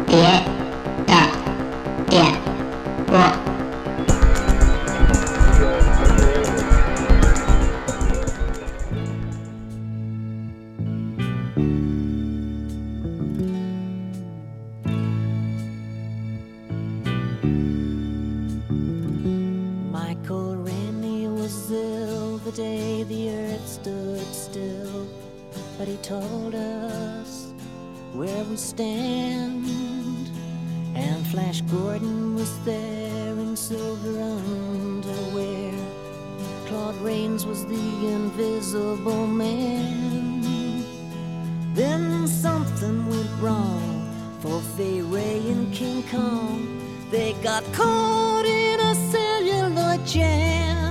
别的点播。 The day the earth stood still, but he told us where we stand. And Flash Gordon was there in silver underwear. Claude Rains was the invisible man. Then something went wrong for Fay Ray and King Kong. They got caught in a celluloid jam.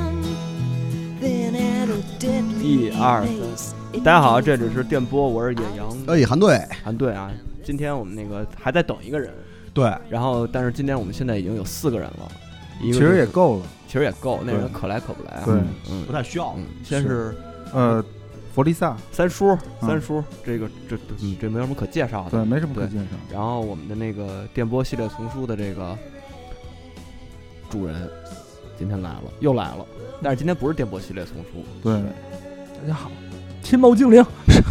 1、2、3，大家好，这里是电波，我是野羊。 韩队， 韩队啊！今天我们那个还在等一个人， 对， 然后但是今天我们现在已经有4个人了， 其实也够了， 那人可来可不来啊， 对， 不太需要。 先是弗利萨三叔，这没有什么可介绍的， 对，没什么可介绍。 然后我们的那个电波系列丛书的这个主人今天来了，又来了。但是今天不是电波系列丛书。 对， 大家好，天猫精灵，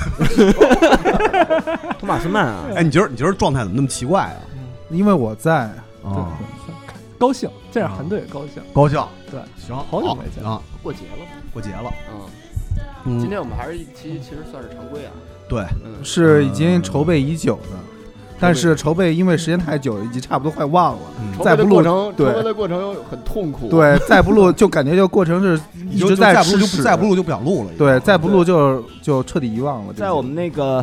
托马斯曼啊！ 哎，你今儿状态怎么那么奇怪啊？ 因为我在啊， 高兴，这样韩队高兴，对， 行， 好久没见啊， 过节了，今天我们还是一期，其实算是常规啊。 对， 是已经筹备已久的。但是筹备因为时间太久，已经差不多快忘了。再不录， 筹备的过程很痛苦。 对，再不录就感觉就过程是一直在吃屎， 再不录就不想录了。 对，再不录就彻底遗忘了。 在我们那个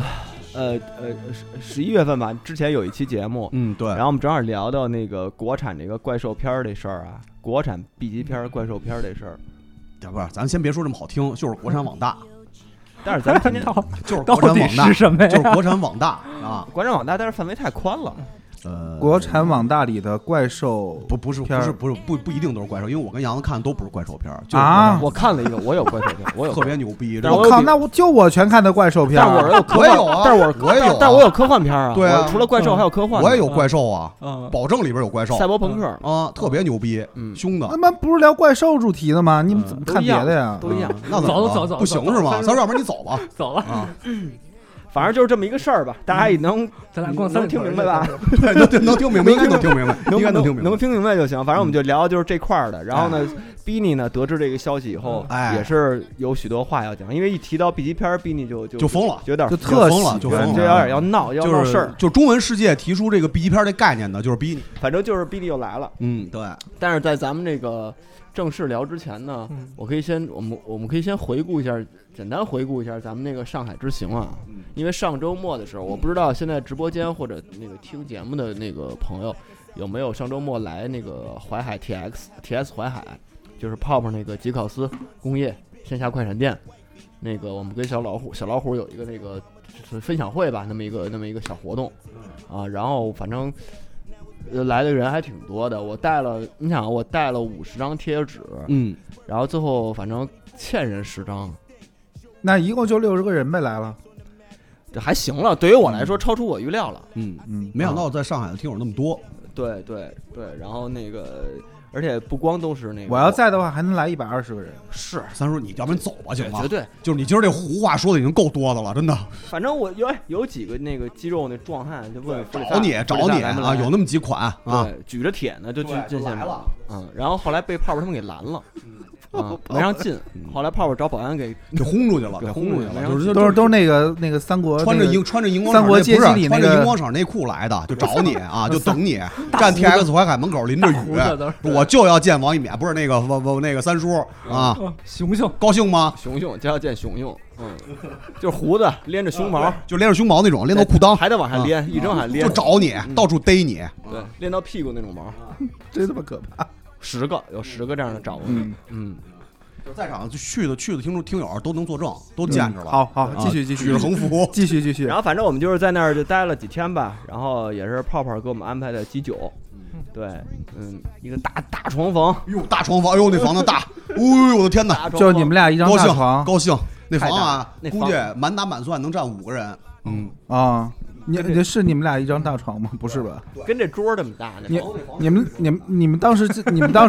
11月份吧，之前有一期节目， 对， 然后我们正好聊到那个国产这个怪兽片这事儿啊，国产 B 级片怪兽片这事儿。 不是，咱先别说这么好听，就是国产网大。 但是咱今天就是国产网大是什么呀？ 就是国产网大啊， 国产网大，但是范围太宽了。 国产网大里的怪兽不是不一定都是怪兽，因为我跟杨子看都不是怪兽片啊。 我看了一个，我有怪兽片，我有特别牛逼。 我靠，那我全看的怪兽片， 但我有科幻，但我有科幻片啊。 对啊， 除了怪兽还有科幻。 我也有怪兽啊，保证里边有怪兽。 赛博朋克啊，特别牛逼，凶的。 他妈不是聊怪兽主题的吗？你们怎么看别的呀？ 都一样。 那走， 不行是吗？要不然你走吧。 走了啊。 反正就是这么一个事儿吧，大家也能， 咱俩逛能听明白吧？ 对，能听明白，应该能听明白，应该能听明白， 能听明白就行。反正我们就聊就是这块儿的。然后呢，Bini 呢得知这个消息以后，也是有许多话要讲，因为一提到 B 级片 ，Bini 就疯了， 有点就特疯了，就有点要闹事儿。 就中文世界提出这个 B 级片这概念的，就是 Bini， 反正就是 Bini 又来了。 对。 但是在咱们这个正式聊之前呢，我们可以先回顾一下，简单回顾一下咱们那个上海之行啊。因为上周末的时候，我不知道现在直播间或者那个听节目的那个朋友有没有上周末来那个淮海 TS 淮海，就是泡泡那个吉考斯工业线下快闪店，那个我们跟小老虎有一个那个分享会吧，那么一个小活动啊，然后反正。来的人还挺多的，我带了50张贴纸，然后最后反正欠人10张， 那一共就60个人呗来了， 这还行了，对于我来说超出我预料了， 没想到在上海的听友那么多， 对，然后那个。而且不光都是那个， 我要在的话还能来120个人。 是三叔，你要不然走吧，行吗？ 绝对， 就是你今儿这胡话说的已经够多的了，真的。 反正我有几个那个肌肉那壮汉就问找你啊，有那么几款啊， 举着铁呢就去进线了，然后后来被泡泡他们给拦了。没让进，后来泡泡找保安给轰出去了， 都是那个三国穿着荧光三国街机里穿着荧光色内裤来的，就找你啊，就等你站 TX 淮海门口淋着雨，我就要见王一冕，不是那个三叔啊， 熊高兴吗？熊就要见熊，就是胡子连着胸毛， 就连着胸毛那种，连到裤裆还得往下连，一直往下连， 就找你，到处逮你， 对，连到屁股那种毛， 真他妈可怕。 有10个这样的找我， 就在场去的听友都能作证，都见着了。 好，继续， 举着横幅， 继续。 然后反正我们就是在那儿就待了几天吧，然后也是泡泡给我们安排的鸡酒，对，一个大床房， 大床房，那房子大，我的天哪， 就你们俩一张大床， 高兴，那房啊，估计满打满算能站5个人， 你们俩一张大床吗？不是吧？ 跟这桌这么大呢。 你们当时就你们当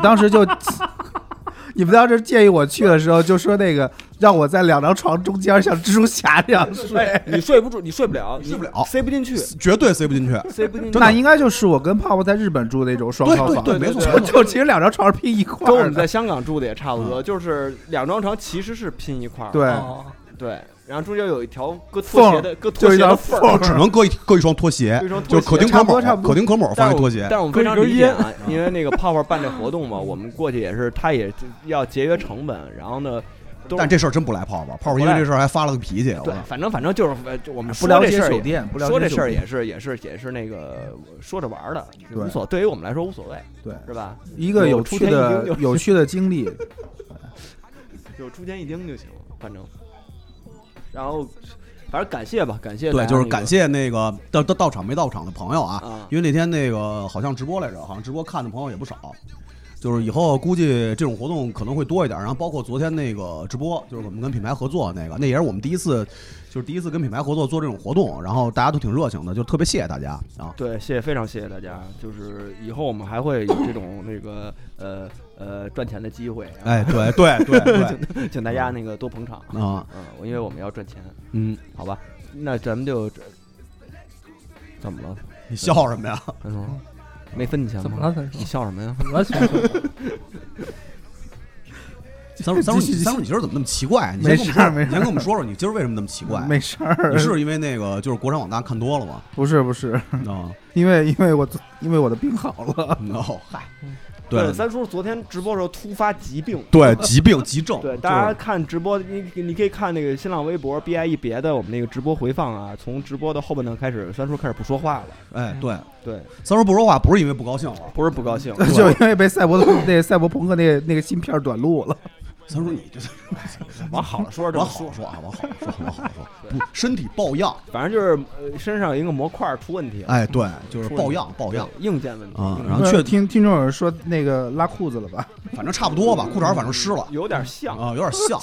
时建议我去的时候，就说那个让我在2张床中间像蜘蛛侠这样睡。 你睡不住，你睡不了，塞不进去， 绝对塞不进去。 那应该就是我跟泡泡在日本住的那种双套房。 对，没错。 就其实2张床是拼一块。 跟我们在香港住的也差不多，就是2张床其实是拼一块。对。然后中间有一条搁拖鞋的缝， 只能搁一双拖鞋，就是可丁可卯放一拖鞋。 但是我们非常理解啊，因为那个泡泡办这活动嘛，我们过去也是，他也要节约成本。然后呢， 但这事儿真不赖泡泡因为这事儿还发了个脾气。 对，反正就是我们不了解酒店， 说这事儿也是那个说着玩的，无所对于我们来说无所谓， 对， 是吧？ 一个有趣的经历， 有出钱一丁就行，反正。然后，反正感谢吧，感谢对，就是感谢那个到场没到场的朋友啊，因为那天那个好像直播来着，好像直播看的朋友也不少。就是以后估计这种活动可能会多一点，然后包括昨天那个直播，就是我们跟品牌合作那也是我们第一次跟品牌合作做这种活动，然后大家都挺热情的，就特别谢谢大家啊！ 对，非常谢谢大家，就是以后我们还会有这种那个赚钱的机会。 哎，对， 请大家那个多捧场啊！因为我们要赚钱。好吧，那咱们就怎么了？ 你笑什么呀？ 没分你钱吗？ 怎么了？ 你笑什么呀？ 三叔，你今儿怎么那么奇怪？ 没事， 你先跟我们说说，你今儿为什么那么奇怪？ 没事儿， 你是因为那个就是国产网大看多了吗？ 不是啊， 因为我的病好了。 嗨。 对，三叔昨天直播的时候突发疾病， 对，急症。 对，大家看直播，你可以看那个新浪微博 BIE 别的我们那个直播回放啊，从直播的后半段开始，三叔开始不说话了。 哎，对， 三叔不说话不是因为不高兴了， 不是不高兴， 就因为被赛博朋克那个芯片短路了。 三叔，你这往好了说， 往好了说，不，身体抱恙， 反正就是身上有一个模块出问题了。 哎，对，就是抱恙， 硬件问题啊。然后听众有人说那个拉裤子了吧？ 反正差不多吧，裤衩反正湿了， 有点像啊，有点像，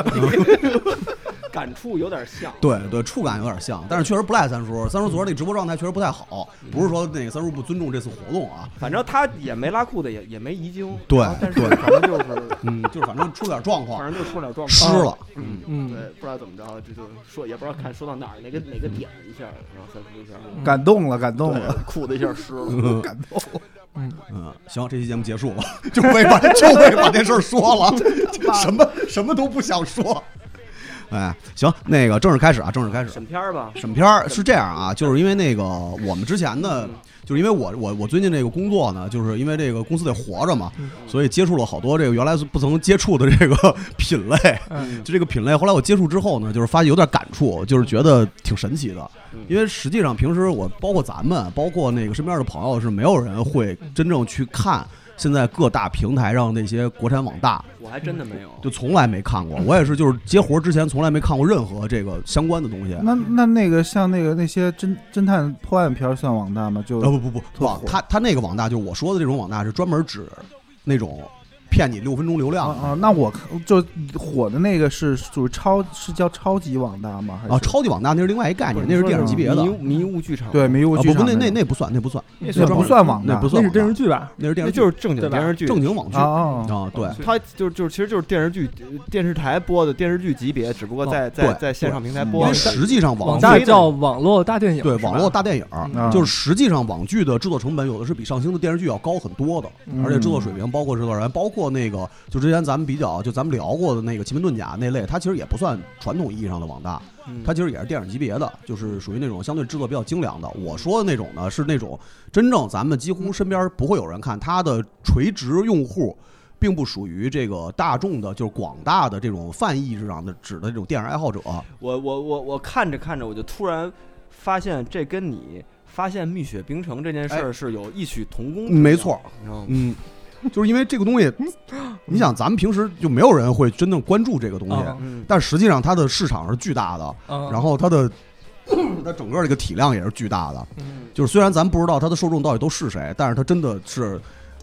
感触有点像， 对，触感有点像，但是确实不赖三叔昨天那直播状态确实不太好，不是说那个三叔不尊重这次活动啊， 反正他也没拉裤子，也没遗精， 对， 但是反正就是就是反正出点状况， 反正就出点状况， 湿了， 对，不知道怎么着，这就说也不知道说到哪儿，哪个点一下，然后三叔一下感动了， 裤子一下湿了， 感动了。 行，这期节目结束了，就为把这事儿说了，什么都不想说。哎，行，那个正式开始。 审片吧。 审片是这样啊，就是因为那个我们之前呢，就是因为我最近这个工作呢，就是因为这个公司得活着嘛，所以接触了好多这个原来不曾接触的这个品类，就这个品类。后来我接触之后呢，就是发现有点感触，就是觉得挺神奇的。因为实际上平时我包括咱们，包括那个身边的朋友，是没有人会真正去看现在各大平台上那些国产网大。 我还真的没有， 就从来没看过。我也是，就是接活之前从来没看过任何这个相关的东西。 那个像那些侦探破案片算网大吗？就不，他那个网大，就是我说的这种网大，是专门指那种骗你6分钟流量啊。那我就火的那个是属于是叫超级网大吗？ 啊，超级网大那是另外一概念，那是电视级别的迷雾剧场。 对，迷雾剧场。 那不算， 那不算网大， 那不算， 那是电视剧吧？ 那是电视剧， 就是正经电视剧， 正经网剧啊。对， 它其实就是电视剧，电视台播的电视剧级别，只不过在线上平台播。 因为实际上网大叫网络大电影， 对，网络大电影，就是实际上网剧的制作成本有的是比上星的电视剧要高很多的，而且制作水平，包括制作人，包括那个就之前咱们聊过的那个奇门遁甲那类，它其实也不算传统意义上的网大，它其实也是电影级别的，就是属于那种相对制作比较精良的。我说的那种呢，是那种真正咱们几乎身边不会有人看，它的垂直用户并不属于这个大众的，就是广大的这种泛意义上的指的这种电影爱好者。 我看着看着，我就突然发现这跟你发现蜜雪冰城这件事是有异曲同工。 没错，就是因为这个东西，你想咱们平时就没有人会真正关注这个东西，但实际上它的市场是巨大的，然后它整个这个体量也是巨大的。就是虽然咱不知道它的受众到底都是谁，但是它真的是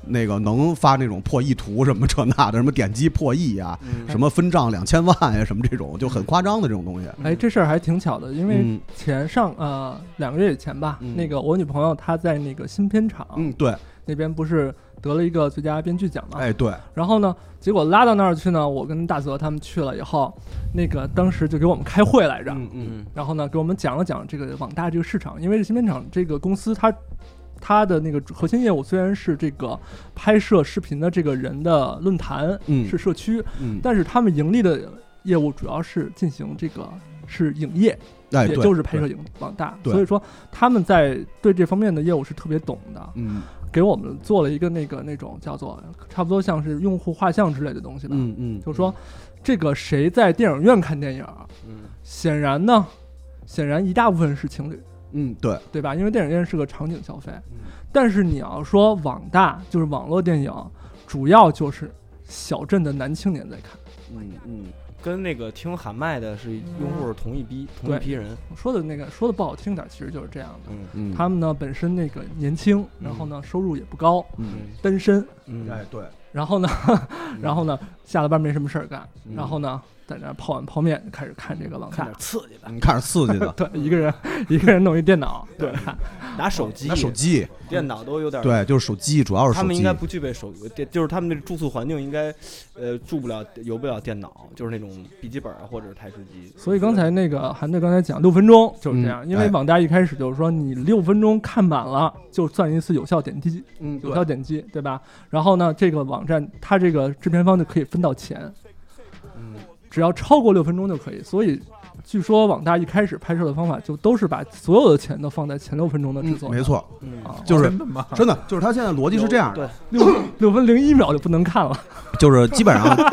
那个能发那种破亿图什么这那的，什么点击破亿啊，什么分账2000万呀，什么这种就很夸张的这种东西。 哎，这事儿还挺巧的，因为2个月以前吧，那个我女朋友她在那个新片场， 对， 那边不是得了一个最佳编剧奖嘛？ 哎，对。 然后呢，结果拉到那儿去呢，我跟大泽他们去了以后，那个当时就给我们开会来着，然后呢给我们讲了讲这个网大这个市场，因为新片场这个公司它的那个核心业务虽然是这个拍摄视频的这个人的论坛，是社区，但是他们盈利的业务主要是进行这个是影业。也就是拍摄网大，所以说他们在对这方面的业务是特别懂的，给我们做了一个那种叫做差不多像是用户画像之类的东西吧，就是说这个谁在电影院看电影，显然一大部分是情侣，对吧？因为电影院是个场景消费，但是你要说网大就是网络电影，主要就是小镇的男青年在看， 跟那个听喊麦的是用户是同一批人。 说的不好听点，其实就是这样的。他们呢本身那个年轻，然后呢收入也不高，单身， 哎对。 然后呢下了班没什么事儿干，然后呢在那泡碗泡面开始看这个网大， 看点刺激的， 看点刺激的。 对，一个人弄一电脑，对， 拿手机，电脑都有点。 对，就是手机，主要是手机。 他们应该不具备就是他们那个住宿环境应该有不了电脑，就是那种笔记本或者是台式机。 所以刚才那个韩队刚才讲6分钟就是这样，因为网大一开始就是说你6分钟看满了就算一次有效点击，对吧？然后呢，这个网站它这个制片方就可以分到钱。只要超过6分钟就可以，所以据说网大一开始拍摄的方法就都是把所有的钱都放在前6分钟的制作。 没错，就是真的就是他现在逻辑是这样的 ，6分01秒就不能看了， 就是基本上，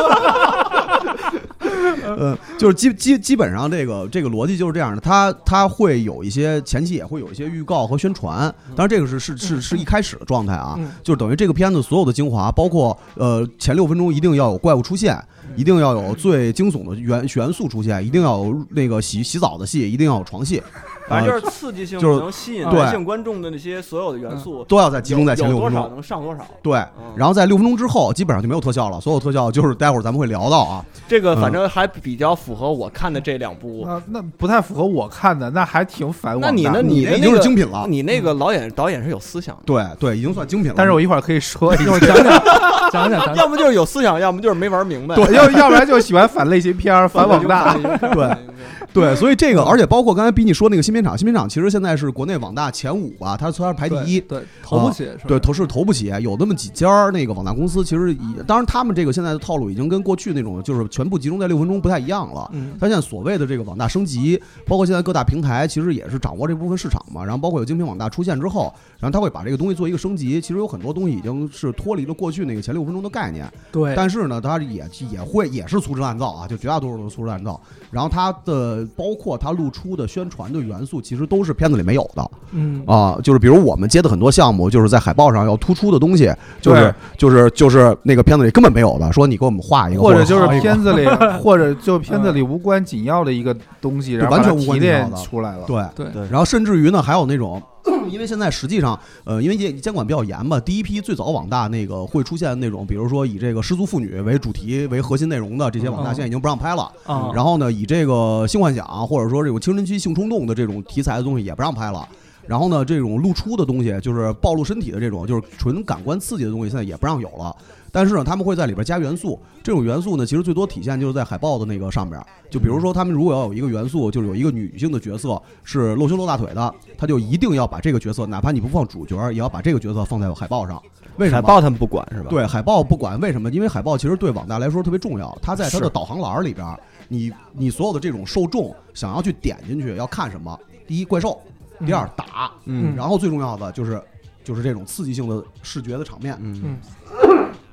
就是基本上这个逻辑就是这样的，他会有一些前期也会有一些预告和宣传，当然这个是一开始的状态啊，就是等于这个片子所有的精华，包括前6分钟一定要有怪物出现。一定要有最惊悚的元素出现，一定要有那个洗澡的戏，一定要有床戏， 反正就是刺激性，就是能吸引男性观众的那些所有的元素都要在集中在前6分钟， 有多少能上多少。 对，然后在6分钟之后，基本上就没有特效了，所有特效就是待会儿咱们会聊到啊。 这个反正还比较符合我看的这2部， 那不太符合我看的，那还挺反我。 那你的已经是精品了， 你那个导演是有思想， 对，已经算精品了。 但是我一会儿可以说一下， 讲， 要么就是有思想，要么就是没玩明白， 对，要不然就喜欢反类型片，反网大， 对，所以这个，而且包括刚才比你说那个新片场其实现在是国内网大前5吧，它虽然排第1， 对，头部企业， 对，头部企业有那么几家那个网大公司，其实当然他们这个现在的套路已经跟过去那种就是全部集中在6分钟不太一样了。它现在所谓的这个网大升级，包括现在各大平台其实也是掌握这部分市场嘛，然后包括有精品网大出现之后，然后他会把这个东西做一个升级，其实有很多东西已经是脱离了过去那个前6分钟的概念。 对， 但是呢，它也是粗制滥造啊，就绝大多数都是粗制滥造。然后它的包括它露出的宣传的元素，其实都是片子里没有的。就是比如我们接的很多项目，就是在海报上要突出的东西，就是那个片子里根本没有的。说你给我们画一个， 或者就是片子里，或者就片子里无关紧要的一个东西，然后完全无关紧要的出来了。 对， 然后甚至于呢，还有那种。因为现在实际上，因为监管比较严嘛，第一批最早网大那个会出现那种，比如说以这个失足妇女为主题为核心内容的这些网大，现在已经不让拍了。然后呢，以这个性幻想或者说这种青春期性冲动的这种题材的东西也不让拍了。然后呢，这种露出的东西，就是暴露身体的这种，就是纯感官刺激的东西，现在也不让有了。但是呢，他们会在里边加元素，这种元素呢，其实最多体现就是在海报的那个上边。就比如说，他们如果要有一个元素，就是有一个女性的角色是露胸露大腿的，他就一定要把这个角色，哪怕你不放主角，也要把这个角色放在海报上。为什么？ 海报他们不管是吧？ 对，海报不管，为什么？因为海报其实对网大来说特别重要，它在它的导航栏里边，你所有的这种受众想要去点进去要看什么？第一，怪兽。第2，打，然后最重要的就是这种刺激性的视觉的场面，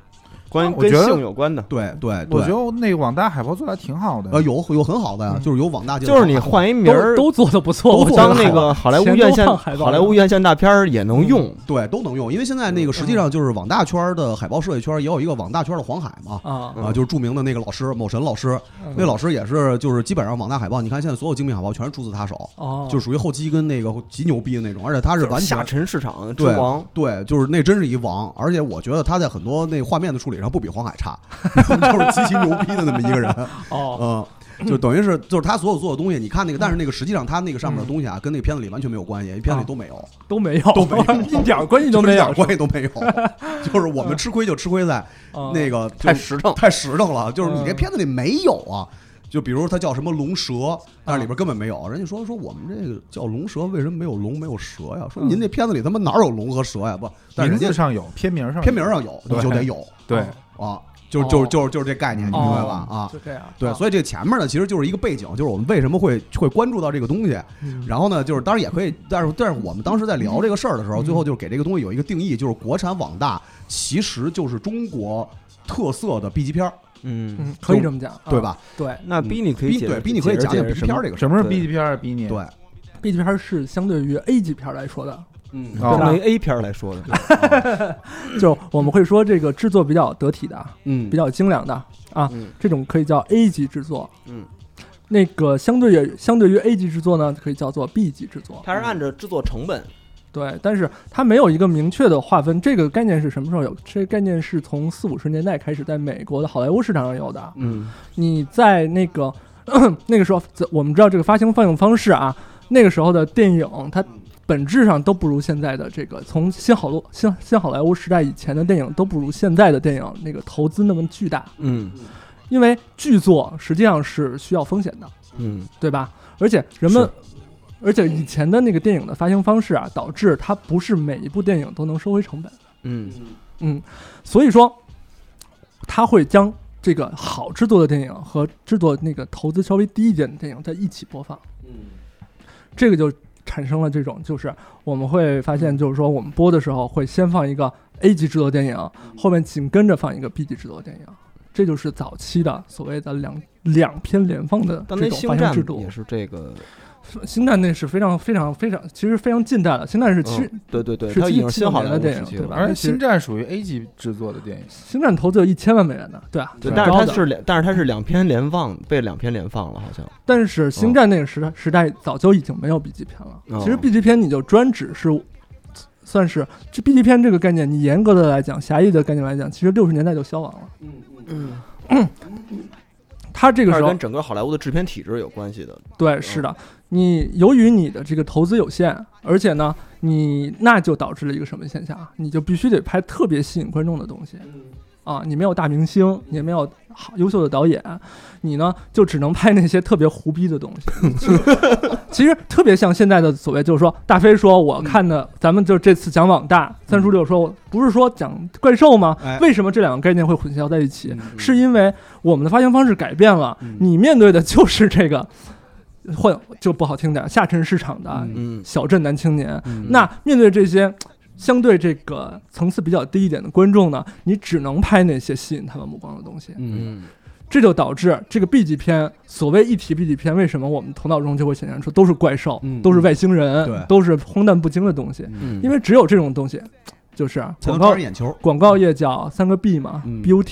跟性有关的。 对， 我觉得那个网大海报做的挺好的。 有很好的呀，就是有网大， 就是你换一名儿都做的不错， 当那个好莱坞院线大片也能用， 对，都能用。因为现在那个实际上就是网大圈的海报设计圈也有一个网大圈的黄海嘛，就是著名的那个老师某神老师，那老师也是就是基本上网大海报，你看现在所有精品海报全是出自他手，就是属于后期跟那个极牛逼的那种，而且他是完全下沉市场之王， 对，就是那真是一王，而且我觉得他在很多那画面的处理上不比黄海差，就是极其牛逼的那么一个人。就等于是就是他所有做的东西，你看那个，但是那个实际上他那个上面的东西啊，跟那个片子里完全没有关系，片子里都没有， 一点关系都没有， 关系都没有。就是我们吃亏就吃亏在那个太实诚了，就是你这片子里没有啊。就比如他叫什么龙蛇，但是里边根本没有。人家说我们这个叫龙蛇，为什么没有龙没有蛇呀？说您这片子里他妈哪有龙和蛇呀？不，但是名字上有，片名上有，你就得有。 对啊。就是这概念，你明白吧？ 就这样。 对，所以这前面呢，其实就是一个背景，就是我们为什么会关注到这个东西。然后呢，就是当然也可以，但是我们当时在聊这个事儿的时候，最后就是给这个东西有一个定义，就是国产网大其实就是中国特色的 B 级片。 可以这么讲， 对吧？ 对， 那逼你可以讲讲 B 级片这个什么是 B 级片？逼你对 ，B 级片是相对于 A 级片来说的。 相当于 A 片来说的， 就我们会说这个制作比较得体的，比较精良的啊，这种可以叫 A 级制作。那个相对于 A 级制作呢，可以叫做 B 级制作。 它是按照制作成本， 对，但是它没有一个明确的划分。这个概念是什么时候有？这个概念是从40-50年代开始，在美国的好莱坞市场上有的。你在那个那个时候，我们知道这个放映方式啊，那个时候的电影它本质上都不如现在的这个，从新好莱坞时代以前的电影都不如现在的电影那个投资那么巨大。因为剧作实际上是需要风险的，对吧？而且以前的那个电影的发行方式啊，导致它不是每一部电影都能收回成本。所以说，它会将这个好制作的电影和制作那个投资稍微低一点的电影在一起播放。这个就产生了这种，就是我们会发现，就是说我们播的时候会先放一个 A 级制作电影，后面紧跟着放一个 B 级制作电影，这就是早期的所谓的两片连放的这种发行制度。 也是这个， 星战那是非常，其实非常近代了。星战是对， 是它已经新好莱坞的电影，对吧？ 而星战属于 A 级制作的电影， 星战投资有1000万美元的，对啊。 但是它是两片连放，被2片连放了，好像。 但是星战那个时代早就已经没有 B 级片了。其实 B 级片你就专指是。算是这 B 级片这个概念，你严格的来讲，狭义的概念来讲，其实60年代就消亡了。它这个时候跟整个好莱坞的制片体制有关系的。 对，是的。你由于你的这个投资有限，而且呢，那就导致了一个什么现象？你就必须得拍特别吸引观众的东西。你没有大明星，也没有好优秀的导演，你呢就只能拍那些特别胡逼的东西。其实特别像现在的所谓，就是说大飞说我看的，咱们就这次讲网大，3叔6说不是说讲怪兽吗？为什么这两个概念会混淆在一起？是因为我们的发行方式改变了，你面对的就是这个。就不好听点，下沉市场的小镇男青年。那面对这些相对这个层次比较低一点的观众呢，你只能拍那些吸引他们目光的东西。这就导致这个 B 级片，所谓一提 B 级片，为什么我们头脑中就会显现出都是怪兽，都是外星人，都是荒诞不经的东西？因为只有这种东西，就是广告业叫3个 B 嘛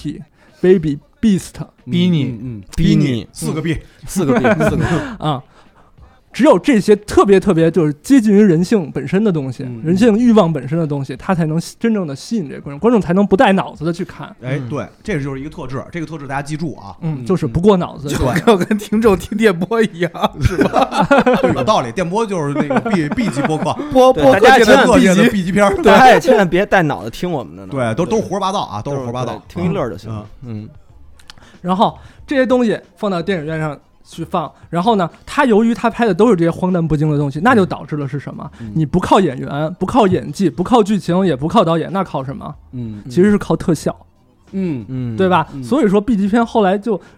，Beauty、Baby、Beast、 逼你 ，4个 B 啊。只有这些特别就是接近于人性本身的东西，人性欲望本身的东西，它才能真正的吸引这个观众才能不带脑子的去看。 对，这就是一个特质，这个特质大家记住啊。 就是不过脑子， 就跟听众听电波一样，是吧？ 有道理，电波就是那个 B 级播客， 播大家各界的 B 级片， 大家也千万别带脑子听我们的， 对，都胡说八道啊，都是胡说八道， 听一乐就行。 然后这些东西放到电影院上去放，然后呢，由于他拍的都是这些荒诞不经的东西，那就导致了是什么？你不靠演员，不靠演技，不靠剧情，也不靠导演，那靠什么？其实是靠特效。对吧？所以说 B 级片后来就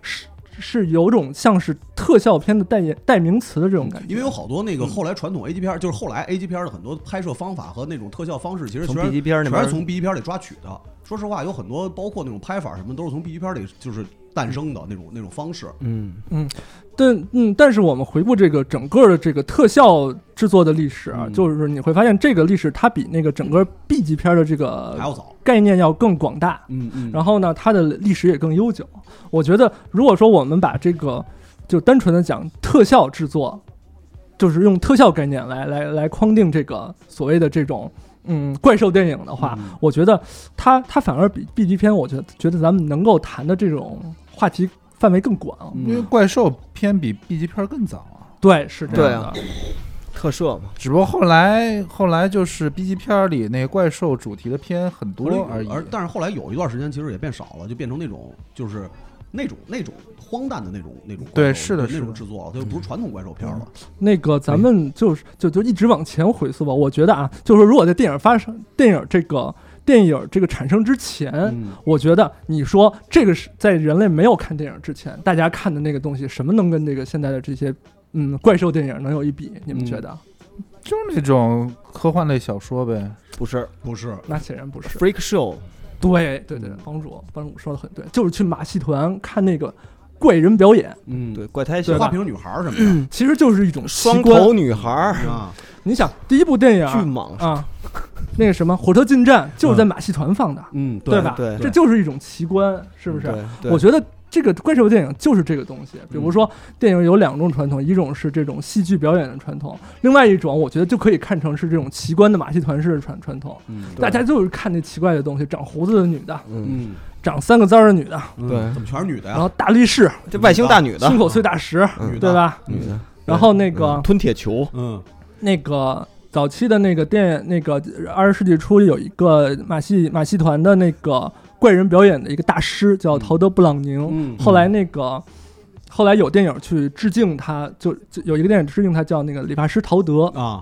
是有种像是特效片的代名词的这种感觉。 因为有好多那个后来传统 A 级片，就是后来 A 级片的很多拍摄方法和那种特效方式，其实从 B 级片全是从 B 级片里抓取的。说实话，有很多包括那种拍法什么，都是从 B 级片里就是诞生的那种方式。 但是我们回顾这个整个的这个特效制作的历史啊，就是你会发现这个历史它比那个整个 B 级片的这个还要早， 概念要更广大。然后呢，它的历史也更悠久。我觉得，如果说我们把这个就单纯的讲特效制作，就是用特效概念来框定这个所谓的这种怪兽电影的话，我觉得它反而比 B 级片，我觉得咱们能够谈的这种话题范围更广， 因为怪兽片比 B 级片更早啊。 对，是这样的。 特摄嘛， 只不过后来就是 B 级片里那个怪兽主题的片很多而已。 但是后来有一段时间其实也变少了，就变成那种就是那种荒诞的那种对，是的， 那种制作了，就不是传统怪兽片了。 那个咱们就一直往前回溯吧。我觉得啊，就是说如果在电影这个产生之前，我觉得你说这个是在人类没有看电影之前，大家看的那个东西，什么能跟这个现在的这些怪兽电影能有一比？你们觉得？ 就是那种科幻类小说呗？ 不是， 那显然不是。 Freak Show。 对，帮主说的很对，就是去马戏团看那个怪人表演， 对，怪胎秀、 花瓶女孩什么的， 其实就是一种双头女孩啊。你想，第一部电影巨蟒啊，那个什么火车进站就是在马戏团放的，对吧？ 对， 这就是一种奇观，是不是？ 对， 我觉得这个怪兽电影就是这个东西。比如说，电影有两种传统，一种是这种戏剧表演的传统，另外一种我觉得就可以看成是这种奇观的马戏团式的传统。大家就是看那奇怪的东西，长胡子的女的，长3个簪的女的， 对， 怎么全是女的呀？ 然后大力士， 这外星大女的， 胸口碎大石，对吧？ 女的。 然后那个吞铁球， 那个早期的那个那个20世纪初有一个马戏团的那个怪人表演的一个大师叫陶德·布朗宁，后来有电影去致敬他，就有一个电影致敬他叫那个理发师陶德啊，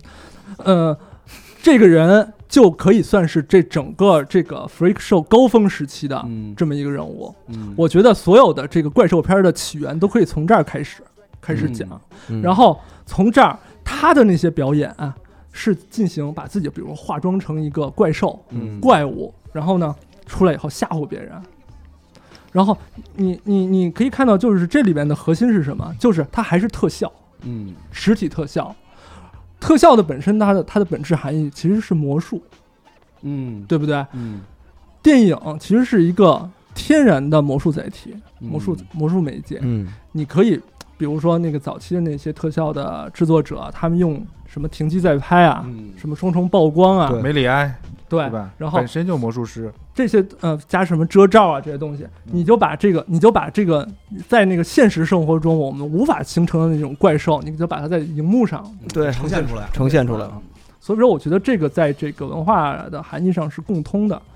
这个人就可以算是这整个这个 Freak Show 高峰时期的这么一个人物。我觉得所有的这个怪兽片的起源都可以从这儿开始讲，然后从这儿他的那些表演啊，是进行把自己比如化妆成一个怪兽、怪物，然后呢出来以后吓唬别人。然后你可以看到，就是这里面的核心是什么？就是它还是特效，实体特效。特效的本身它的本质含义其实是魔术，对不对？电影其实是一个天然的魔术载体，魔术媒介。你可以比如说那个早期的那些特效的制作者，他们用什么停机再拍啊，什么双重曝光啊， 梅里埃， 对吧？ 然后本身就魔术师， 这些加什么遮罩啊这些东西，你就把这个在那个现实生活中我们无法形成的那种怪兽，你就把它在荧幕上呈现出来。 所以说，我觉得这个在这个文化的含义上是共通的。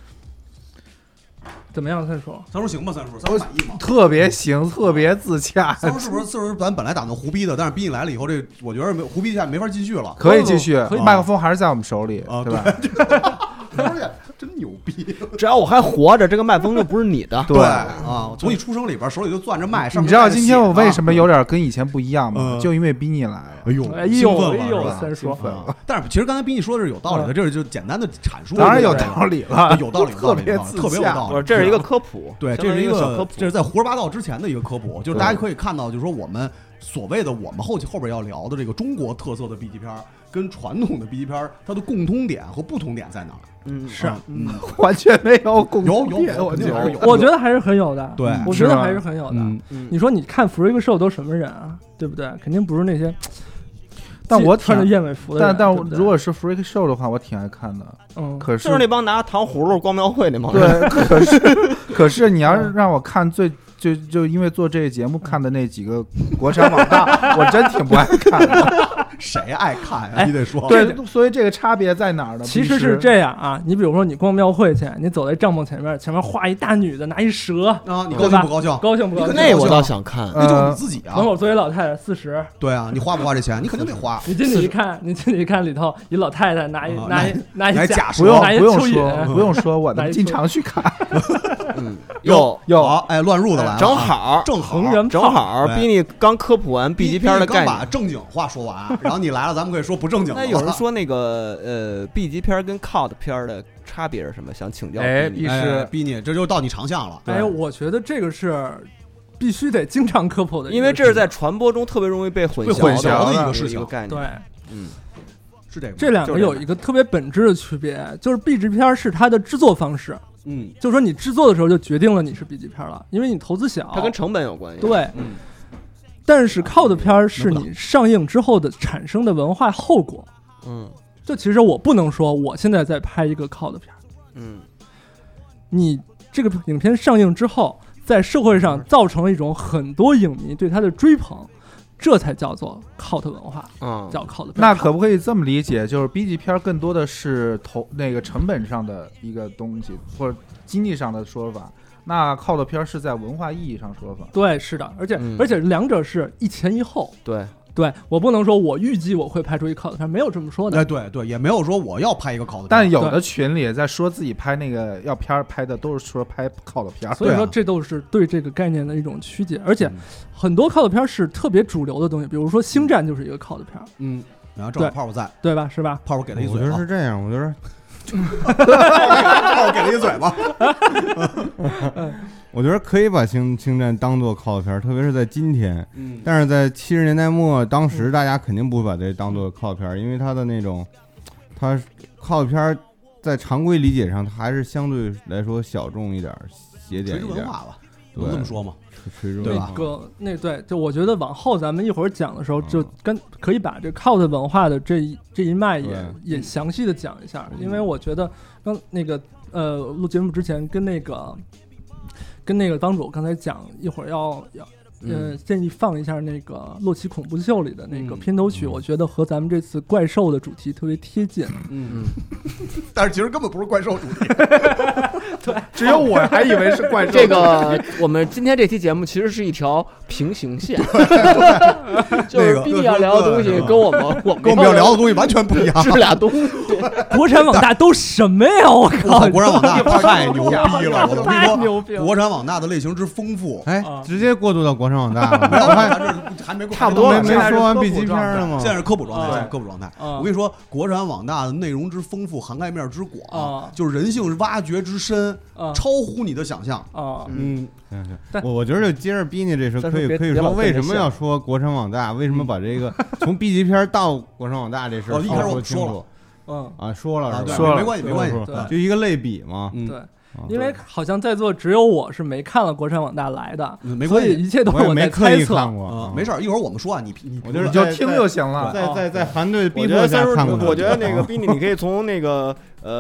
怎么样？三叔行吧？三叔满意吗？ 特别行，特别自洽。 三叔是不是咱本来打算胡逼的，但是逼你来了以后，这我觉得胡逼下没法继续了。 可以继续，麦克风还是在我们手里，对吧？ 真牛逼！ 只要我还活着，这个麦克风就不是你的。 对啊，从你出生里边手里就攥着麦。 你知道今天我为什么有点跟以前不一样吗？就因为逼你来。 哎呦，三叔。 但是其实刚才逼你说的是有道理的，这是就简单的阐述。 当然有道理了， 有道理， 特别有道理。 这是一个科普， 对，这是一个小科普，这是在胡说八道之前的一个科普，就是大家可以看到，就是说我们所谓的我们后边要聊的这个中国特色的 B 级片跟传统的 B 级片它的共通点和不同点在哪？ 完全没有共通点， 我觉得还是很有的。 对， 我觉得还是很有的。你说你看 Freak Show 都什么人啊？对不对？肯定不是那些。 但我穿着燕尾服的人， 但如果是 Freak Show 的话，我挺爱看的。可是就是那帮拿糖葫芦光庙会那帮人。对，可是你要让我看就因为做这个节目看的那几个国产网大，我真挺不爱看的。 谁爱看呀？你得说。 对，所以这个差别在哪儿呢？ 其实是这样啊，你比如说你逛庙会去，你走在帐篷前面画一大女的拿一蛇啊，你高兴不高兴？ 高兴不高兴？ 那我倒想看， 那就是你自己啊。 门口坐一老太太40。 对啊，你花不花这钱？你肯定得花。 你进去一看里头一老太太拿一假蛇， 不用说，我能经常去看。 有好，哎，乱入的来了， 正好恒源正好，逼你刚科普完 B 级片的概念， 刚把正经话说完，然后你来了，咱们可以说不正经的。 那有人说那个B 级片跟 cult 片的差别是什么？想请教。 逼你，这就到你长项了。 哎，我觉得这个是必须得经常科普的， 因为这是在传播中特别容易被混淆的一个事情概念。 对， 是这个。 这两个有一个特别本质的区别，就是 B 级片是它的制作方式。就是说你制作的时候就决定了你是 B 级片了，因为你投资小， 它跟成本有关系。 对，但是 cult 片是你上映之后的产生的文化后果。就其实我不能说我现在在拍一个 cult 片，你这个影片上映之后，在社会上造成了一种很多影迷对它的追捧。这才叫做 cult 文化，叫 cult。 那可不可以这么理解？就是 B 级片更多的是那个成本上的一个东西，或者经济上的说法。那 cult 片是在文化意义上说法。 对，是的，而且两者是一前一后。对，我不能说我预计我会拍出一 cult 片，没有这么说的。 哎，对，也没有说我要拍一个 cult 片。 但有的群里在说自己拍那个要片拍的，都是说拍 cult 片。 所以说这都是对这个概念的一种曲解，而且很多 cult 片是特别主流的东西，比如说《星战》就是一个 cult 片。 然后正好泡泡在， 对吧？是吧？ 泡泡给了一嘴。 我觉得是这样，我觉得泡泡给了一嘴巴。 我觉得可以把星战当做 cult 片，特别是在今天。但是在70年代末，当时大家肯定不会把这当做 cult 片，因为它的那种，它 cult 片在常规理解上，它还是相对来说小众一点、邪典一点。 文化吧，能这么说吗？ 对吧？对，就我觉得往后咱们一会儿讲的时候，就可以把这 cult 文化的这一脉也详细的讲一下，因为我觉得刚那个录节目之前跟那个帮主刚才讲，一会儿要建议放一下那个《洛奇恐怖秀》里的那个片头曲，我觉得和咱们这次怪兽的主题特别贴近。 但是其实根本不是怪兽主题。 对， 只有我还以为是怪兽。 这个我们今天这期节目其实是一条平行线，就是逼你要聊的东西跟我们要聊的东西完全不一样， 是俩东西。 国产网大都什么呀？我靠！ 国产网大太牛逼了！我太牛逼了！ 国产网大的类型之丰富， 哎，直接过渡到国产网大了。 这还没差不多没说完 B 级片了吗？ 现在是科普状态，科普状态。我跟你说，国产网大的内容之丰富，涵盖面之广，就是人性挖掘之深，超乎你的想象。 我觉得就接着逼你这事可以说，为什么要说国产网大？为什么把这个从 B 级片到国产网大这事一开始我说清楚？说了， 没关系， 就一个类比嘛。 对。因为好像在座只有我是没看了国产网大来的， 没关系， 一切都是我在猜测。 没事，一会儿我们说啊，你我就是就听就行了。 在韩队逼迫下看过。 我觉得那个逼你可以从那个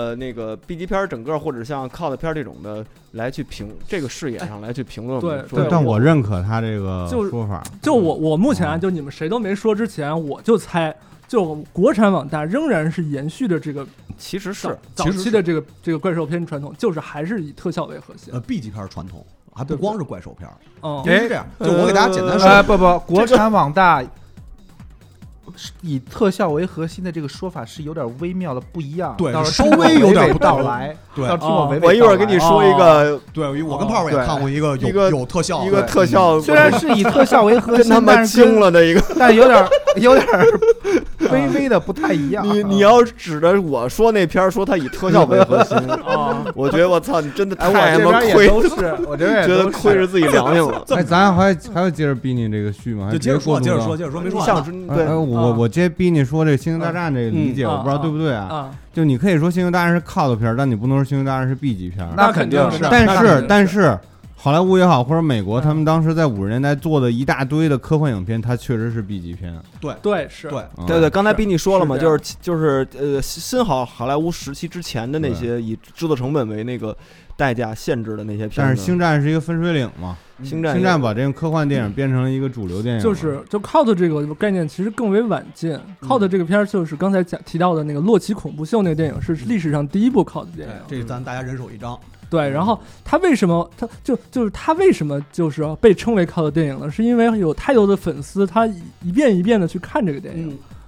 B 级片整个或者像 cult 片这种的来去这个视野上来去评论。 对， 但我认可他这个说法。 就我目前就你们谁都没说之前，我就猜。就国产网大仍然是延续着这个， 其实是早期的这个怪兽片传统，就是还是以特效为核心。 B 级片传统还不光是怪兽片， 因为是这样，就我给大家简单说， 不，国产网大以特效为核心的这个说法是有点微妙的不一样， 对，稍微有点不到来。 对， 要听我我一会儿跟你说一个， 对，我跟泡泡也看过一个有特效， 一个特效， 虽然是以特效为核心， 跟他们惊了的一个， 但有点微微的不太一样。 你要指着我说那片说他以特效为核心我觉得我操，你真的太他妈亏， 我觉得亏着自己良心了。 哎，咱还要接着逼你这个续吗？ 就接着说，没说完。 对， 我接着逼你说这个《星球大战》这个理解，我不知道对不对啊？就你可以说《星球大战》是 cult 片，但你不能说《星球大战》是 B 级片。 那肯定是。 但是，好莱坞也好，或者美国，他们当时在50年代做的一大堆的科幻影片，它确实是 B 级片。 对，是。 对，刚才逼你说了嘛，就是新好莱坞时期之前的那些以制作成本为那个代价限制的那些片子。 但是《星战》是一个分水岭嘛。 星战把这个科幻电影变成了一个主流电影， 就 cult 这个概念其实更为晚近。cult 这个片就是刚才提到的那个《洛奇恐怖秀》那个电影，是历史上第一部 cult 电影。 这咱大家人手一张。 对，然后他为什么就是被称为 cult 电影呢？是因为有太多的粉丝，他一遍一遍的去看这个电影。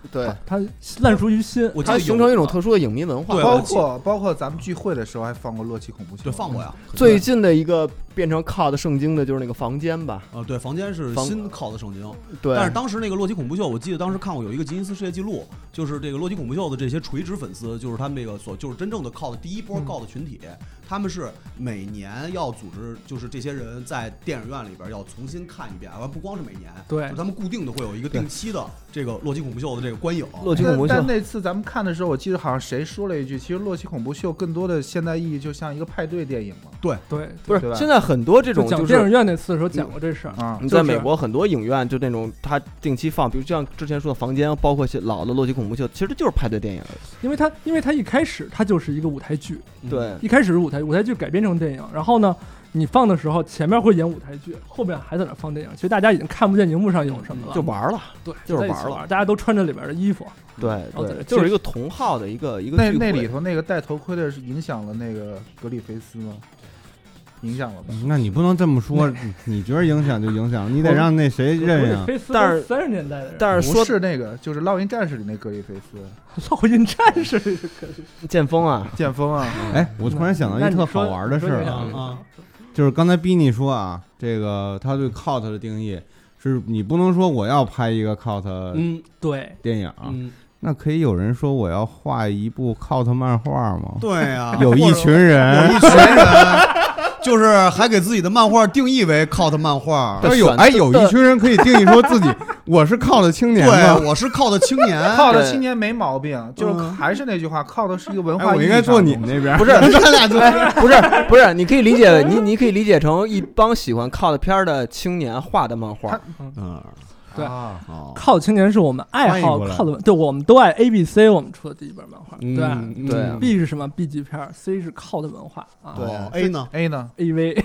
对， 它烂熟于心， 它形成一种特殊的影迷文化。 对，包括咱们聚会的时候还放过洛奇恐怖秀， 对，放过呀。 最近的一个变成 cult 圣经的就是那个房间吧？ 对，房间是新 cult 圣经。 对， 但是当时那个洛奇恐怖秀，我记得当时看过有一个吉尼斯世界纪录，就是这个洛奇恐怖秀的这些垂直粉丝，就是他们这个就是真正的 cult 第一波 cult 群体，他们是每年要组织，就是这些人在电影院里边要重新看一遍，而不光是每年， 对， 他们固定的会有一个定期的这个洛奇恐怖秀的这个观影。 洛奇恐怖秀， 但那次咱们看的时候，我记得好像谁说了一句，其实洛奇恐怖秀更多的现代意义就像一个派对电影嘛。 对， 不是现在很多这种讲电影院那次的时候讲过这事儿啊。 你在美国很多影院就那种他定期放，比如像之前说的房间，包括老的洛奇恐怖秀，其实就是派对电影。 因为它一开始它就是一个舞台剧， 对， 一开始是舞台剧改编成电影，然后呢，你放的时候前面会演舞台剧，后面还在那放电影，其实大家已经看不见荧幕上有什么了， 就玩了， 对， 就是玩了， 大家都穿着里边的衣服， 对，就是一个同号的一个那里头那个戴头盔的是影响了那个格里菲斯吗？影响了吧？ 那你不能这么说，你觉得影响就影响，你得让那谁认呀。 但是30年代的人， 但是说是那个就是《烙印战士》里那格里菲斯， 烙印战士剑锋啊， 哎，我突然想到一特好玩的事啊，就是刚才逼你说啊，这个他对 cult 的定义是你不能说我要拍一个 cult 对电影，那可以有人说我要画一部 cult 漫画吗？ 对呀， 有一群人。 就是还给自己的漫画定义为 cult 漫画， 有一群人可以定义说自己我是 cult 青年， 对，我是 cult 青年 ，cult 青年没毛病，就是还是那句话，cult 是一个文化。 我应该坐你们那边， 不是，咱俩不是，你可以理解你可以理解成一帮喜欢 cult 片的青年画的漫画， 对，cult 青年是我们爱好 cult，对，我们都爱 ABC， 我们出的第一本漫画，对 ，B 是什么 B 级片 ，C 是 cult 文化啊， 对 ，A 呢 AV。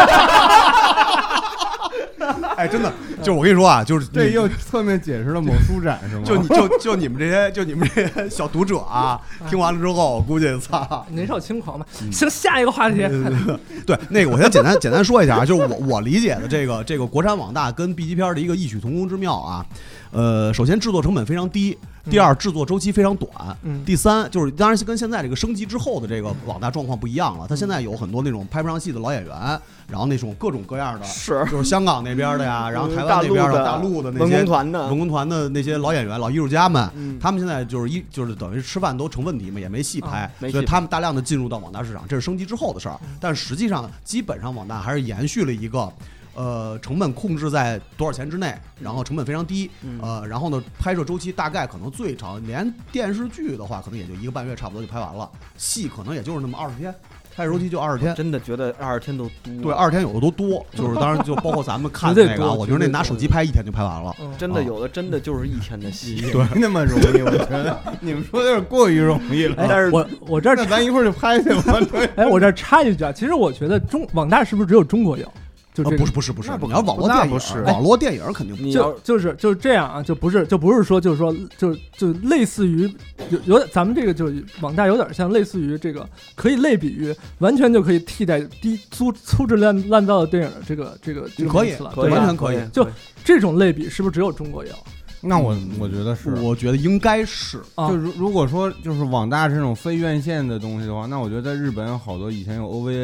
哎，真的，就我跟你说啊，就是这又侧面解释了某书展是吗？ 就你们这些小读者啊，听完了之后，我估计操， 年少轻狂嘛。行，下一个话题。 对，那个我先简单说一下啊，就是我理解的这个国产网大跟 B 级片的一个异曲同工之妙啊。首先制作成本非常低，第二制作周期非常短，第三就是当然跟现在这个升级之后的这个网大状况不一样了。它现在有很多那种拍不上戏的老演员，然后那种各种各样的，就是香港那边的呀，然后台湾那边的、大陆的那些文工团的那些老演员、老艺术家们，他们现在就是等于吃饭都成问题嘛，也没戏拍，所以他们大量的进入到网大市场，这是升级之后的事儿。但实际上，基本上网大还是延续了一个。成本控制在多少钱之内，然后成本非常低，然后呢，拍摄周期大概可能最长，连电视剧的话，可能也就1个半月差不多就拍完了，戏可能也就是那么20天，拍摄周期就20天。 真的觉得20天都多。 对，20天有的都多，就是当然就包括咱们看那个，我觉得那拿手机拍1天就拍完了， 真的有的真的就是1天的戏， 对，那么容易，我觉得你们说的有点过于容易了。 但是我这儿， 那咱一会儿就拍去吧。 哎，我这儿插一句啊，其实我觉得网大是不是只有中国有？ 不是，你要网络电影，网络电影肯定不就是这样啊，就不是说就是说就类似于有咱们这个就网大有点像类似于这个可以类比于完全就可以替代粗制滥造的电影的这个可以了， 完全可以。 就这种类比是不是只有中国有？ 那我觉得是， 我觉得应该是。 就如果说就是网大这种非院线的东西的话，那我觉得在日本有好多以前有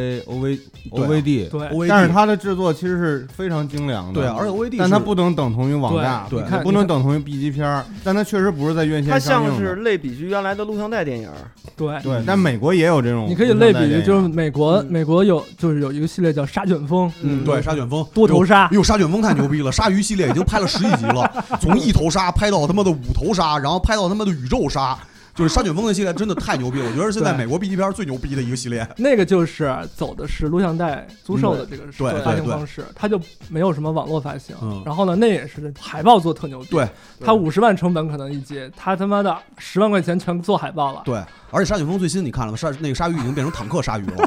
OVD， 对， 但是它的制作其实是非常精良的， 对，而且 OVD， 但它不能等同于网大， 对， 不能等同于 B 级片，但它确实不是在院线上映的。 它像是类比于原来的录像带电影， 对， 但美国也有这种， 你可以类比于就是美国有一个系列叫沙卷风， 对，沙卷风多头鲨， 沙卷风太牛逼了，鲨鱼系列已经拍了11集了，从1头鲨拍到他妈的5头鲨，然后拍到他妈的宇宙鲨，就是沙卷风的系列真的太牛逼了，我觉得现在美国 B 级片最牛逼的一个系列。 那个就是走的是录像带租售的这个发行方式，它就没有什么网络发行。然后呢，那也是海报做特牛逼， 对， 它50万成本可能一集，他妈的10万块钱全做海报了。 对，而且沙卷风最新你看了吗？那个鲨鱼已经变成坦克鲨鱼了。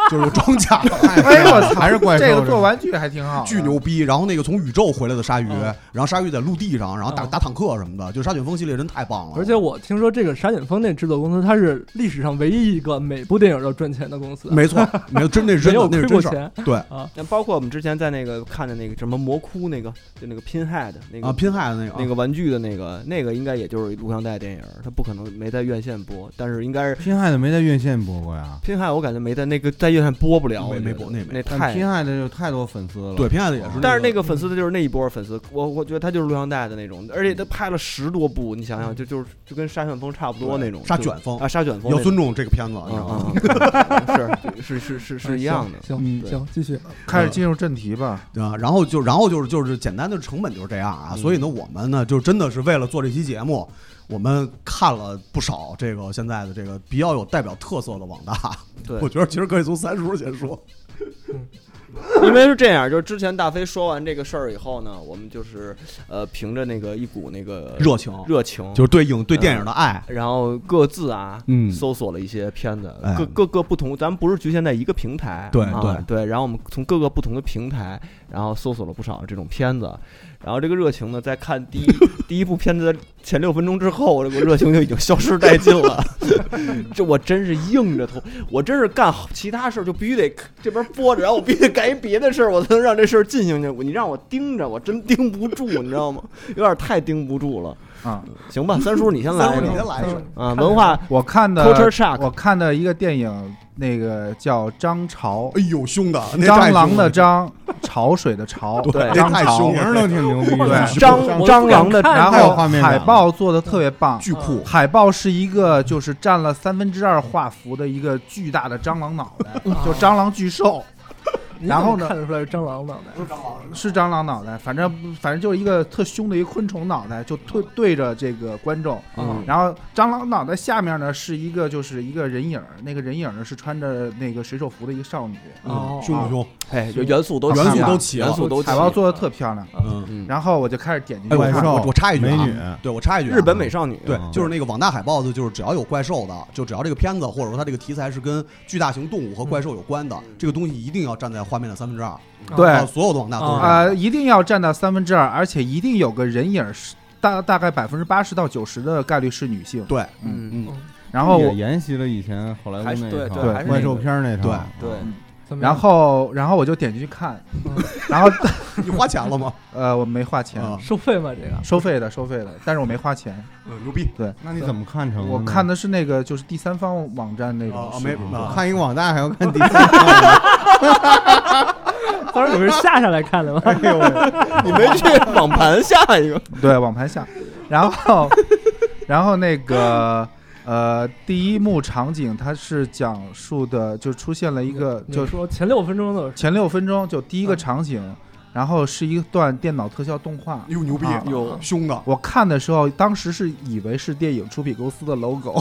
就是有装甲的， 哎我操， 还是怪兽这个做玩具还挺好， 巨牛逼。然后那个从宇宙回来的鲨鱼，然后鲨鱼在陆地上，然后打坦克什么的，就沙卷风系列真太棒了。 而且我听说这个沙卷风那制作公司，它是历史上唯一一个每部电影都赚钱的公司。 没错，没有真那是真的，那是真事儿。对啊，那包括我们之前在那个看的那个什么魔窟那个，就那个Pinhead那个 Pinhead 那个玩具的那个应该也就是录像带电影，它不可能没在院线播，但是应该是 Pinhead没在院线播过呀。 Pinhead我感觉没在那个在院线播不了， 没播那太 Pinhead的有太多粉丝了。 对Pinhead也是， 但是那个粉丝的就是那一波粉丝，我觉得他就是录像带的那种，而且他拍了10多部，你想想就跟沙旋风差不多那种。 沙卷风啊，沙卷风要尊重这个片子，你知道吗？ 是一样的。 行，继续开始进入正题吧。 啊，然后就是简单的成本就是这样啊，所以呢，我们呢就真的是为了做这期节目，我们看了不少这个现在的这个比较有代表特色的网大。 对， 我觉得其实可以从三叔先说。 因为是这样，就是之前大飞说完这个事儿以后呢，我们就是凭着那个一股那个热情， 就是对电影的爱， 然后各自搜索了一些片子，各个不同，咱们不是局限在一个平台，对，然后我们从各个不同的平台，然后搜索了不少这种片子。然后这个热情呢，在看第一部片子的前6分钟之后，这个热情就已经消失殆尽了。这我真是硬着头，我真是干其他事儿就必须得这边播着，然后我必须得干一别的事儿，我才能让这事儿进行去。你让我盯着，我真盯不住，你知道吗？有点太盯不住了。啊，行吧，三叔你先来， 你先来一声啊！文化， 我看的一个电影，那个叫张潮， 哎呦凶的， 蟑螂的蟑，潮水的潮， 对， 张潮名都挺牛逼的， 蟑螂的， 然后海报做的特别棒， 巨酷， 海报是一个就是占了2/3画幅的一个巨大的蟑螂脑袋，就蟑螂巨兽。然后呢？ 看得出来是蟑螂脑袋， 是蟑螂脑袋，反正就是一个特凶的一个昆虫脑袋，就对着这个观众。然后蟑螂脑袋下面呢是一个就是一个人影，那个人影呢是穿着那个水手服的一个少女。 凶不凶？ 哎，元素都齐， 海报做的特漂亮。然后我就开始点进去。 我插一句， 美女， 对我插一句， 日本美少女， 对，就是那个网大海报的，就是只要有怪兽的，就只要这个片子或者说它这个题材是跟巨大型动物和怪兽有关的，这个东西一定要站在画面的2/3。 对， 所有的网大都是一定要占到2/3，而且一定有个人影，大概80%到90%的概率是女性。 对， 然后也沿袭了以前好莱坞那套怪兽片那套。 对。 然后我就点进去看，然后你花钱了吗？ 我没花钱， 收费吗？这个收费的，但是我没花钱。 牛逼。 对， 那你怎么看成？ 我看的是那个就是第三方网站那种。 没看一个网大还要看第三方。 当时你们是下来看的吗？ 你没去网盘下一个？ 对，网盘下。然后那个第一幕场景它是讲述的，就出现了一个，就说前6分钟的前6分钟就第一个场景，然后是一段电脑特效动画。 哟，牛逼，有凶的。 我看的时候，当时是以为是电影出品公司的 logo，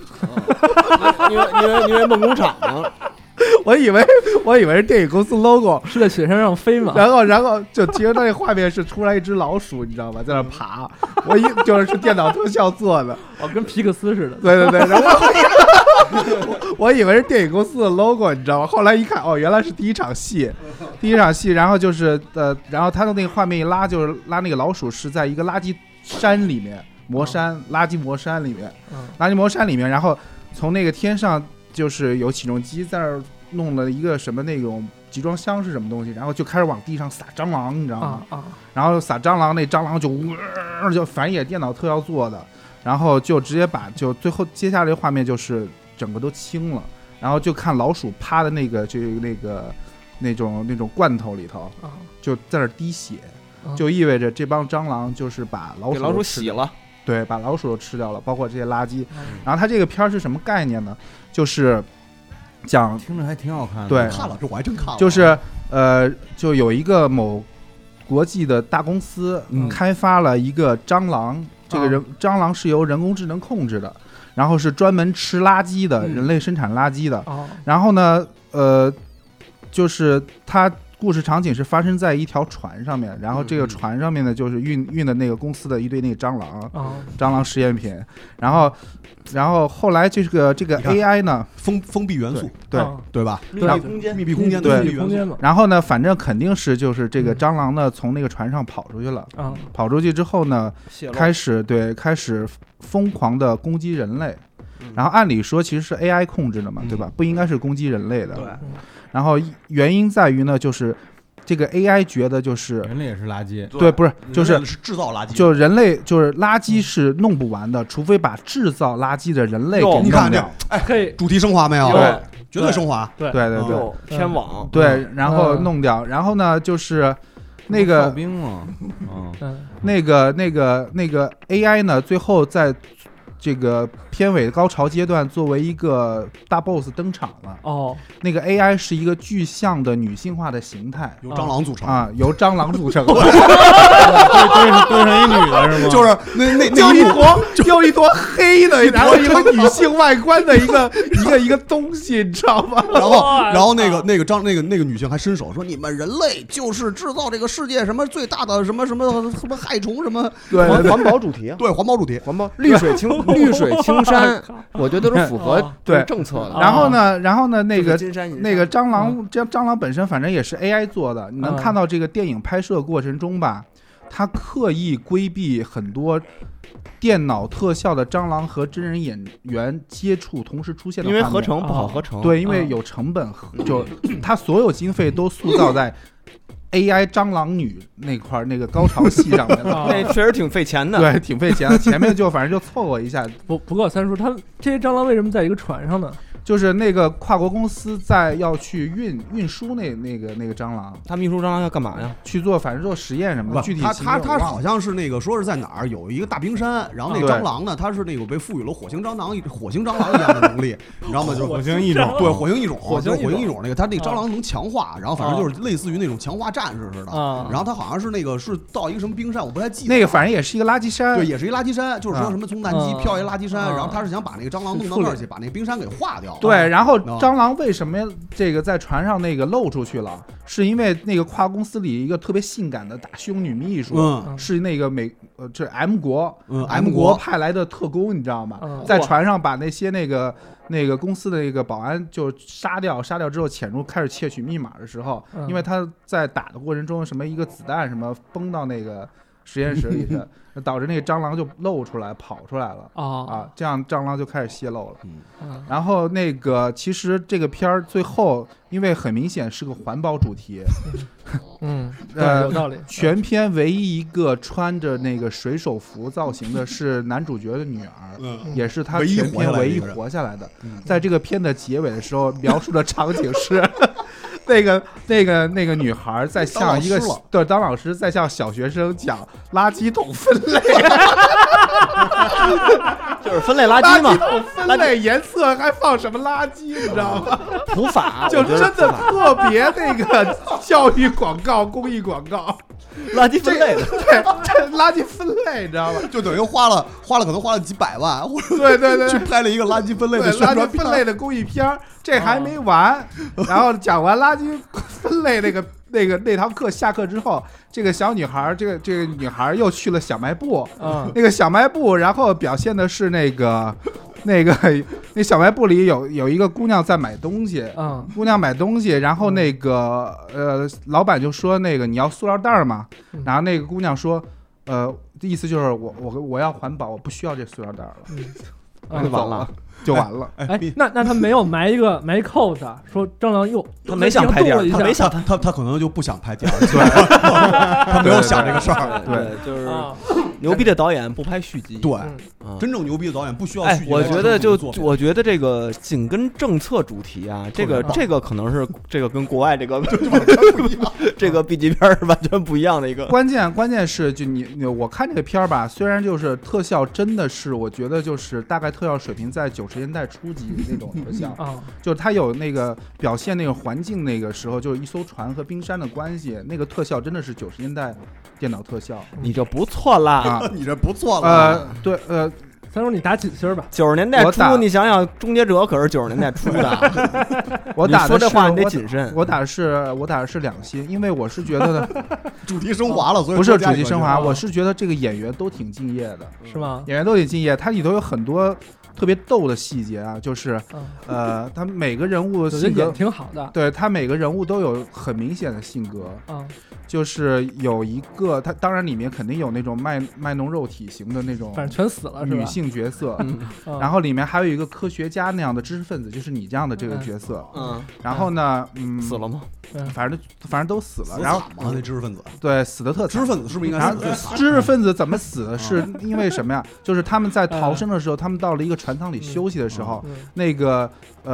因为梦工厂呢。 我以为是电影公司 logo， 是在雪山上飞嘛？ 然后就其实那画面是出来一只老鼠，你知道吗？在那爬。就是电脑特效做的， 跟皮克斯似的。 对。然后我以为是电影公司的 logo， 你知道吗？后来一看，原来是第一场戏。然后就是然后他的那个画面一拉，就是拉那个老鼠是在一个垃圾山里面，垃圾魔山里面，然后从那个天上。就是有起重机在那儿弄了一个什么那种集装箱是什么东西，然后就开始往地上撒蟑螂，你知道吗？然后撒蟑螂，那蟑螂就反正也电脑特效做的，然后就直接就最后接下来画面就是整个都清了，然后就看老鼠趴的那个那种罐头里头，就在那儿滴血，就意味着这帮蟑螂就是把老鼠洗了。 对，把老鼠都吃掉了，包括这些垃圾。然后它这个片儿是什么概念呢？就是讲听着还挺好看的。 对， 看了这我还真看了。 就是就有一个某国际的大公司开发了一个蟑螂，这个蟑螂是由人工智能控制的，然后是专门吃垃圾的，人类生产垃圾的。然后呢，就是它故事场景是发生在一条船上面，然后这个船上面呢就是运的那个公司的一堆那个蟑螂，蟑螂实验品，然后后来这个 AI 呢， 封闭元素，对吧？ 密闭空间， 对，然后呢，反正肯定是就是这个蟑螂呢从那个船上跑出去了，跑出去之后呢，开始疯狂的攻击人类，然后按理说其实是 AI 控制的嘛，对吧？不应该是攻击人类的，对。然后原因在于呢，就是这个 AI 觉得就是人类也是垃圾， 对，不是就是制造垃圾， 就人类就是垃圾是弄不完的，除非把制造垃圾的人类给你看掉。 可以主题升华没有？ 对， 绝对升华。 对， 天网对，然后弄掉，然后呢就是那个兵嘛， 那个 AI 呢，最后在这个片尾高潮阶段作为一个大 boss 登场了。那个 AI 是一个具象的女性化的形态， 由蟑螂组成由蟑螂组成。 对成一女的是吗？ 就是那就一坨黑的，然后一个女性外观的一个东西，你知道吗？ 然后那个女性还伸手说：“你们人类就是制造这个世界什么最大的什么害虫什么。” 对， 环保主题， 对，环保主题， 绿水青山，我觉得都是符合政策的。 然后呢，那个蟑螂本身反正也是 AI 做的，你能看到这个电影拍摄过程中吧，它刻意规避很多电脑特效的蟑螂和真人演员接触同时出现的画面， 因为合成不好合成， 对，因为有成本，就它所有经费都塑造在AI 蟑螂女那块那个高潮戏上面了， 那确实挺费钱的， 对，挺费钱的。前面就反正就凑合一下。 不过三叔，他这些蟑螂为什么在一个船上呢？ 就是那个跨国公司在要去运输那个蟑螂， 他们运输蟑螂要干嘛呀？ 去做反正做实验什么的。具体他好像是那个说是在哪儿有一个大冰山，然后那蟑螂呢，它是那个被赋予了火星蟑螂一样的能力，你知道吗？就火星异种， 对，火星异种那个，它那个蟑螂能强化，然后反正就是类似于那种强化战士似的。然后它好像是那个是到一个什么冰山，我不太记得。 那个反正也是一个垃圾山， 对，也是一垃圾山，就是说什么从南极飘一垃圾山，然后他是想把那个蟑螂弄到那儿去，把那个冰山给化掉。 对，然后蟑螂为什么这个在船上那个露出去了？是因为那个跨公司里一个特别性感的大胸女秘书，是那个这 M 国派来的特工，你知道吗？在船上把那些那个公司的那个保安就杀掉之后潜入开始窃取密码的时候，因为他在打的过程中什么一个子弹什么崩到那个实验室里去。导致那个蟑螂就露出来跑出来了这样蟑螂就开始泄露了。然后那个其实这个片儿最后因为很明显是个环保主题， 有道理。 全片唯一一个穿着那个水手服造型的是男主角的女儿，也是他全片唯一活下来的。在这个片的结尾的时候，描述的场景是。那个女孩在向一个当老师在向小学生讲垃圾桶分类， 就是分类垃圾嘛， 垃圾桶分类颜色还放什么垃圾，你知道吗？ 普法就真的特别那个教育广告、公益广告， 垃圾分类的， 对，这垃圾分类，你知道吗？ 就等于花了可能花了几百万， 对， 去拍了一个垃圾分类的宣传垃圾分类的公益片，这还没完。然后讲完垃圾分类那堂课下课之后，这个小女孩，这个女孩又去了小卖部，那个小卖部，然后表现的是那小卖部里有一个姑娘在买东西，姑娘买东西，然后那个老板就说那个你要塑料袋吗？然后那个姑娘说意思就是我要环保，我不需要这塑料袋了，就完了。 哎，那他没有埋一扣子，说蟑螂他没想拍第二， 他可能就不想拍第二次，他没有想这个事儿。 对， 就是牛逼的导演不拍续集。 对，真正牛逼的导演不需要续集。 我觉得这个紧跟政策主题啊，这个可能是这个跟国外这个这个 B 级片是完全不一样的一个。 关键是就我看这个片儿吧，虽然就是特效真的是我觉得就是大概特效水平在90年代初级那种特效就是它有那个表现那个环境，那个时候就是一艘船和冰山的关系，那个特效真的是90年代电脑特效。 你这不错啦， 你这不错了。 对三叔你打几星吧 ？90年代我打初，你想想，终结者可是90年代初的。 我打的你说这话你得是谨慎。 我打的是2星，因为我是觉得呢， 主题升华了，所以不是多加一个主题升华， 星我是觉得这个演员都挺敬业的， 是吗？ 演员都挺敬业，它里头有很多特别逗的细节啊，就是他每个人物我觉得性格演挺好的。 对他每个人物都有很明显的性格，就是有一个他当然里面肯定有那种卖弄肉体型的那种， 反正全死了是吧？ 女性角色，然后里面还有一个科学家那样的知识分子，就是你这样的这个角色，然后呢， 死了吗？ 反正都死了，然后那知识分子对死的特惨， 知识分子是不是应该死？ 知识分子怎么死的？是因为什么呀？就是他们在逃生的时候，他们到了一个船舱里休息的时候，那个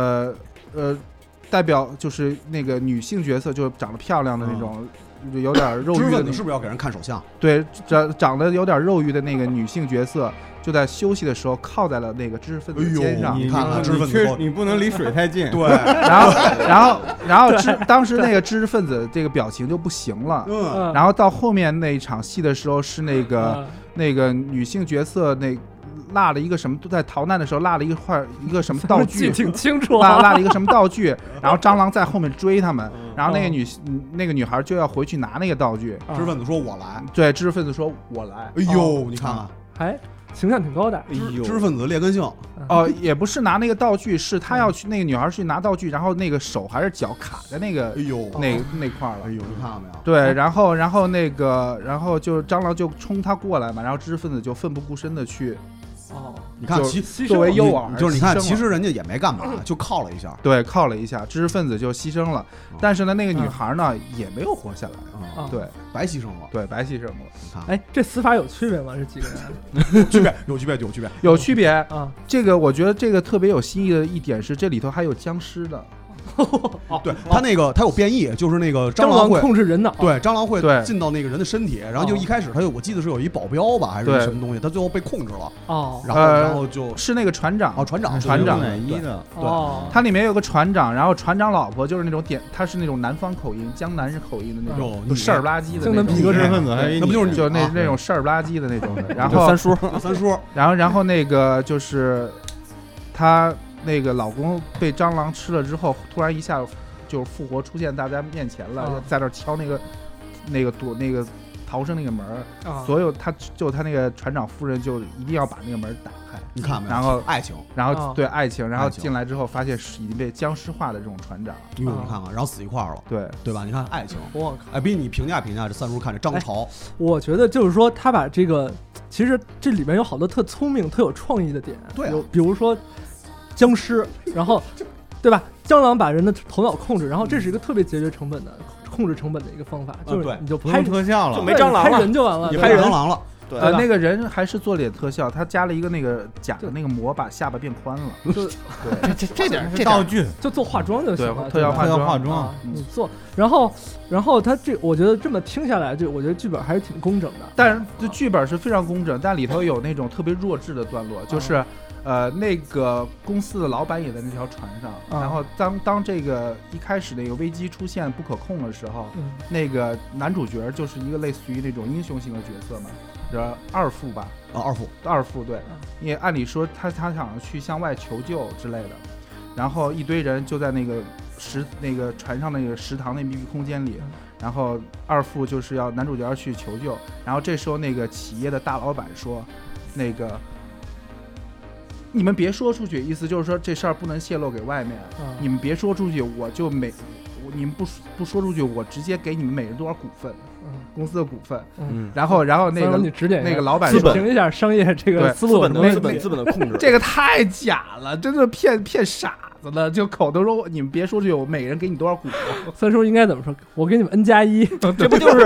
代表就是那个女性角色，就长得漂亮的那种。有点肉欲的， 是不是要给人看手相？ 对，长得有点肉欲的那个女性角色，就在休息的时候靠在了那个知识分子肩上。 你看看知识分子， 你不能离水太近。 对， 然后当时那个知识分子这个表情就不行了。然后到后面那一场戏的时候，是那个女性角色落了一个什么，在逃难的时候落了一个什么道具， 记挺清楚， 落了一个什么道具，然后蟑螂在后面追他们，然后那个女孩就要回去拿那个道具， 知识分子说我来， 对，知识分子说我来， 哎呦，你看看， 还形象挺高的， 哎呦，知识分子劣根性， 也不是拿那个道具，是他要去那个女孩去拿道具，然后那个手还是脚卡在那个， 哎呦， 那块了， 哎呦，你看到没有？ 对，然后就蟑螂就冲他过来嘛，然后知识分子就奋不顾身的去。 你看， 作为诱饵， 就是你看，其实人家也没干嘛，就靠了一下。 对，靠了一下，知识分子就牺牲了。但是呢，那个女孩呢也没有活下来，对， 白牺牲了， 对，白牺牲了。 你看， 哎，这死法有区别吗？这几个人有区别。 有区别啊！这个我觉得这个特别有新意的一点是，这里头还有僵尸的。 对，他有变异，就是那个蟑螂会控制人脑， 对，蟑螂会进到那个人的身体，然后就一开始我记得是有一保镖吧，还是什么东西，他最后被控制了，然后就是那个船长， 船长奶衣的， 对， 他里面有个船长，然后船长老婆就是那种他是那种南方口音，江南口音的那种，就事儿不拉几的那种， 皮革知识分子， 那不就是那种事儿不拉几的那种的，然后三叔， 然后那个就是他。那个老公被蟑螂吃了之后，突然一下就复活出现大家面前了，在那敲那个躲那个逃生那个门，所有他那个船长夫人就一定要把那个门打开， 你看没有？ 然后爱情， 然后对爱情，然后进来之后发现是已经被僵尸化的这种船长， 你看看，然后死一块了，对吧？你看爱情， 我靠， 哎，逼你评价这三叔看这张潮， 我觉得就是说他把这个，其实这里面有好多特聪明、特有创意的点， 对， 比如说。僵尸，然后，对吧？蟑螂把人的头脑控制，然后这是一个特别节约成本的控制成本的一个方法，就是你就拍特效了， 就没蟑螂了， 拍人就完了， 也拍蟑螂了。 对， 那个人还是做脸特效，他加了一个那个假的那个膜，把下巴变宽了。 就这点是道具， 就做化妆就行了， 特效化妆，你做，然后他这，我觉得这么听下来，就我觉得剧本还是挺工整的。 但是这剧本是非常工整，但里头有那种特别弱智的段落，就是。那个公司的老板也在那条船上，然后当这个一开始那个危机出现不可控的时候，那个男主角就是一个类似于那种英雄型的角色嘛，二副吧，二副对，因为按理说他想去向外求救之类的，然后一堆人就在那个船上那个食堂那密闭空间里，然后二副就是要男主角去求救，然后这时候那个企业的大老板说，那个。你们别说出去，意思就是说这事儿不能泄露给外面。你们别说出去，你们不说出去，我直接给你们每人多少股份，公司的股份。然后那个你指点那个老板说，评一下商业这个思路， 资本的控制， 这个太假了，真的骗傻子了，就口头说你们别说出去，我每人给你多少股。 三叔应该怎么说？我给你们 N+1， 这不就是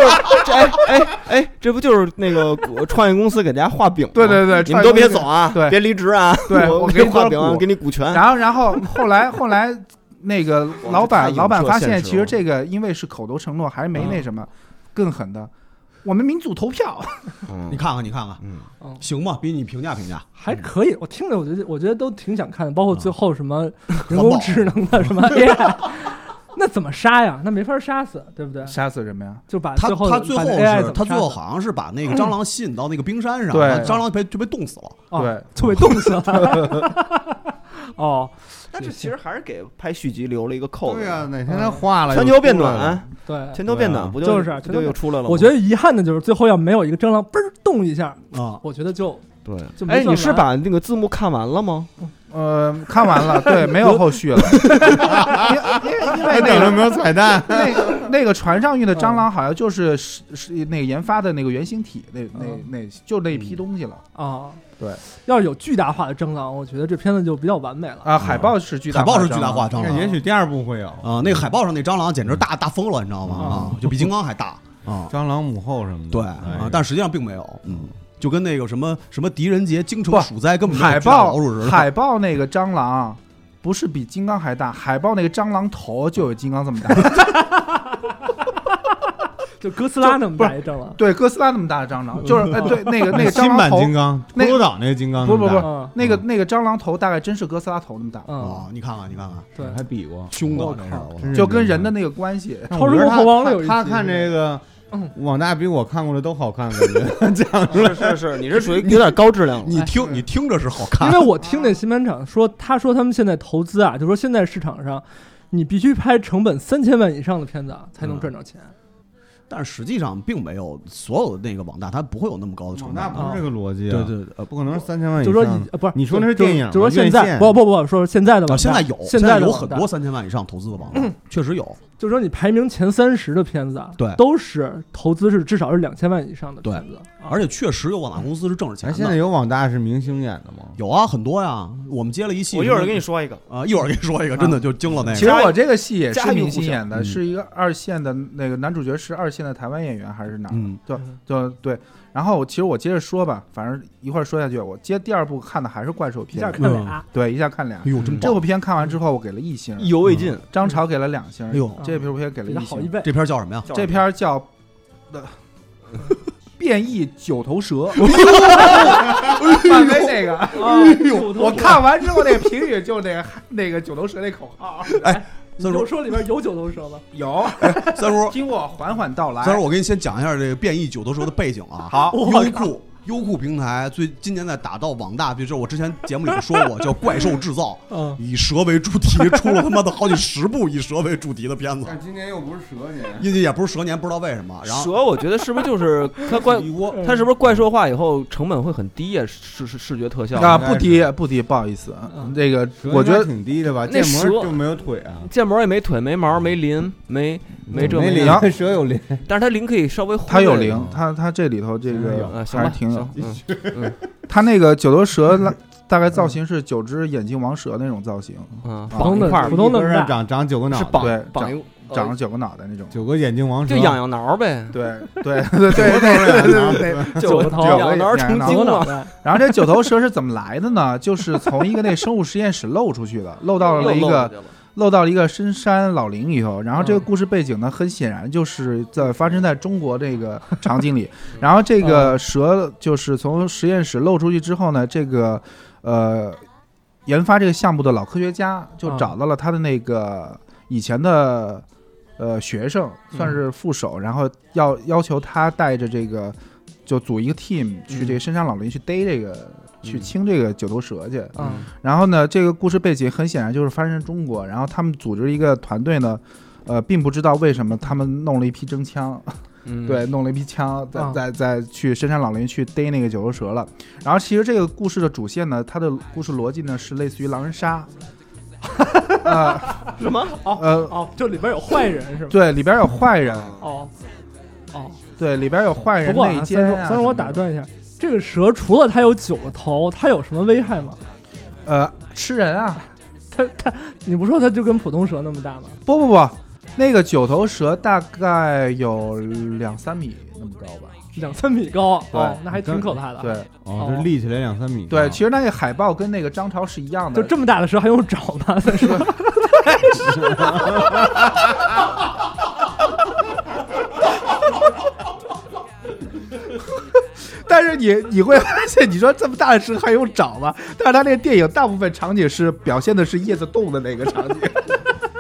这不就是那个创业公司给大家画饼？ 对， 你们都别走啊， 对， 别离职啊， 对我给你画饼，给你股权。 然后后来那个老板发现，其实这个因为是口头承诺，还是没那什么更狠的。我们民主投票， 你看看，行吗？比你评价还可以。我听着，我觉得都挺想看的，包括最后什么人工智能的什么 AI， 那怎么杀呀？那没法杀死，对不对？ 杀死什么呀？ 就把他最后最后是他最后好像是把那个蟑螂吸引到那个冰山上， 对， 蟑螂就被冻死了， 对， 就被冻死了。哦， 但是其实还是给拍续集留了一个扣子。 对呀，哪天他化了， 全球变暖， 对， 全球变暖不就是就又出来了吗？ 我觉得遗憾的就是最后要没有一个蟑螂嘣动一下啊， 我觉得就对。哎，你是把那个字幕看完了吗？ 看完了，对，没有后续了，因为那个没有彩蛋， 那个船上运的蟑螂好像就是那个研发的那个原型体，那就那一批东西了啊。 对， 要有巨大化的蟑螂，我觉得这片子就比较完美了啊。海报是巨大化蟑螂， 也许第二部会有啊。那个海报上那蟑螂简直大疯了，你知道吗？啊，就比金刚还大啊， 蟑螂母后什么的。 对啊，但实际上并没有，就跟那个什么狄仁杰京城鼠灾根本海报那个蟑螂不是比金刚还大，海报那个蟑螂头就有金刚这么大。 就哥斯拉那么大一蟑螂， 对，哥斯拉那么大的蟑螂，就是对那个蟑螂头， 新版金刚，骷髅岛那个金刚， 不，那个蟑螂头大概真是哥斯拉头那么大啊！你看看， 对， 还比过凶的， 就跟人的那个关系。 超时空猴王有一集， 他看这个网大比我看过的都好看，感觉讲出来是，你这属于有点高质量。 你听着是好看， 因为我听那新闻厂说，他说他们现在投资啊，就说现在市场上，你必须拍成本3000万以上的片子才能赚着钱。 但是实际上并没有所有的那个网大，它不会有那么高的成本。 网大不是这个逻辑， 对， 不可能是3000万以上。 就说不是， 你说那是电影， 就说现在不，说现在的网大， 现在有很多3000万以上投资的网大，确实有。 就是说你排名前30的片子， 对， 都是投资是至少是2000万以上的片子， 而且确实有网大公司是挣着钱的。 现在有网大是明星演的吗？ 有啊，很多呀。我们接了一戏， 我一会儿跟你说一个啊，一会儿跟你说一个，真的就惊了那个。 其实我这个戏也是明星演的，是一个2线的那个男主角是2线的台湾演员还是哪？就对。然后其实我接着说吧，反正一会儿说下去。我接第2部看的还是怪兽片， 一下看俩， 对，一下看俩。 哎呦，真这部片看完之后，我给了1星， 意犹未尽。 张潮给了2星， 哎呦， 这部片给了1星， 好一倍。 这片叫什么呀？ 这片叫变异九头蛇。漫威那个，我看完之后那个评语就那个九头蛇那口号。 哎。 你就说里边有九头蛇吗？ 有， 三叔， 听我缓缓道来。 三叔，我给你先讲一下这个变异九头蛇的背景啊。 好， 优酷平台今年在打到网大，就是我之前节目里面说过，叫怪兽制造，以蛇为主题，出了他妈的好几10部以蛇为主题的片子。 但今年又不是蛇年， 也不是蛇年，不知道为什么。然后蛇，我觉得是不是就是它是不是怪兽化以后成本会很低呀？视觉特效啊，不低，不好意思，这个我觉得挺低的吧。建模就没有腿啊， 建模也没腿，没毛，没鳞，没这没鳞，蛇有鳞， 但是它鳞可以稍微， 它有鳞，它这里头这个还是挺有。他那个九头蛇大概造型是9只眼睛王蛇那种造型， 普通的长9个脑袋， 对，长了9个脑袋那种 ，9个眼睛王蛇， 就痒挠呗， 对， 九个头痒挠成精了。 然后这9头蛇是怎么来的呢？就是从一个那生物实验室漏出去的，漏到了一个深山老林里头，然后这个故事背景呢，很显然就是发生在中国这个场景里。然后这个蛇就是从实验室漏出去之后呢，这个研发这个项目的老科学家就找到了他的那个以前的学生，算是副手，然后要求他带着这个就组一个 team 去这个深山老林去逮这个。去清这个九头蛇去，然后呢，这个故事背景很显然就是发生在中国，然后他们组织一个团队呢，并不知道为什么他们弄了一批真枪，对，弄了一批枪，再去深山老林去逮那个九头蛇了。然后其实这个故事的主线呢，它的故事逻辑呢是类似于狼人杀， 什么？就里边有坏人是吧？ 对，里边有坏人。对，里边有坏人内奸。 三叔，我打断一下。这个蛇除了它有9个头，它有什么危害吗？ 吃人啊！ 它，你不说它就跟普通蛇那么大吗？ 不，那个9头蛇大概有2-3米那么高吧 ，2-3米高，那还挺可怕的。 对， 这立起来2-3米。 对，其实那个海报跟那个张潮是一样的。 就这么大的蛇还用找吗？再说。 但是你会发现，你说这么大的蛇还用找吗？但是他那个电影大部分场景是表现的是叶子动的那个场景。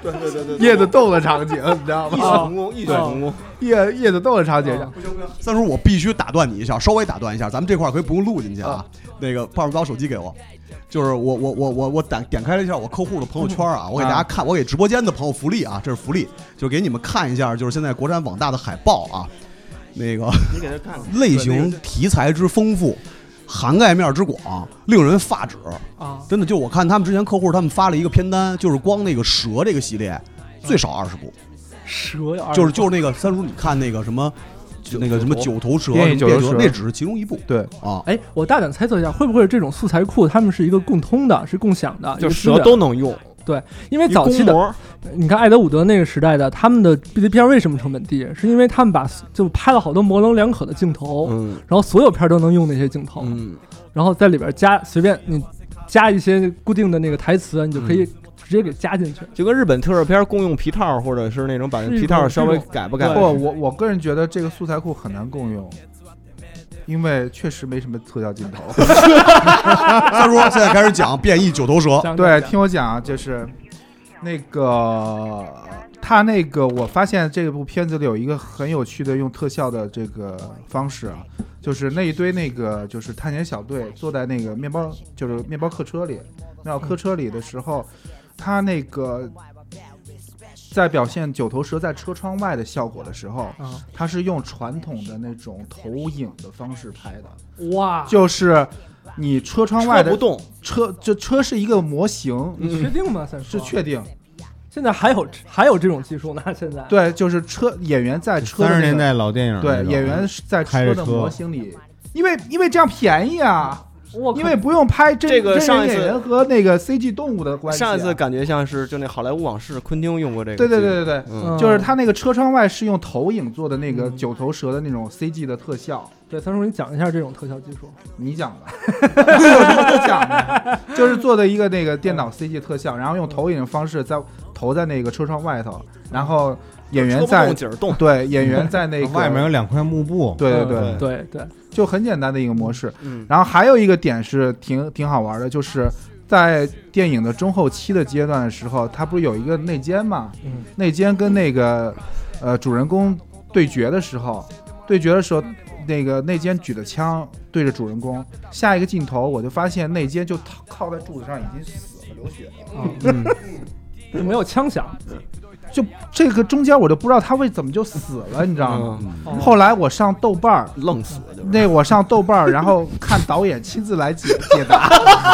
对， 叶子动的场景，你知道吗？ 异曲同工，异曲同工。 叶子动的场景。 不行，三叔，我必须打断你一下，稍微打断一下，咱们这块可以不用录进去啊。那个，爸爸把我手机给我。就是我点开了一下我客户的朋友圈啊，我给大家看，我给直播间的朋友福利啊，这是福利，就给你们看一下，就是现在国产网大的海报啊，那个你给他看看， 类型题材之丰富，涵盖面之广，令人发指啊！真的，就我看他们之前客户他们发了一个片单，就是光那个蛇这个系列最少20部， 蛇呀， 就是那个三叔，你看那个什么。就那个什么九头蛇，那只是其中一部。 对啊， 哎，我大胆猜测一下，会不会这种素材库他们是一个共通的，是共享的， 就蛇都能用。 对，因为早期的，你看艾德伍德那个时代的，他们的 B 级片为什么成本低？是因为他们就拍了好多模棱两可的镜头，然后所有片都能用那些镜头，然后在里边随便你加一些固定的那个台词，你就可以。直接给加进去， 就跟日本特摄片共用皮套，或者是那种把皮套稍微改不改。 我个人觉得这个素材库很难共用，因为确实没什么特效镜头。 三叔现在开始讲变异九头蛇， 对，听我讲，就是那个他那个，我发现这部片子里有一个很有趣的用特效的这个方式啊，就是那一堆那个就是探险小队坐在那个面包客车里，客车里的时候。他那个在表现九头蛇在车窗外的效果的时候，他是用传统的那种投影的方式拍的。 哇， 就是你车窗外的车不动， 车是一个模型， 你确定吗？ 是确定。 现在还有这种技术呢？现在对，就是演员在车的、 30年代老电影， 对，演员在车的模型里，因为这样便宜啊。因为不用拍这个上一次演员和那个 CG 动物的关系、 上一次感觉像是就那好莱坞往事，昆汀用过这个。 对，就是他那个车窗外是用投影做的那个九头蛇的那种 CG 的特效。 对，三叔，你讲一下这种特效技术。 你讲的，有什么可讲的？就是做的一个那个电脑 CG 特效，然后用投影的方式投在那个车窗外头，然后演员在对演员在那个外面有2块幕布。 对。就很简单的一个模式，然后还有一个点是挺好玩的，就是在电影的中后期的阶段的时候，它不是有一个内奸嘛？内奸跟那个主人公对决的时候，那个内奸举的枪对着主人公，下一个镜头我就发现内奸就靠在柱子上已经死了，流血了， 就没有枪响。 就这个中间我就不知道他怎么就死了，你知道吗？后来我上豆瓣愣死了，我上豆瓣然后看导演亲自来解答，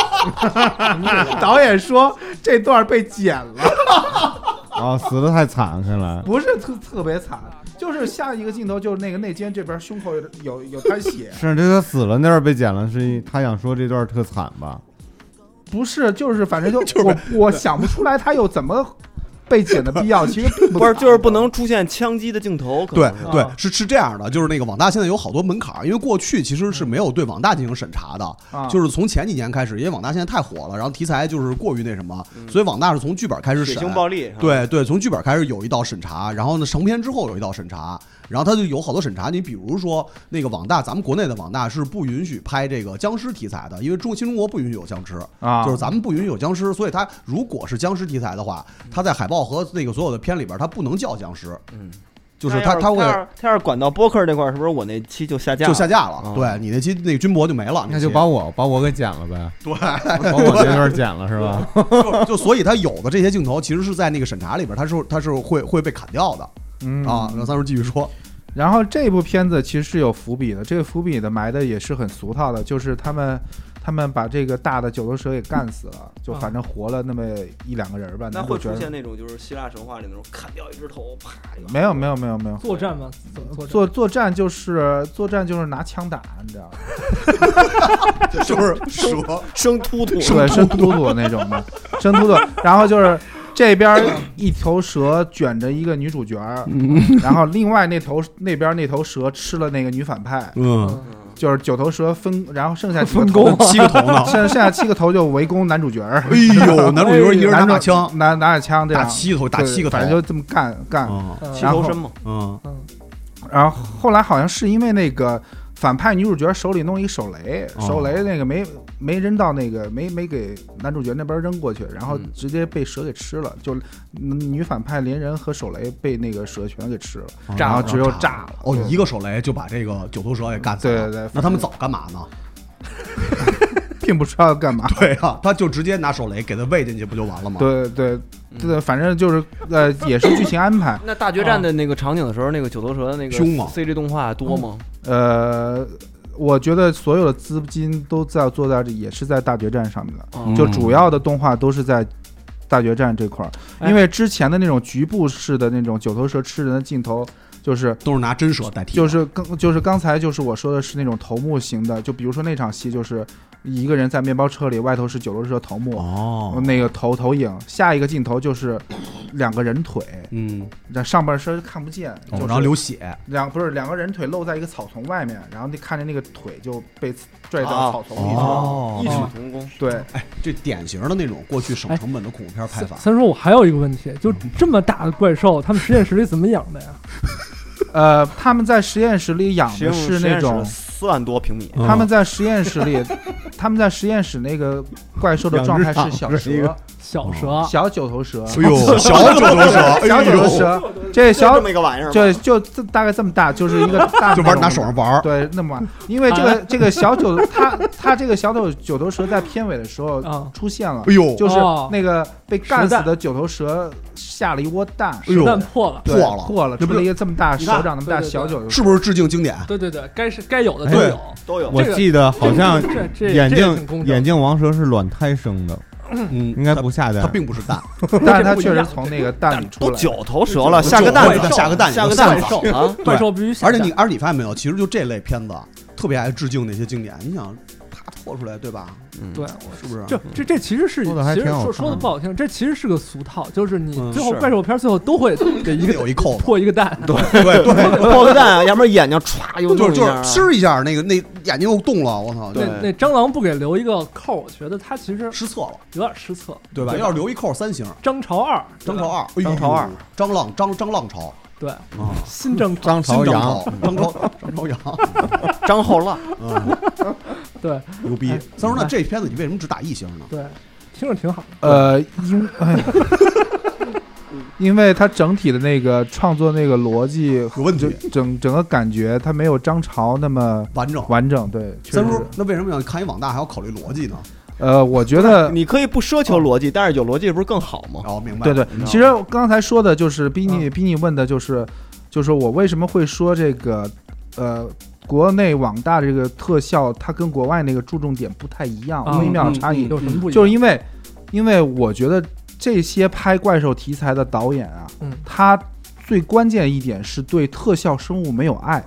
导演说这段被剪了， 死得太惨，看来不是特别惨，就是下一个镜头就是那个内奸这边胸口有滩血， 是这他死了那段被剪了，是他想说这段特惨吧？ 不是，就是反正我想不出来他有怎么。被剪的必要其实并不是，就是不能出现枪击的镜头。 对，是这样的，就是那个网大现在有好多门槛，因为过去其实是没有对网大进行审查的，就是从前几年开始，因为网大现在太火了，然后题材就是过于那什么，所以网大是从剧本开始审， 血腥暴力， 对，从剧本开始有一道审查，然后呢成片之后有一道审查，然后它就有好多审查。你比如说那个网大，咱们国内的网大是不允许拍这个僵尸题材的，因为新中国不允许有僵尸啊，就是咱们不允许有僵尸，所以它如果是僵尸题材的话，它在海报和那个所有的片里边，它不能叫僵尸。就是他会， 他要是管到播客这块，是不是我那期就下架了？对你那期那个军博就没了， 那就把我给剪了呗。 对， 把我这段剪了是吧？ 就所以他有的这些镜头其实是在那个审查里边，他是会被砍掉的。让三叔继续说。 然后这部片子其实是有伏笔的，这个伏笔的埋的也是很俗套的，就是他们把这个大的九头蛇给干死了，就反正活了那么1-2个人吧。 那会出现那种就是希腊神话里那种砍掉一只头，啪！ 没有。 作战吗？ 作战就是拿枪打，你知道吗？ 就是蛇生突突， 对，生突突那种的，生突突。然后就是这边一头蛇卷着一个女主角，然后另外那边那头蛇吃了那个女反派，就是9头蛇然后剩下分工 7个头呢， 剩下7个头就围攻男主角。 哎呦，男主角一人拿把枪， 拿着枪这样打7个头， 反正就这么干。 7头身嘛， 然后后来好像是因为那个反派女主角手里弄一手雷那个没扔到那个没给男主角那边扔过去，然后直接被蛇给吃了，就女反派连人和手雷被那个蛇全给吃了，然后只有炸了。 哦，一个手雷就把这个九头蛇给干死了。 对， 那他们早干嘛呢？ 并不知道干嘛。 对啊，他就直接拿手雷给他喂进去不就完了吗？ 对，反正就是也是剧情安排。 那大决战的那个场景的时候，那个九头蛇的那个凶吗 ？CG 动画多吗？ 我觉得所有的资金都在做在这，也是在大决战上面的，就主要的动画都是在大决战这块儿，因为之前的那种局部式的那种九头蛇吃人的镜头。就是都是拿真蛇代替， 就是刚才就是我说的是那种头目型的，就比如说那场戏就是一个人在面包车里，外头是九头蛇头目，那个投影，下一个镜头就是2个人腿，上半身看不见，然后流血， 两个人腿露在一个草丛外面，然后你看着那个腿就被拽到草丛里去了， 异曲同工。 对， 哎，这典型的那种过去省成本的恐怖片拍法。 三叔，我还有一个问题，就这么大的怪兽，他们实验室里怎么养的呀？ 他们在实验室里养的是那种 4万多平米。 他们在实验室里，他们在实验室那个怪兽的状态是小蛇。小九头蛇， 哎呦，小九头蛇， 小九头蛇，这这么一个玩意儿， 就大概这么大，就是一个大， 就拿手上玩， 对，那么玩。因为这个小九，它这个小九头蛇在片尾的时候出现了， 哎呦， 就是那个被干死的九头蛇下了一窝蛋， 蛇蛋破了， 出了一个这么大手掌那么大小九头蛇， 是不是致敬经典？ 对，该有的都有。 我记得好像眼镜王蛇是卵胎生的。应该不下蛋， 它并不是蛋， 但是它确实从那个蛋里出来。 都九头蛇了，下个蛋手啊！怪兽必须下蛋。而且你发现没有，其实就这类片子特别爱致敬那些经典。你想，它拖出来，对吧？ 对， 是不是？ 这其实是，其实说的不好听，这其实是个俗套，就是你最后怪兽片最后都会给有一扣破一个蛋， 对，破个蛋，要不然眼睛歘又就是吃一下，那眼睛又动了，我操！ 那蟑螂不给留一个扣，我觉得他其实失策了， 有点失策， 对吧？要是留一扣3星， 张潮二， 张浪潮。 对，新张朝阳， 张后浪， 对， 牛逼。三叔，那这片子你为什么只打1星呢？ 对，听着挺好。 因为它整体的那个创作那个逻辑有问题， 整个感觉它没有张潮那么完整。对， 三叔，那为什么要看一网大还要考虑逻辑呢？ 我觉得你可以不奢求逻辑，但是有逻辑不是更好吗？ 哦，明白。 对，其实刚才说的就是逼你问的就是我为什么会说这个国内网大这个特效它跟国外那个注重点不太一样，微妙差异。 有什么不一样？ 就是因为我觉得这些拍怪兽题材的导演啊，他最关键一点是对特效生物没有爱。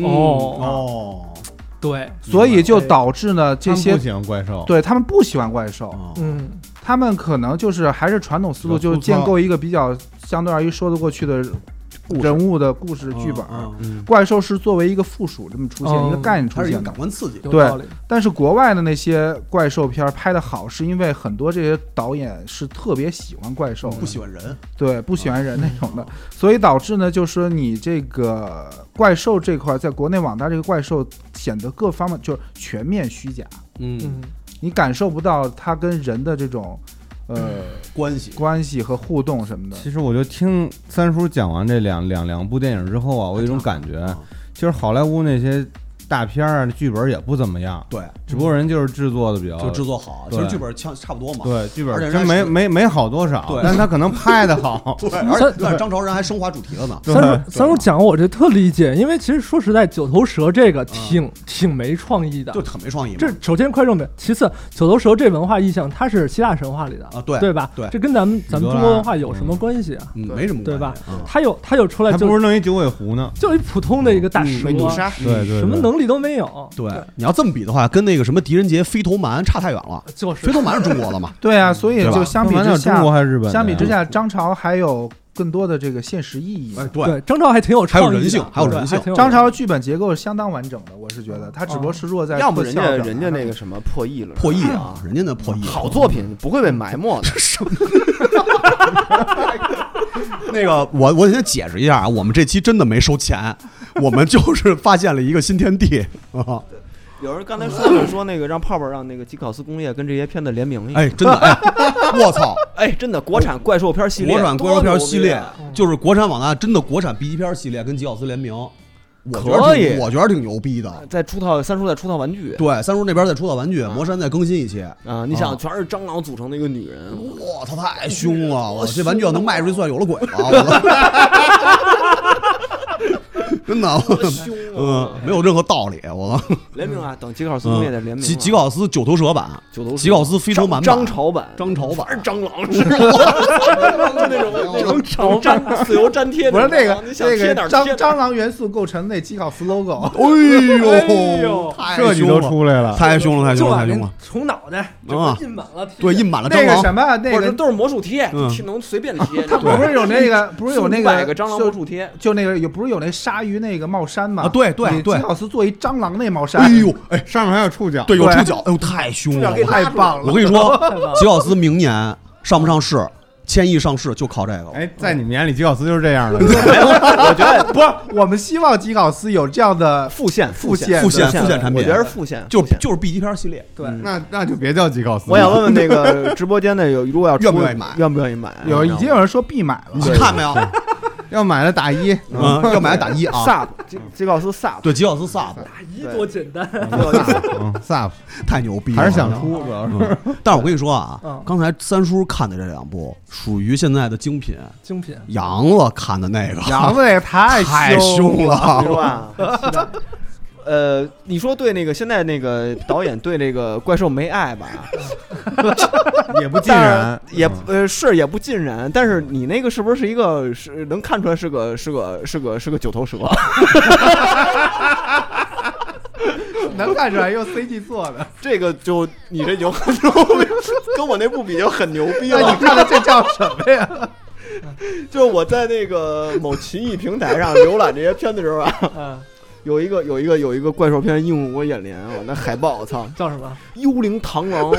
对， 所以就导致呢这些不喜欢怪兽， 对他们不喜欢怪兽，他们可能就是还是传统思路，就是建构一个比较相对而言说得过去的人物的故事剧本。怪兽是作为一个附属这么出现，一个概念出现， 它是一个感官刺激。 对，但是国外的那些怪兽片拍的好，是因为很多这些导演是特别喜欢怪兽， 不喜欢人， 对，不喜欢人那种的，所以导致呢，就是说你这个怪兽这块，在国内网大这个怪兽显得各方面就是全面虚假，你感受不到它跟人的这种关系和互动什么的。 其实我就听三叔讲完这两部电影之后啊，我有一种感觉，就是好莱坞那些大片儿剧本也不怎么样， 对， 只不过人就是制作的比较， 就制作好，其实剧本差不多嘛， 对，剧本真没好多少， 对， 但他可能拍的好， 对，而且张潮人还升华主题了呢。 三叔讲我这特理解，因为其实说实在，九头蛇这个挺没创意的， 就很没创意。 这首先快重点，其次九头蛇这文化意象它是希腊神话里的啊， 对吧？ 对， 这跟咱们中国文化有什么关系啊？ 没什么关系， 对吧？他有出来， 还不如弄一九尾狐呢， 就一普通的一个大蛇， 美杜莎， 对， 什么能力都没有。 对，你要这么比的话，跟那个什么狄仁杰、飞头蛮差太远了。 就是飞头蛮是中国的嘛？ 对啊，所以就相比之下， 中国还是日本？ 相比之下，张潮还有更多的这个现实意义。 对，张潮还挺有创意， 还有人性。 张潮剧本结构是相当完整的，我是觉得他只不过是弱在要不人家那个什么破亿了， 破亿啊，人家那破亿， 好作品不会被埋没的。 那个我先解释一下啊，我们这期真的没收钱，我们就是发现了一个新天地啊。 有人刚才说那个让泡泡让那个吉考斯工业跟这些片子联名一下， 哎，真的，哎，我操， 哎，真的国产怪兽片系列， 国产怪兽片系列啊就是国产网大真的国产 B 级片系列跟吉考斯联名，我觉得挺牛逼的。 三叔在出套玩具， 对，三叔那边在出套玩具，魔山再更新一些啊！你想，全是蟑螂组成的一个女人， 我操，太凶了！我这玩具要能卖出去，算有了鬼了。真的，没有任何道理。我联名啊，等吉考斯工业的联名。 吉考斯九头蛇版，吉考斯非洲蛮版， 张潮版， 是蟑螂，是那种潮自由粘贴。 不是那个蟑螂元素构成那吉考斯 logo。 哎呦， 设计都出来了， 太凶了！ 从脑袋印满了， 对，印满了那个什么，那个都是魔术贴，能随便贴。 不是有那个 100个蟑螂魔术贴， 就那个不是有那鲨鱼那个帽衫吗？ 啊，对， 吉考斯做一蟑螂那帽衫， 哎呦，哎， 上面还有触角， 对，有触角，哎呦，太凶了， 太棒了！ 我跟你说，吉考斯明年上不上市？千亿上市就靠这个。 哎，在你们眼里，吉考斯就是这样的？ 我觉得不是，我们希望吉考斯有这样的副线产品， 我觉得是副线， 就是 B 级片系列。 对， 那就别叫吉考斯。 我想问问那个直播间的如果要愿不愿意买？ 愿不愿意买？ 已经有人说必买了， 你看没有？ 要买的打一， 要买的打一啊 ！SUP 吉考斯 SUP， 对，吉考斯 SUP 打一多简单 ，SUP 太牛逼了， 还是想出主要是。 但是我跟你说啊，刚才三叔看的这两部属于现在的精品。杨子看的那个， 杨子那个太凶了， 是吧？你说对那个现在那个导演对那个怪兽没爱吧？ 也不尽然， 也不尽然，但是你那个是不是一个是能看出来是个九头蛇？ 能看出来用 CG 做的， 这个就你这就很牛逼，跟我那部比就很牛逼了。 那你看的这叫什么呀？ 就是我在那个某奇异平台上浏览这些片子的时候啊。有一个怪兽片映入我眼帘，我那海报，我操， 叫什么？ 幽灵螳螂。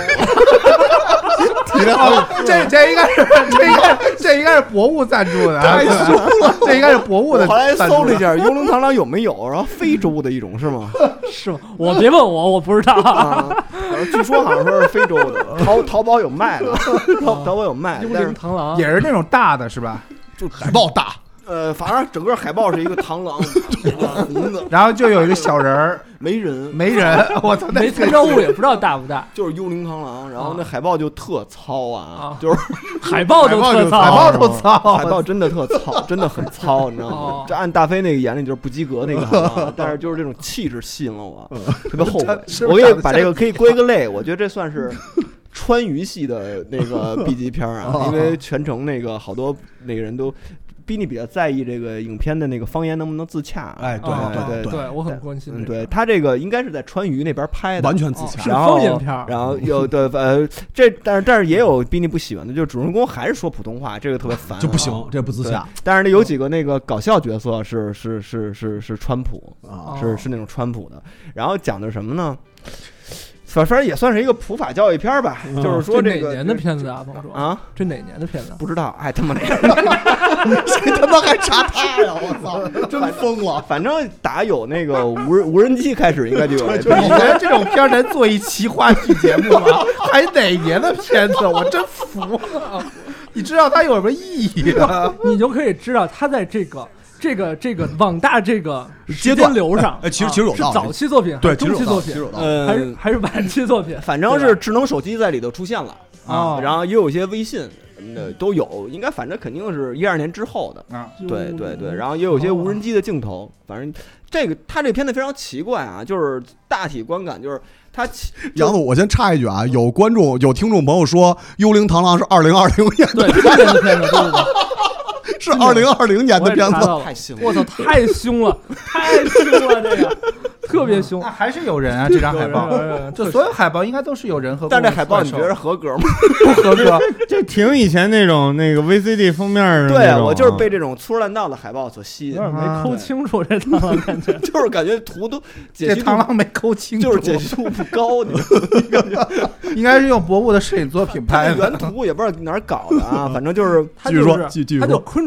这应该是博物赞助的， 太凶了！ 这应该是博物的。 后来搜了一下，幽灵螳螂有没有？然后非洲的一种是吗？ 是吗？我别问我不知道啊。据说好像说是非洲的，淘宝有卖的，淘宝有卖。 幽灵螳螂也是那种大的，是吧？ 就海报大。 反正整个海报是一个螳螂，红的， 然后就有一个小人儿， 没人， 我操， 没参照物也不知道大不大， 就是幽灵螳螂。然后那海报就特糙啊，就是海报都特糙， 海报真的特糙，真的很糙，你知道吗？这按大飞那个眼里就是不及格那个，但是就是这种气质吸引了我，特别后悔。我给你把这个可以归个类，我觉得这算是川渝系的那个 B 级片啊，因为全程那个好多那个人都。比你比较在意这个影片的那个方言能不能自洽？ 哎，对， 我很关心。 对他这个应该是在川渝那边拍的， 完全自洽。 然后方言片， 然后有但是也有比你不喜欢的，就是主人公还是说普通话，这个特别烦， 就不行，这不自洽。 但是呢，有几个那个搞笑角色是川普啊，是那种川普的。然后讲的什么呢？反正也算是一个普法教育片吧，就是说这哪年的片子啊？彭总啊，这哪年的片子？ 不知道，哎他妈的， 谁他妈还查他呀？我操，真疯了！ 反正打有那个无人机开始，应该就有。 你觉得这种片能做一期话题节目吗？还哪年的片子？我真服了！你知道它有什么意义啊？ 你就可以知道它在这个网大这个时间流上， 其实有是早期作品， 对， 中期作品，还是晚期作品， 反正是智能手机在里头出现了啊，然后也有一些微信什么的都有，应该反正肯定是12年之后的啊，对，然后也有一些无人机的镜头，反正他这个片子非常奇怪啊，就是大体观感就是他。 杨子，我先插一句啊，有听众朋友说《幽灵螳螂》是2020年的片子， 是2020年的片子， 太凶了！ 我操，太凶了，太凶了，这个特别凶。 那还是有人啊，这张海报，这所有海报应该都是有人和。 但这海报你觉得合格吗？ 不合格， 这挺以前那种那个 VCD 封面的。 对，我就是被这种粗烂道的海报所吸引， 有点没抠清楚这螳螂，感觉就是感觉图都这螳螂没抠清楚， 就是解析度不高，你应该是用博物的摄影作品拍的， 原图也不知道哪儿搞的啊，反正就是继续说， 他就昆虫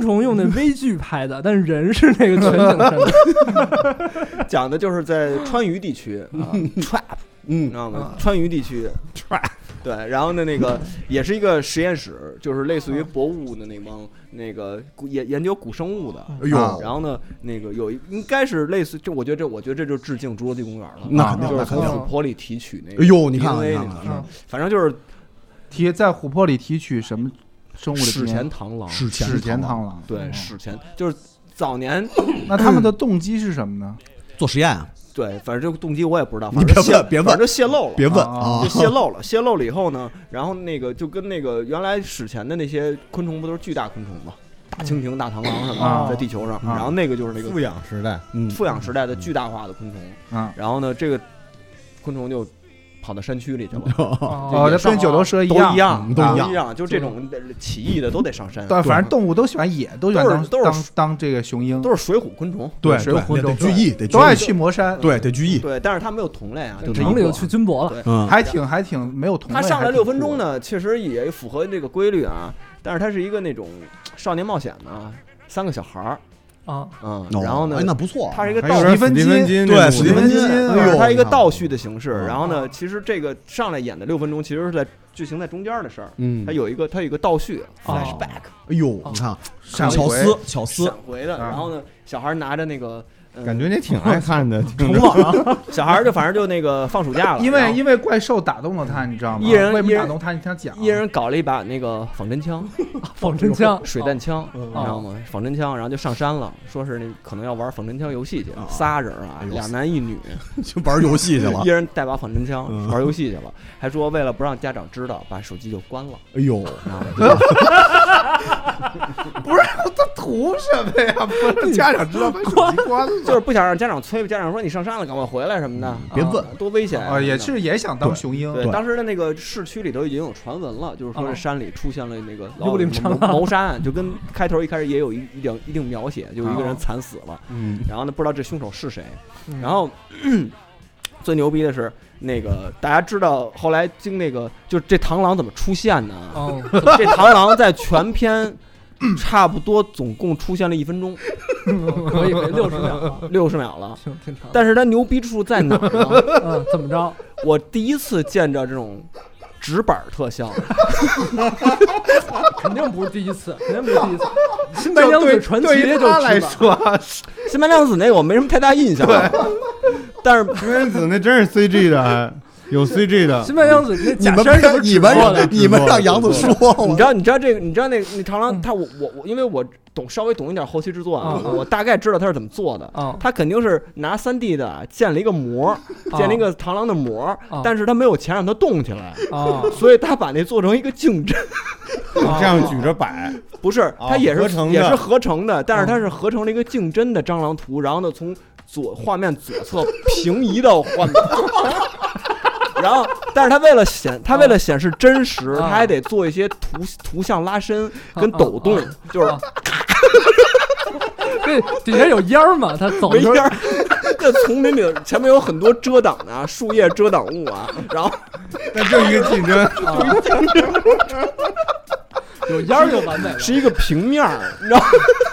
虫用那微距拍的，但是人是那个全景深的。 讲的就是在川渝地区trap， 你知道吗？川渝地区 trap。对，然后呢，那个也是一个实验室，就是类似于博物的那帮那个研究古生物的。 哎呦， 然后呢，那个应该是类似，我觉得这就致敬侏罗纪公园了。 那就是从琥珀里提取那个。 哎呦，你看， 反正就是在琥珀里提取什么生物的史前螳螂。 史前螳螂， 对，史前就是早年。 那他们的动机是什么呢？ 做实验啊。 对，反正这个动机我也不知道。 你别问， 就泄露了， 别问啊， 就泄露了。泄露了以后呢，然后那个就跟那个原来史前的那些昆虫不都是巨大昆虫吗？大蜻蜓、大螳螂什么的，在地球上。然后那个就是那个富氧时代， 富氧时代的巨大化的昆虫。然后呢，这个昆虫就跑到山区里去了。 这跟九头蛇一样， 都一样，就这种起义的都得上山。 对，反正动物都喜欢野，都喜欢当这个雄鹰， 都是水浒昆虫。 对，水浒昆虫得聚义， 都爱去魔山。 对，得聚义。 对，但是它没有同类啊，就同类就去军博了。 还挺没有同类。 它上来6分钟呢，确实也符合这个规律啊。但是它是一个那种少年冒险的3个小孩儿。然后呢？ 那不错， 它是一个史蒂芬金， 对，史蒂芬金， 它一个倒叙的形式。然后呢，其实这个上来演的6分钟，其实是在剧情在中间的事儿。它有一个倒叙 flashback。 哎呦，你看，巧思， 闪回的。然后呢，小孩拿着那个。 感觉你挺爱看的， 虫网，小孩就反正就那个放暑假了， 因为怪兽打动了他，你知道吗？ 一人打动他，你听他讲， 一人搞了一把那个仿真枪，水弹枪，你知道吗？仿真枪，然后就上山了，说是那可能要玩仿真枪游戏去，3人啊，2男1女， 就玩游戏去了， 一人带把仿真枪玩游戏去了，还说为了不让家长知道，把手机就关了。 哎呦， 不是他图什么呀？不让家长知道把手机关了。 就是不想让家长催，家长说你上山了，赶快回来什么的， 别问， 多危险啊！ 也想当雄鹰。 对，当时的那个市区里头已经有传闻了，就是说这山里出现了那个谋杀案，就跟一开始也有一定描写，就有一个人惨死了。然后呢，不知道这凶手是谁。然后最牛逼的是那个大家知道后来经那个就这螳螂怎么出现呢？这螳螂在全篇。差不多总共出现了1分钟， 可以 60秒了， 挺长。 但是它牛逼之处在哪儿呢？ 怎么着？ 我第一次见着这种直板特效， 肯定不是第一次。新白娘子传奇对于他来说， 新白娘子那个我没什么太大印象，但是新白娘子那真是 CG 的。有 CG 的新白娘子， 你们让杨子说， 你知道这个，你知道那螳螂，因为我稍微懂一点后期制作啊，我大概知道它是怎么做的。它肯定是拿3D 的建了一个模，建了一个螳螂的模，但是它没有钱让它动起来，所以它把那做成一个竞争， 这样举着摆， 不是，它也是合成的，但是它是合成了一个竞争的蟑螂图，然后呢从画面左侧平移到画面。然后，但是他为了显示真实，他还得做一些图像拉伸跟抖动，就是这底下有烟儿嘛，他走没烟儿，这丛林里前面有很多遮挡的树叶遮挡物啊，然后那就一个竞争， 有烟儿就完美了， 是一个平面，你知道吗？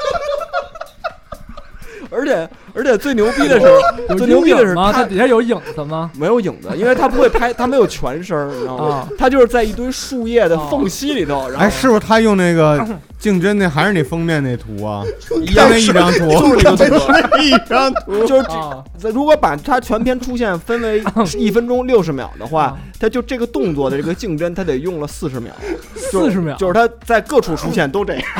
而且最牛逼的是， 它底下有影子吗？ 没有影子，因为它不会拍，它没有全身，你知道吗？它就是在一堆树叶的缝隙里头。然后是不是他用那个竞争那还是你封面那图啊？ 一样一张图， 就是一张图，就是如果把它全篇出现分为1分钟60秒的话，它就这个动作的这个竞争，它得用了40秒 ，40秒， 就是它在各处出现都这样。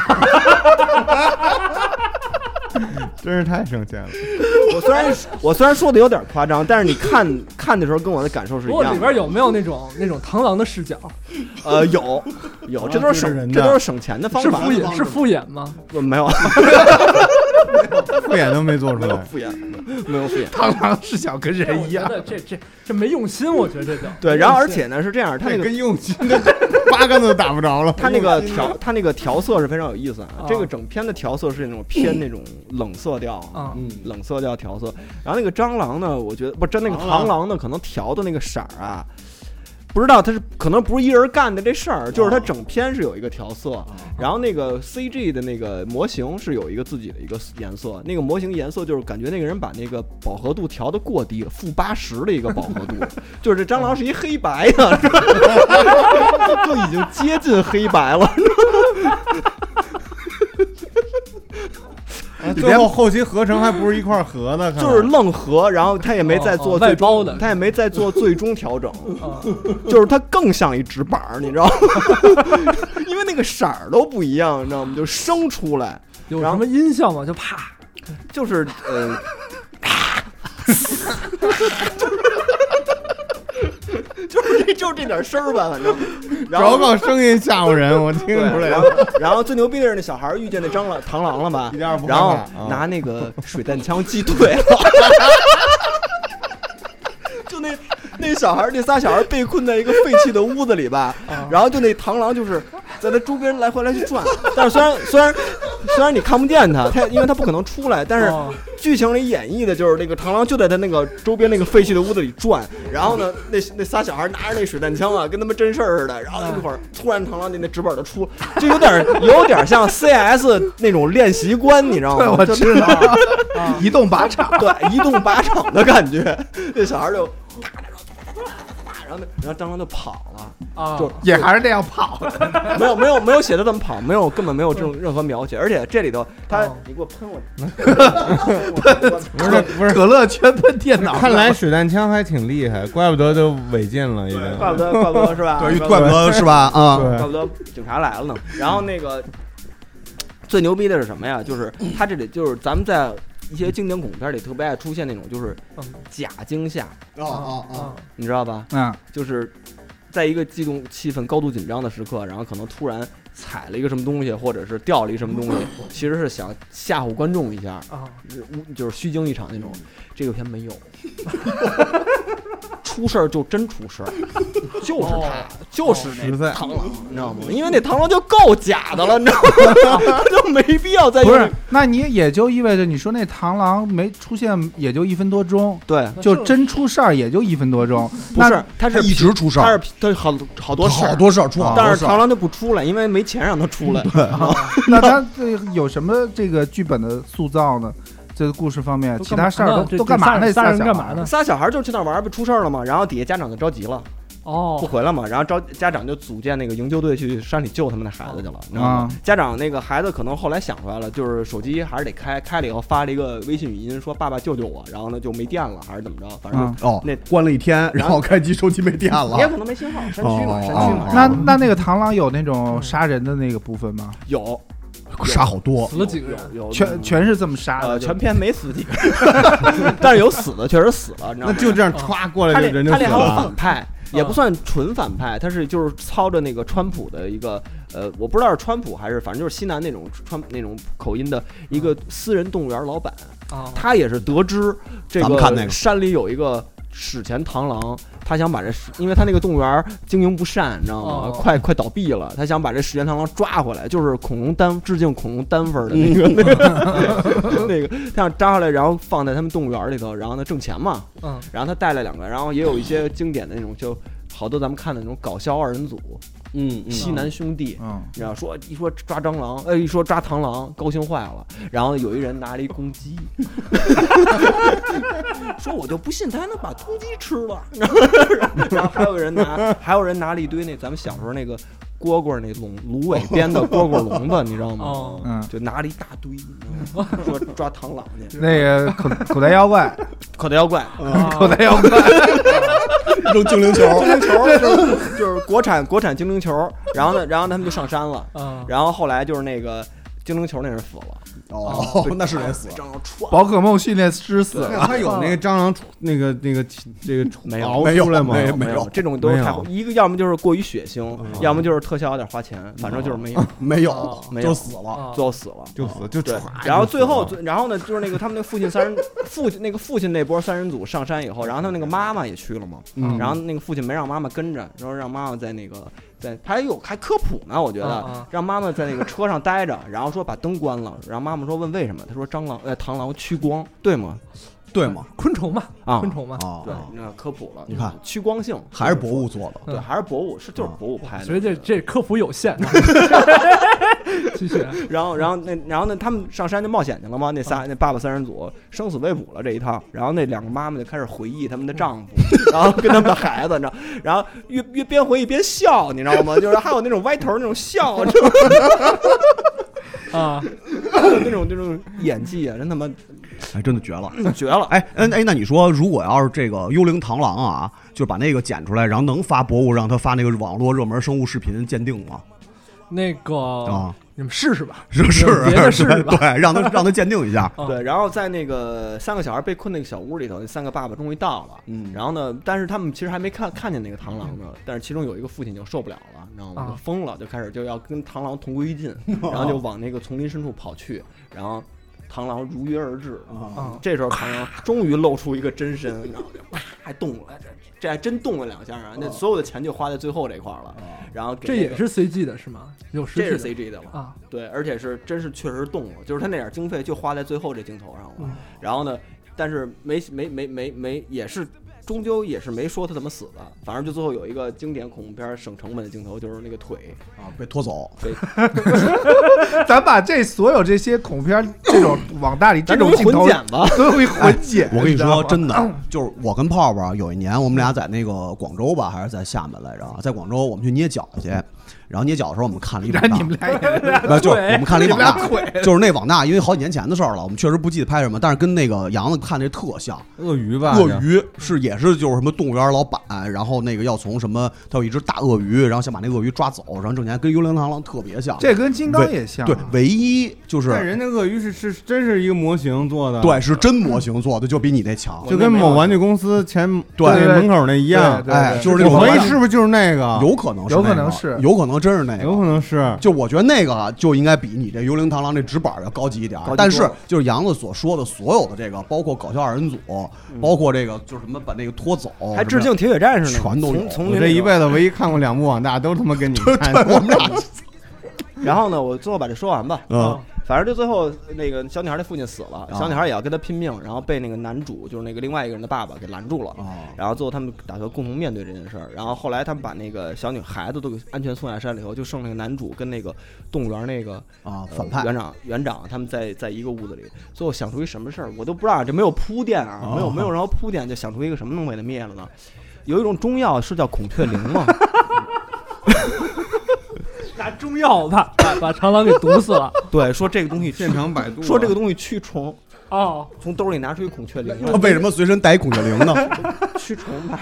真是太省钱了。 我虽然说的有点夸张，但是你看的时候跟我的感受是一样的。 不过里边有没有那种螳螂的视角？ 有，这都是省钱的方法。 是敷衍吗？ 没有， 敷衍都没做出来。 没有敷衍。 螳螂视角跟人一样， 这没用心，我觉得这就对。然后而且呢是这样，它那个跟用心的8竿子打不着了。 它那个调色是非常有意思啊。这个整篇的调色是那种偏那种冷色调冷色调调色。然后那个蟑螂呢，我觉得不真那个螳螂呢，可能调的那个色儿啊， 不知道他是可能不是一人干的这事儿，就是他整篇是有一个调色，然后那个 CG 的那个模型是有一个自己的一个颜色，那个模型颜色就是感觉那个人把那个饱和度调得过低了，-80的一个饱和度，就是这蟑螂是一黑白的，就已经接近黑白了。 最后后期合成还不是一块合的， 就是愣合，然后他也没再做最终的，他也没再做最终调整，就是它更像一纸板，你知道吗？因为那个色儿都不一样，你知道吗？就生出来， 有什么音效吗？就啪， 就是就是这点声儿吧，反正。然后搞声音吓唬人，我听出来了。 然后最牛逼的是那小孩遇见那螳螂了吧？然后拿那个水弹枪击退了。就那小孩，那仨小孩被困在一个废弃的屋子里吧，然后就那螳螂就是在他周边来回来去转，但是虽然你看不见他因为他不可能出来，但是剧情里演绎的就是那个螳螂就在他那个周边那个废弃的屋子里转，然后呢那仨小孩拿着那水弹枪啊，跟他们真事儿似的，然后一会儿突然螳螂那纸本就出，就有点像 CS 那种练习关，你知道吗？ 我知道，移动靶场， 对，移动靶场的感觉，那小孩就。然后蟑螂就跑了啊，就也还是那样跑的， 没有写的这么跑，根本没有这种任何描写，而且这里头你给我喷我， 不是可乐全喷电脑， 看来水弹枪还挺厉害，怪不得就违禁了，已经， 怪不得是吧？ 对，怪不得是吧？啊， 怪不得警察来了呢。然后那个最牛逼的是什么呀？就是他这里就是咱们在。一些经典恐怖片里特别爱出现那种就是假惊吓，你知道吧？就是在一个激动气氛、高度紧张的时刻，然后可能突然踩了一个什么东西，或者是掉了一什么东西，其实是想吓唬观众一下，就是虚惊一场那种。这个片没有，出事儿就真出事儿，就是他，就是那螳螂，你知道吗？因为那螳螂就够假的了，你知道吗？他就没必要再不是。那你也就意味着你说那螳螂没出现也就1分多钟， 对， 就真出事儿也就1分多钟。 不是，他是一直出事儿， 他好多事儿出， 但是螳螂就不出来，因为没钱让他出来。 那他有什么这个剧本的塑造呢？这个故事方面，其他事儿都干嘛呢？ 仨人干嘛呢？ 仨小孩就去那玩，不出事儿了吗？然后底下家长就着急了，不回来嘛。然后家长就组建那个营救队去山里救他们的孩子去了，你知道吗？家长那个孩子可能后来想出来了，就是手机还是得开了以后发了一个微信语音说爸爸救救我，然后呢就没电了还是怎么着，反正那关了1天，然后开机手机没电了， 也可能没信号，山区嘛。 那个螳螂有那种杀人的那个部分吗？ 有。 杀好多， 死了几个人？ 全是这么杀的， 全篇没死几个人，但是有死的，确实死了，你知道吗？ 那就这样歘过来，人就死了。 他还有反派，也不算纯反派，他是就是操着那个川普的一个我不知道是川普还是反正就是西南那种那种口音的一个私人动物园老板，他也是得知这个山里有一个史前螳螂。他想把因为他那个动物园经营不善，你知道吗？快倒闭了。他想把这史前螳螂抓回来，就是致敬恐龙丹佛的那个，他想抓回来，然后放在他们动物园里头，然后呢挣钱嘛。然后他带了2个，然后也有一些经典的那种，就好多咱们看的那种搞笑2人组。西南兄弟，你知道一说抓蟑螂，一说抓螳螂，高兴坏了。然后有一人拿了一公鸡，说我就不信他还能把公鸡吃了。然后还有人拿了一堆那咱们小时候那个蝈蝈那芦苇编的蝈蝈笼子，你知道吗？就拿了一大堆，说抓螳螂去。 那个口袋妖怪， 口袋妖怪， 扔精灵球， 就是国产精灵球。然后他们就上山了。然后后来就是那个精灵球那人死了。 那是人死了。 宝可梦训练师死了。 他有那个蟑螂这个没有出来吗？ 没有，这种都是一个要么就是过于血腥，要么就是特效有点花钱，反正就是没有就死了， 最后死了， 就对。然后最后呢，就是那个他们那父亲那波3人组上山以后，然后他们那个妈妈也去了嘛，然后那个父亲没让妈妈跟着，然后让妈妈在那个。还科普呢，我觉得让妈妈在那个车上待着，然后说把灯关了，然后妈妈说问为什么，他说螳螂驱光，对吗？ 对吗？ 昆虫嘛， 啊昆虫嘛， 对，那科普了， 你看趋光性还是博物做的， 对，还是博物，就是博物拍的， 所以这科普有限。继续， 然后那他们上山就冒险去了嘛，那爸爸三人组生死未卜了这一趟，然后那两个妈妈就开始回忆他们的丈夫，然后跟他们的孩子，你知道，然后越边回忆边笑，你知道吗？就是还有那种歪头那种笑，你知道吗？ 啊， 那种演技啊，真他妈， 哎，真的绝了， 绝了！ 哎，那你说，如果要是这个幽灵螳螂啊，就把那个剪出来，然后能发博物，让他发那个网络热门生物视频鉴定吗？ 那个啊， 你们试试吧， 是别的试试吧， 对，让他鉴定一下。 对，然后在那个3个小孩被困那个小屋里头，那3个爸爸终于到了，然后呢，但是他们其实还没看见那个螳螂呢，但是其中有一个父亲就受不了了，你知道吗？就疯了，就开始就要跟螳螂同归于尽，然后就往那个丛林深处跑去，然后螳螂如约而至，这时候螳螂终于露出一个真身，然后就啪还动了，这还真动了2下啊！那所有的钱就花在最后这块了，然后这也是 CG 的是吗？有实际这是 CG 的了啊， 对，而且是真是确实动了，就是他那点经费就花在最后这镜头上了，然后呢，但是没也是。终究也是没说他怎么死的，反正就最后有一个经典恐怖片省成本的镜头，就是那个腿被拖走。 咱把所有这些恐怖片这种网大里这种镜头都会混剪。 我跟你说，真的，就是我跟泡泡有一年，我们俩在那个广州吧，还是在厦门来着？在广州，我们去捏脚去。然后捏脚的时候，我们看了一网大， 你们俩就是我们看了一网大，就是那网大，因为好几年前的事儿了，我们确实不记得拍什么，但是跟那个杨子看这特像， 鳄鱼吧？ 鳄鱼也是就是什么动物园老板，然后那个要从什么，他有一只大鳄鱼，然后想把那个鳄鱼抓走，然后挣钱，跟幽灵螳螂特别像。 这跟金刚也像， 对，唯一就是， 但人家鳄鱼是真是一个模型做的， 对，是真模型做的，就比你那强， 就跟某玩具公司前门口那一样， 哎，就是那个。我怀疑是不是就是那个？ 有可能是，有可能是，有可能真是那个， 有可能是。 就我觉得那个就应该比你这幽灵螳螂这纸板要高级一点，但是就是杨子所说的所有的这个，包括搞笑二人组，包括这个就是什么把那个拖走， 还致敬铁血战士呢， 全都有。 我这一辈子唯一看过2部网大，都他妈跟你看。 我们俩。 然后呢，我最后把这说完吧。反正就最后那个小女孩的父亲死了，小女孩也要跟他拼命，然后被那个男主就是那个另外一个人的爸爸给拦住了。然后最后他们打算共同面对这件事儿。然后后来他们把那个小女孩子都给安全送下山了以后，就剩那个男主跟那个动物园那个反派园长他们在一个屋子里。最后想出一什么事儿，我都不知道，这没有铺垫啊，没有任何铺垫，就想出一个什么能给它灭了呢？有一种中药是叫孔雀灵吗？ 拿中药把螳螂给毒死了。 对，说这个东西现场百度， 说这个东西驱虫。 哦， 从兜里拿出一孔雀灵， 他为什么随身带一孔雀灵呢？ 驱虫吧。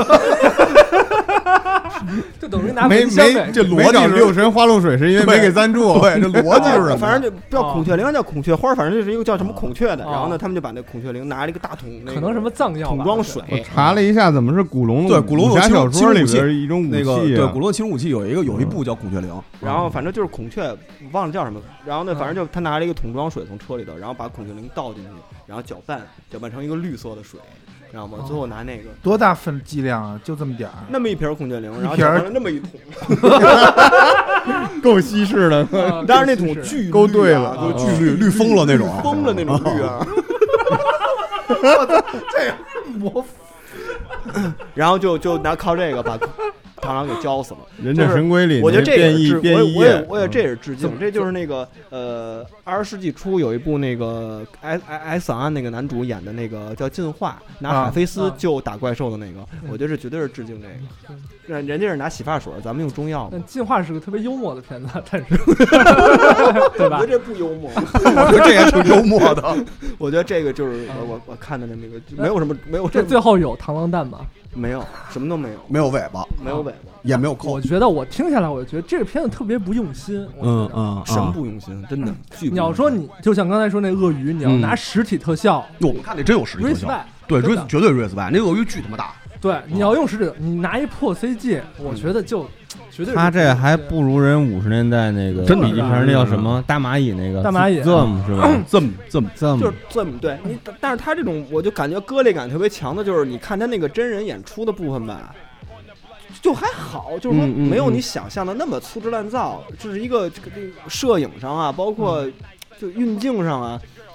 就等于拿没这逻辑是六神花露水是因为没给赞助， 对，这逻辑是什么？ 反正就不叫孔雀灵，叫孔雀花，反正就是一个叫什么孔雀的。然后呢，他们就把那孔雀灵拿了一个大桶， 可能什么藏药桶装水。 我查了一下，怎么是古龙？ 对，古龙武侠小说里边一种武器。 那个对，古龙的轻武器有一部叫孔雀灵。 然后反正就是孔雀，忘了叫什么。然后呢，反正就他拿了一个桶装水从车里头，然后把孔雀灵倒进去，然后搅拌成一个绿色的水。知道吗？最后拿那个多大分剂量啊？就这么点儿， 那么一瓶孔雀灵，然后搅了那么一桶， 够稀释的。 当然那桶巨勾对了， 都巨绿疯了那种， 疯了那种绿啊！ 我操，这模糊。 然后就靠这个把螳螂给浇死了。 忍者神龟里， 我觉得这也是我也这也是致敬，这就是那个20世纪初有一部那个 X 档案那个男主演的那个叫《进化》，拿海飞丝就打怪兽的那个，我觉得这绝对是致敬这个。人家是拿洗发水，咱们用中药。 但进化是个特别幽默的片子，但是对吧？ 我觉得这不幽默， 我觉得这也挺幽默的。 我觉得这个就是我看的那个没有什么没有。 这最后有螳螂蛋吗？ 没有，什么都没有， 没有尾巴， 没有尾巴， 也没有扣。 我觉得我听下来，我觉得这个片子特别不用心。 什么不用心？真的。 你要说你就像刚才说那鳄鱼，你要拿实体特效， 我们看那真有实体特效，对，绝对 respect，那鳄鱼巨他妈大。 对，你要用实体，你拿一破 CG，我觉得就绝对。 他这还不如人50年代那个笔记片那叫什么大蚂蚁那个大蚂蚁 Zoom 是吧 ？Zoom 就是 Zoom 对你，但是他这种我就感觉割裂感特别强的，就是你看他那个真人演出的部分吧，就还好，就是说没有你想象的那么粗制滥造，这是一个这个摄影上啊，包括就运镜上啊。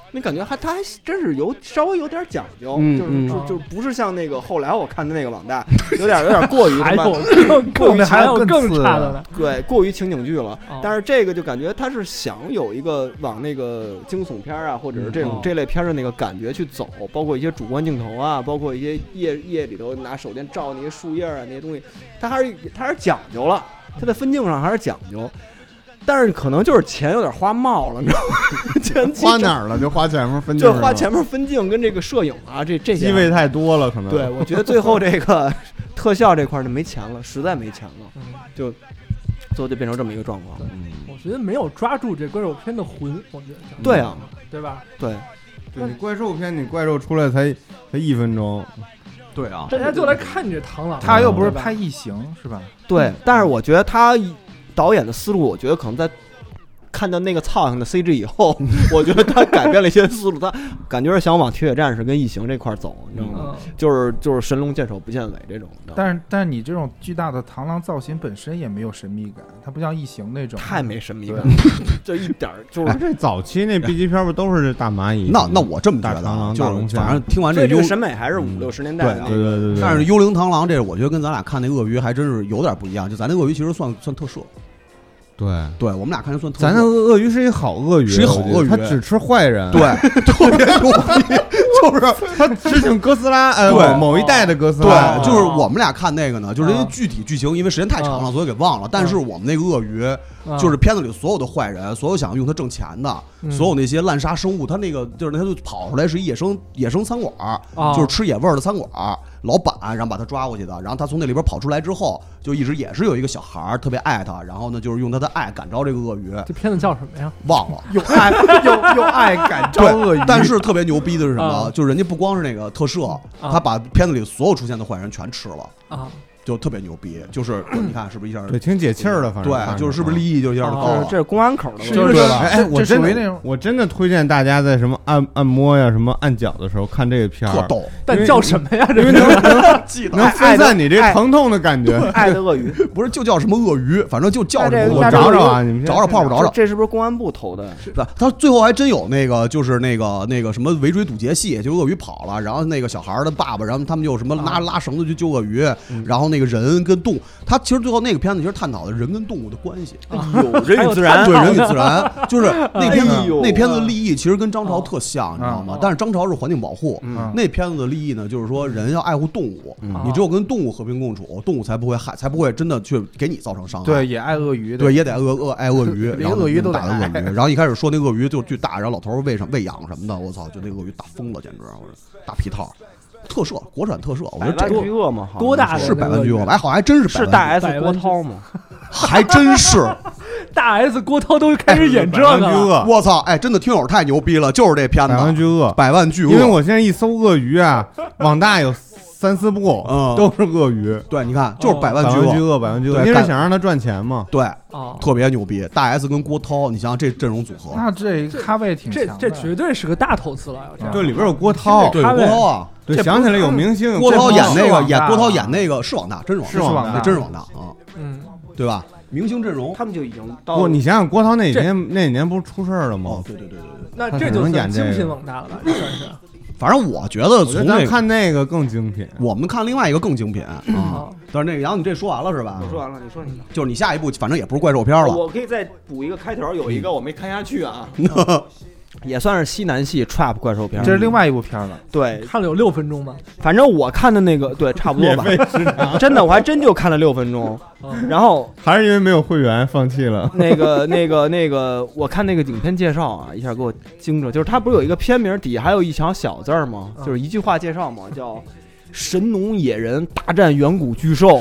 你感觉他还真是稍微有点讲究，就不是像那个后来我看的那个网大，有点过于还有更差的呢， 对，过于情景剧了。但是这个就感觉他是想有一个往那个惊悚片啊，或者是这类片的那个感觉去走，包括一些主观镜头啊，包括一些夜里头拿手电照那些树叶啊那些东西，他还是讲究了，他在分镜上还是讲究。但是可能就是钱有点花冒了，你知道吗？钱花哪儿了？就花前面分镜， 就花前面分镜跟这个摄影啊，这些机位太多了，可能。 对，我觉得最后这个特效这块就没钱了，实在没钱了，就最后就变成这么一个状况。 我觉得没有抓住这怪兽片的魂，我觉得。 对啊， 对吧？ 对， 你怪兽片，你怪兽出来才1分钟。 对啊， 大家就来看你这螳螂。 他又不是拍异形是吧？ 对，但是我觉得他导演的思路，我觉得可能在看到那个操上的 CG 以后，我觉得他改变了一些思路，他感觉是想往铁血战士跟异形这块走，你知道吗？就是神龙见首不见尾这种。 但是你这种巨大的螳螂造型本身也没有神秘感，它不像异形那种， 太没神秘感，就一点就是这早期那 B 级片不都是大蚂蚁？ 那我这么觉得，就是反正听完这个审美还是50、60年代的。 对。 但是幽灵螳螂这，我觉得跟咱俩看那鳄鱼还真是有点不一样，就咱那鳄鱼其实算特摄。对，我们俩看就算特。 咱那鳄鱼是一好鳄鱼， 是一好鳄鱼， 它只吃坏人。 对，特别牛逼，就是它致敬哥斯拉， 对某一代的哥斯拉。 对，就是我们俩看那个呢，就是因为具体剧情因为时间太长了，所以给忘了。但是我们那个鳄鱼，就是片子里所有的坏人，所有想用它挣钱的，所有那些滥杀生物，它那个就是它就跑出来是一野生餐馆，就是吃野味的餐馆。老板，然后把他抓过去的，然后他从那里边跑出来之后，就一直也是有一个小孩特别爱他，然后呢，就是用他的爱感召这个鳄鱼。 这片子叫什么呀？ 忘了。 有爱感召鳄鱼。 但是特别牛逼的是什么？就是人家不光是那个特摄，他把片子里所有出现的坏人全吃了啊。就特别牛逼，就是你看是不是一下对挺解气儿的，反正对，就是是不是利益就一下就高了？ 这是公安口的， 就是哎，我真的推荐大家在什么按摩呀、什么按脚的时候看这个片儿， 特逗。 但叫什么呀？ 因为能分散你这疼痛的感觉。 爱的鳄鱼不是就叫什么鳄鱼，反正就叫什么。 我找找啊，你们找泡泡找找。 这是不是公安部投的？ 他最后还真有那个，就是那个什么围追堵截戏，就鳄鱼跑了，然后那个小孩的爸爸，然后他们就什么拉绳子去救鳄鱼，然后那个人跟动物。他其实最后那个片子其实探讨的人跟动物的关系， 人与自然， 对人与自然，就是那片子的利益其实跟张潮特像，你知道吗？但是张潮是环境保护，那片子的利益呢，就是说人要爱护动物，你只有跟动物和平共处，动物才不会害，才不会真的去给你造成伤害。 对，也爱鳄鱼， 对，也得爱鳄鱼， 连鳄鱼都打的鳄鱼。然后一开始说那鳄鱼就巨大，然后老头喂养什么的，我操，就那鳄鱼打疯了，简直，大皮套。特摄，国产特摄，我觉得这巨鳄嘛， 多大是百万巨鳄吧？哎，好像还真是大 S 郭涛吗？ 还真是大 S 郭涛都开始演这个， 我操！哎，真的听友太牛逼了，就是这片子百万巨鳄。 因为我现在一搜鳄鱼啊，网大有3-4部，都是鳄鱼。 对，你看，就是百万巨鳄，因为想让他赚钱嘛。 对，特别牛逼。大 S 跟郭涛，你想想这阵容组合， 那这咖位挺强， 这绝对是个大投资了。 对，里边有郭涛， 对郭涛啊。 对，想起来有明星， 郭涛演那个，郭涛演那个是网大，真是网大， 真是网大啊，对吧？明星阵容， 他们就已经到。 不，你想想郭涛那年不是出事了吗？ 对， 那这就算精品网大了吧？这算是。 反正我觉得从咱看那个更精品， 我们看另外一个更精品啊。但是那个杨，你这说完了是吧？ 我说完了，你说你的。 就是你下一步，反正也不是怪兽片了。 我可以再补一个开头，有一个我没看下去啊。也算是西南系 trap 怪兽片， 这是另外一部片了。 对， 看了有6分钟吧。 反正我看的那个，对，差不多吧。真的，我还真就看了6分钟，然后还是因为没有会员放弃了。 那个，我看那个影片介绍啊，一下给我惊着，就是他不是有一个片名底下还有一行小字吗？就是一句话介绍嘛，叫“神农野人大战远古巨兽”。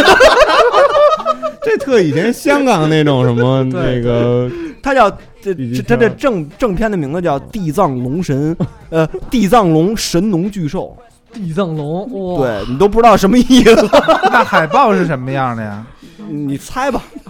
这特以前香港那种什么那个， 他叫他的正片的名字叫地藏龙神，地藏龙神农巨兽。 地藏龙，哇， 对你都不知道什么意思。 那海报是什么样的呀？ 你猜吧。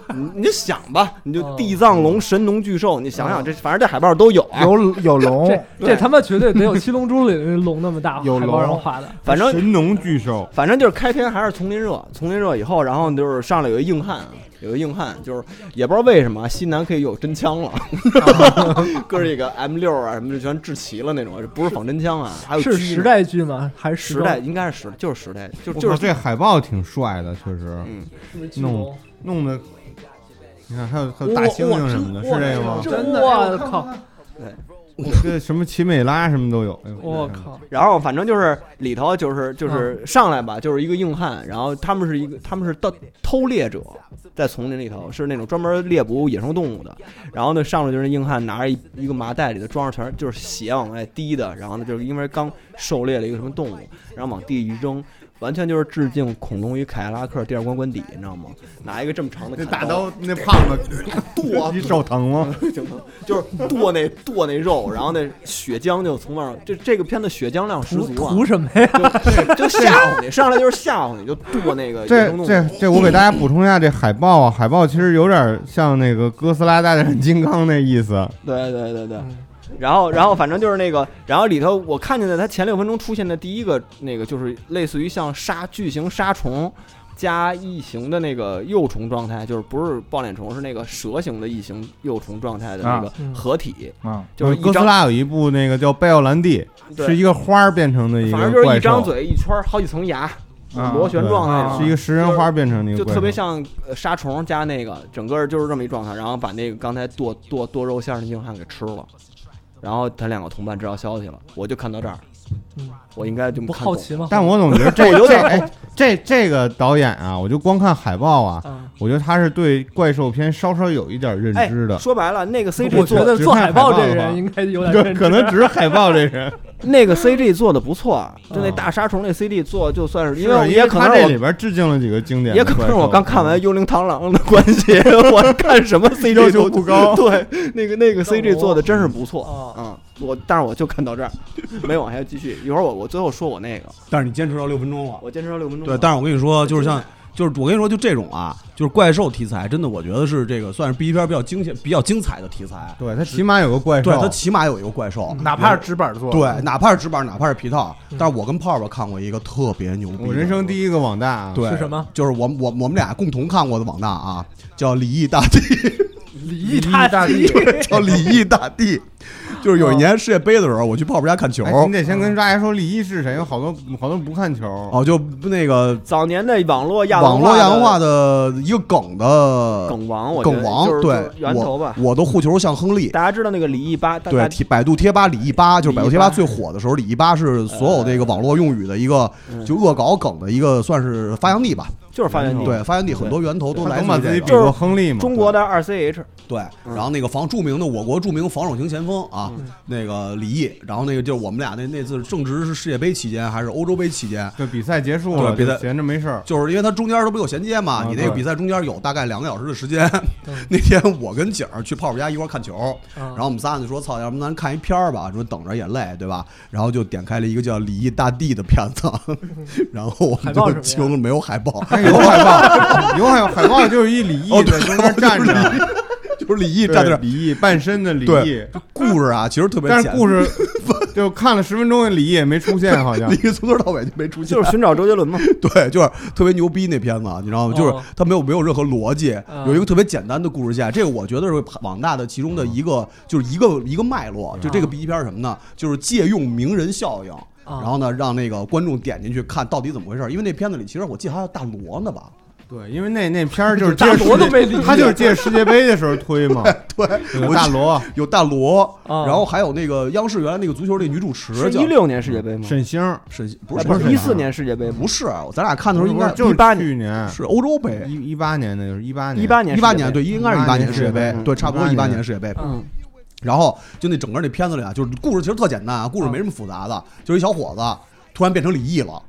你就想吧，你就地藏龙、神农巨兽，你想想这，反正这海报都有啊， 有龙， 这他妈绝对得有七龙珠里的龙那么大， 有海报上画的。 反正神农巨兽， 反正就是开篇还是丛林热以后，然后就是上来有一硬汉。就是也不知道为什么西南可以有真枪了，哥这个 M6啊什么的全制齐了那种，不是仿真枪啊，还有是时代剧吗？还是时代？应该是就是时代，就是这海报挺帅的，确实，弄的，你看还有大猩猩什么的，是这个吗？ 真的，我靠！ 对。 这什么奇美拉什么都有， 我靠！ 然后反正就是里头就是上来吧，就是一个硬汉，然后他们是偷猎者，在丛林里头是那种专门猎捕野生动物的，然后呢上来就是硬汉拿着一个麻袋里头装着全就是血往外滴的，然后呢就是因为刚狩猎了一个什么动物，然后往地一扔。完全就是致敬恐龙与凯迪拉克第二关关底，你知道吗？拿一个这么长的大刀，那胖子剁，你手疼吗？ 就是剁那肉，然后那血浆就从那儿，这个片子血浆量十足啊！ 图什么呀？ 就吓唬你，上来就是吓唬你，就剁那个。 这我给大家补充一下，这海报啊，海报其实有点像那个哥斯拉大战金刚那意思。 对。然后反正就是那个，然后里头我看见的，它前6分钟出现的第一个那个就是类似于像巨型杀虫加异形的那个幼虫状态，就是不是抱脸虫，是那个蛇形的异形幼虫状态的那个合体就是哥斯拉有一部那个叫贝奥兰蒂，是一个花变成的一个怪兽， 反正就是一张嘴一圈好几层牙。螺旋状那种， 是一个食人花变成那个， 就特别像杀虫加那个，整个就是这么一状态，然后把那个刚才剁肉馅的硬汉给吃了。然后他2个同伴知道消息了，我就看到这儿，我应该就不好奇吗？ 但我总觉得这个导演啊，我就光看海报啊，我觉得他是对怪兽片稍稍有一点认知的。 说白了，那个 CG 我觉得做海报这人应该有点认知， 可能只是海报这人。 那个 CG 做的不错，就那大杀虫那 CG 做就算是，因为也可能这里边致敬了几个经典， 也可能是我刚看完《幽灵螳螂》的关系，我看什么 CG 要求不高。 对，那个 CG 做的真是不错但是我就看到这儿，没往下继续。一会儿我最后说我那个， 但是你坚持到6分钟了， 我坚持到6分钟。 对，但是我跟你说，就是我跟你说，就这种啊，就是怪兽题材，真的我觉得是这个算是 B 片比较精彩的题材。 对，它起码有个怪兽， 对，它起码有一个怪兽， 哪怕是纸板做， 对，哪怕是纸板，哪怕是皮套。但是我跟泡泡看过一个特别牛逼， 我人生第一个网大， 对， 是什么？ 就是我们俩共同看过的网大啊，叫《李毅大地》。 李毅大帝叫李毅大帝，就是有一年世界杯的时候，我去泡泡家看球。 你得先跟大家说李毅是谁，有好多人不看球。 哦，就那个早年的网络亚文化的一个梗王，对源头吧。 我的护球像亨利， 大家知道那个李毅8， 对，百度贴吧李毅8，就是百度贴吧最火的时候，李毅8是所有这个网络用语的一个就恶搞梗的一个算是发祥地吧。 就是发源地， 对，发源地很多源头都来自于就是亨利嘛， 中国的2CH， 对，然后那个我国著名防守型前锋啊，那个李毅，然后那个就是我们俩那次正值是世界杯期间还是欧洲杯期间， 对，比赛结束了， 比赛闲着没事儿， 就是因为它中间都不有衔接嘛，你那个比赛中间有大概2个小时的时间。那天我跟景儿去泡泡家一块看球，然后我们仨就说操，要不咱看一片儿吧，说等着也累，对吧？然后就点开了一个叫《李毅大帝》的片子，然后我们就惊了，没有海报。 有海报，有海报就是一李毅在中间站着， 就是李毅站在这， 李毅半身的李毅。 故事啊，其实特别简单， 但是故事就看了10分钟，李毅也没出现，好像李毅从头到尾就没出现， 就是寻找周杰伦嘛。 对，就是特别牛逼那片子，你知道吗？就是他没有任何逻辑，有一个特别简单的故事线。这个我觉得是网大的其中的一个，就是一个脉络。就这个 B 片什么呢？就是借用名人效应。然后呢，让那个观众点进去看到底怎么回事，因为那片子里其实我记得还有大罗呢吧？ 对，因为那片儿就是大罗都被他就是借世界杯的时候推嘛。 对，有大罗，然后还有那个央视原来那个足球那女主持， 是16年世界杯吗？ 沈星不是 14年世界杯， 不是，咱俩看的时候应该就是去年是欧洲杯 ，18年的就是18 年，对，应该是18年世界杯，对，差不多18年世界杯。然后就那整个那片子里啊，就是故事其实特简单啊，故事没什么复杂的，就是一小伙子突然变成李毅了。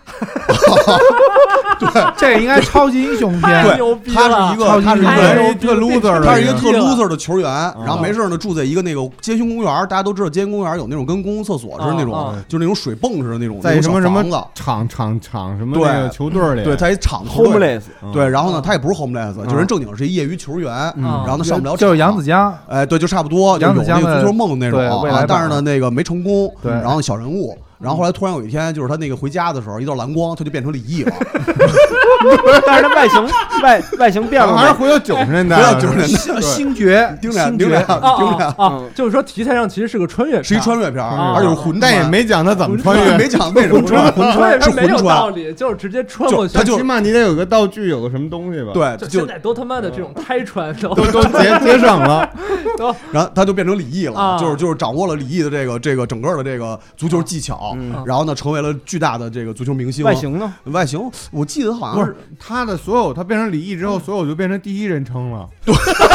对，这个应该超级英雄片。 太牛逼他了！ 是一个特 loser 他是一个特 loser 的球员，然后没事呢住在一个那个街心公园，大家都知道街心公园有那种跟公共厕所似的那种，就是那种水泵似的那种， 在什么什么厂什么那个球队里， 对，在一厂 homeless， 对，然后呢他也不是 homeless，就是人正经是一业余球员，然后他上不了场， 就是杨子江， 哎，对，就差不多，就有那个足球梦那种啊，但是呢那个没成功， 对， 然后小人物。然后后来突然有一天，就是他那个回家的时候，一道蓝光，他就变成李毅了。 但是他外形变了， 还是回到90年代， 回到90年代， 星爵， 盯着， 就是说题材上其实是个穿越片， 是一穿越片，而且是魂， 但也没讲他怎么穿越， 没讲为什么穿，是没有道理，就是直接穿过去。 他就起码你得有个道具，有个什么东西吧？ 对， 就现在都他妈的这种胎穿都节省了， 然后他就变成李毅了，就是掌握了李毅的这个整个的这个足球技巧。然后呢，成为了巨大的这个足球明星。 外形呢？ 外形我记得好像是他的所有，他变成李毅之后，所有就变成第一人称了。 对。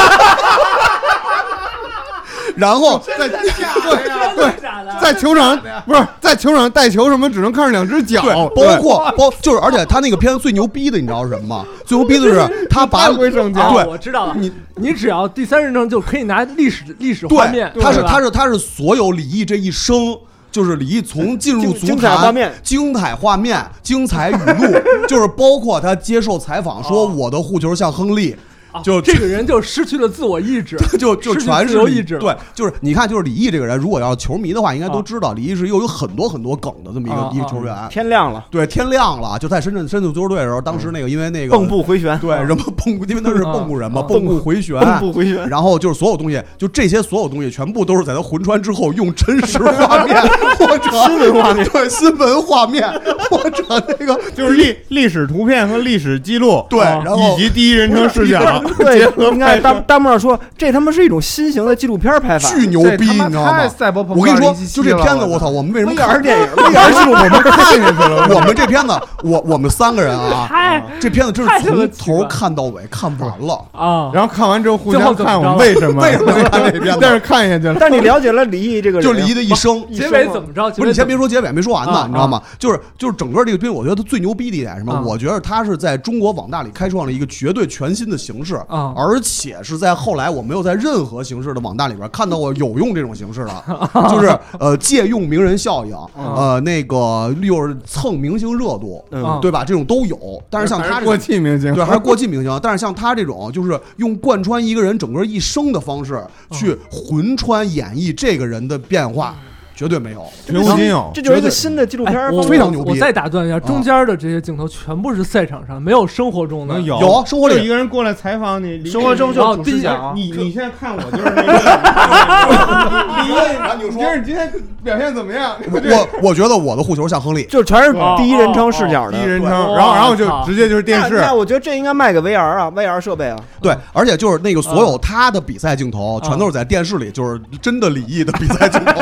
然后对，在球场不是在球场带球什么，只能看着两只脚。 包括就是，而且他那个片子最牛逼的，你知道是什么吗？最牛逼的是他把回声对， 我知道了。你只要第三人称就可以拿历史画面。 他是所有李毅这一生。就是李毅从进入足坛，精彩画面、精彩语录，就是包括他接受采访说我的护球像亨利。就这个人就失去了自我意志， 就全是意志。 对，就是你看，就是李毅这个人，如果要球迷的话，应该都知道，李毅是有很多梗的这么一个球员。 天亮了， 对，天亮了，就在深圳足球队的时候，当时那个因为那个蚌埠回旋， 对，什么因为他是蚌埠人嘛，蚌埠回旋，然后就是所有东西，就这些所有东西全部都是在他魂穿之后用真实画面或者新闻画面， 对，新闻画面或者那个就是历史图片和历史记录， 对，然后以及第一人称视角结合。应该弹幕上说，这他妈是一种新型的纪录片拍法， 巨牛逼，你知道吗？我跟你说，就这片子，我操，我们为什么看电影 ？VR 记录我们看下去了。我们这片子，我们3个人啊，这片子真是从头看到尾，看完了啊。 然后看完之后互相看我们为什么看这片子， 但是看下去了。 但你了解了李毅这个人， 就李毅的一生， 结尾怎么着？ 不是，你先别说结尾，没说完呢，你知道吗？就是整个这个片，我觉得他最牛逼的一点是什么？我觉得他是在中国网大里开创了一个绝对全新的形式，而且是在后来我没有在任何形式的网大里边看到过有用这种形式的，就是借用名人效应，那个又是蹭明星热度，对吧？这种都有。但是像他过气明星， 对，还是过气明星。但是像他这种，就是用贯穿一个人整个一生的方式去魂穿演绎这个人的变化。绝对没有， 绝无仅有， 这就是一个新的纪录片， 非常牛逼。 我再打断一下，中间的这些镜头全部是赛场上，没有生活中的。 有生活里一个人过来采访你， 生活中就主视角。 你现在看我就是那个。你说你今天表现怎么样？ 我觉得我的护球像亨利， 就全是第一人称视角的， 第一人称，然后就直接就是电视。 那我觉得这应该卖给 VR 啊 ，VR 设备啊。 对，而且就是那个所有他的比赛镜头，全都是在电视里，就是真的李毅的比赛镜头。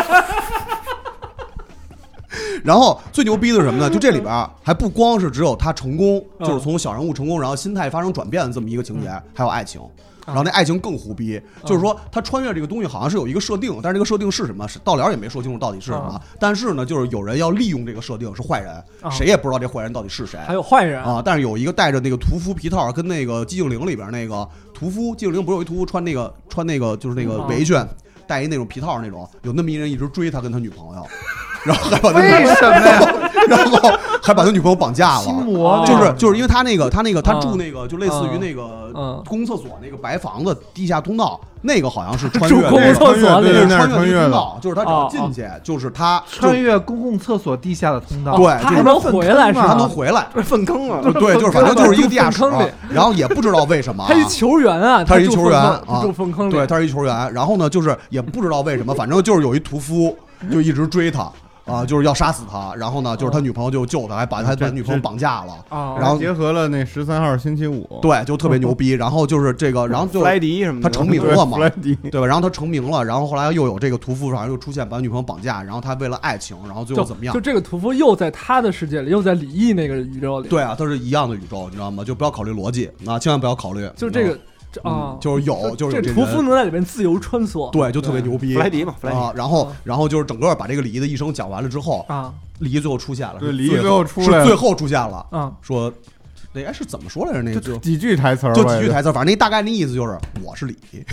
然后最牛逼的是什么呢？就这里边还不光是只有他成功，就是从小人物成功，然后心态发生转变的这么一个情节，还有爱情。然后那爱情更胡逼，就是说他穿越这个东西好像是有一个设定，但是这个设定是什么，到了也没说清楚到底是什么。但是呢，就是有人要利用这个设定是坏人，谁也不知道这坏人到底是谁。 还有坏人啊！但是有一个戴着那个屠夫皮套，跟那个寂静岭里边那个屠夫，寂静岭不是有一屠夫穿那个就是那个围裙，戴一那种皮套那种，有那么一人一直追他跟他女朋友。然后还把为什么呀？ 然后还把他女朋友绑架了，就是因为他住那个就类似于那个公共厕所那个白房子地下通道，那个好像是穿越公共厕所里穿越通道，就是他只要进去，就是他穿越公共厕所地下的通道， 对， 他还能回来是吧？ 他能回来， 粪坑啊， 对，就是反正就是一个地下室，然后也不知道为什么， 他一球员啊， 他是一球员啊， 住粪坑里， 对，他是一球员，然后呢，就是也不知道为什么，反正就是有一屠夫就一直追他。就是要杀死他，然后呢，就是他女朋友就救他，还把女朋友绑架了，然后结合了那13号星期五， 对，就特别牛逼。然后就是这个，然后就弗莱迪什么的， 他成名了嘛，对吧？然后他成名了，然后后来又有这个屠夫，好像又出现把女朋友绑架，然后他为了爱情，然后最后怎么样？ 就这个屠夫又在他的世界里，又在李毅那个宇宙里。 对啊，它是一样的宇宙，你知道吗？就不要考虑逻辑啊，千万不要考虑。 就这个。 就是有这屠夫能在里面自由穿梭， 对，就特别牛逼。 弗莱迪嘛， 然后就是整个把这个李毅的一生讲完了之后啊， 李毅最后出现了， 对，李毅最后出来是最后出现了， 嗯， 说那是怎么说来着？那个就几句台词儿， 就几句台词儿，反正那大概那意思就是我是李毅。